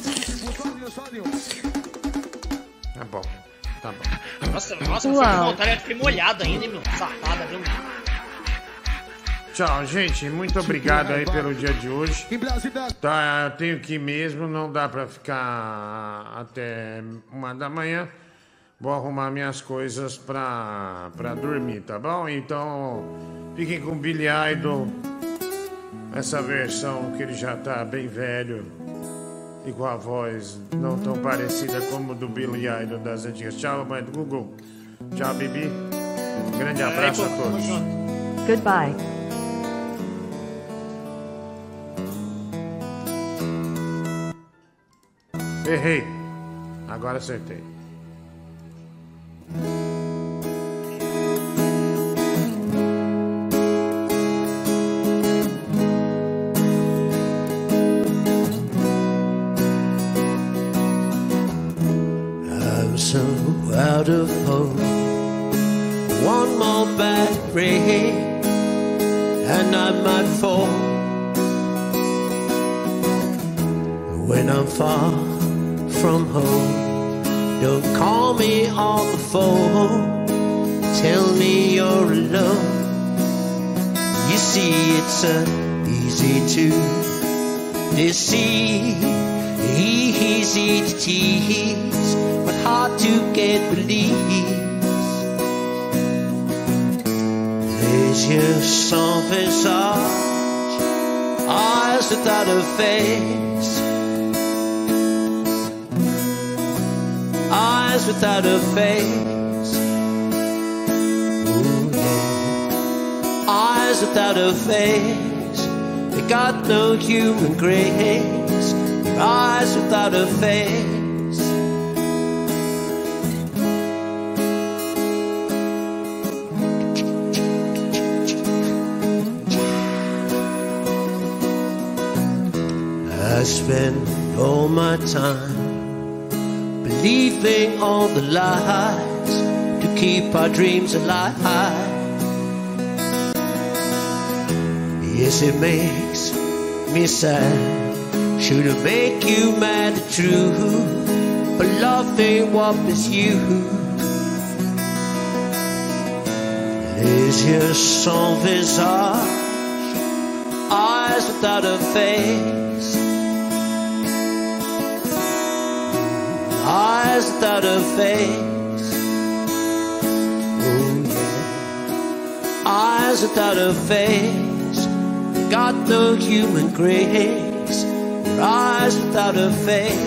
Tá bom, tá bom. Nossa, nossa, você com vontade, eu fiquei molhado ainda, hein, meu? Safada, viu? Tchau, gente. Muito obrigado aí pelo dia de hoje. Tá, eu tenho que ir mesmo, não dá pra ficar até uma da manhã. Vou arrumar minhas coisas pra, pra dormir, tá bom? Então, fiquem com o Billy Idol. Essa versão que ele já tá bem velho e com a voz não tão parecida como do Billy Idol das antigas. Tchau, mãe do Google. Tchau, Bibi. Grande abraço a todos. Goodbye. Errei. Agora acertei. I'm so out of hope. One more bad break, and I might fall. When I'm far from home, don't call me on the phone. Tell me you're alone. You see, it's uh, easy to deceive, easy to tease, but hard to get believed. There's your sans visage, eyes without a face, eyes without a face. Ooh, yeah. Eyes without a face, they got no human grace. Your eyes without a face. I spend all my time believing all the lies to keep our dreams alive. Yes, it makes me sad. Should it make you mad and true? But love ain't what is you. There's your sans visage, eyes without a face, eyes without a face. Oh yeah. Eyes without a face, got no human grace. Your eyes without a face.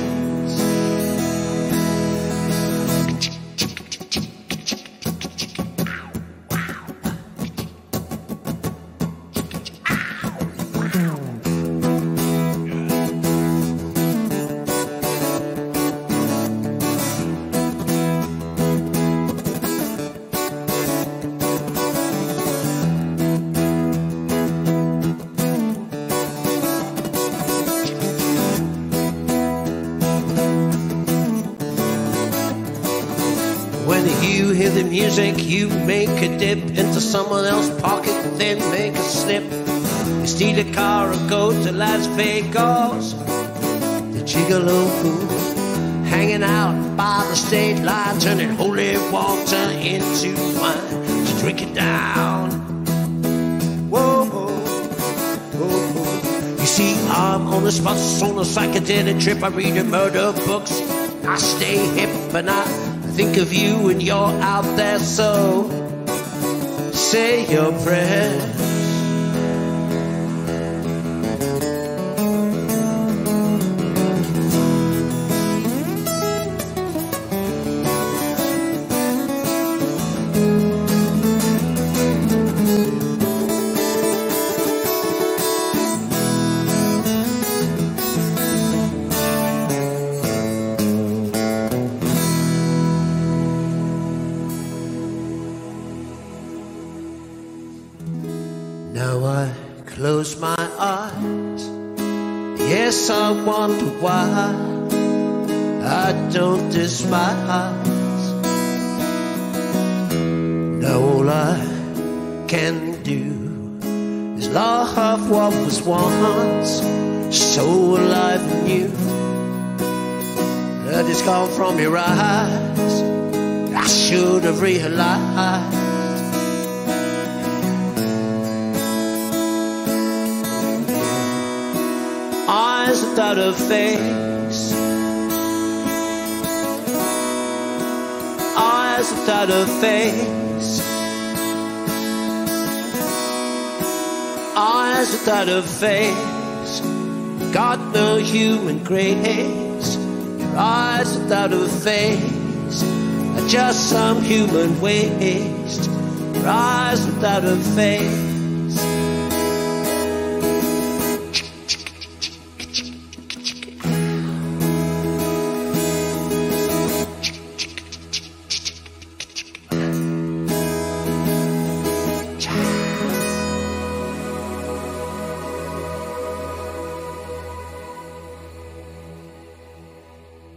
Music, you make a dip into someone else's pocket, then make a slip. You steal a car or go to Las Vegas. The gigolo fool hanging out by the state line, turning holy water into wine to drink it down. Whoa, whoa, whoa. You see, I'm on the bus on a psychedelic trip. I read the murder books. I stay hip and I think of you and you're out there, so say your prayers. Now I close my eyes. Yes, I wonder why I don't despise. Now all I can do is love what was once so alive and new. Blood is gone from your eyes. I should have realized. Eyes without a face, eyes without a face, eyes without a face, got no human grace. Your eyes without a face are just some human waste. Your eyes without a face.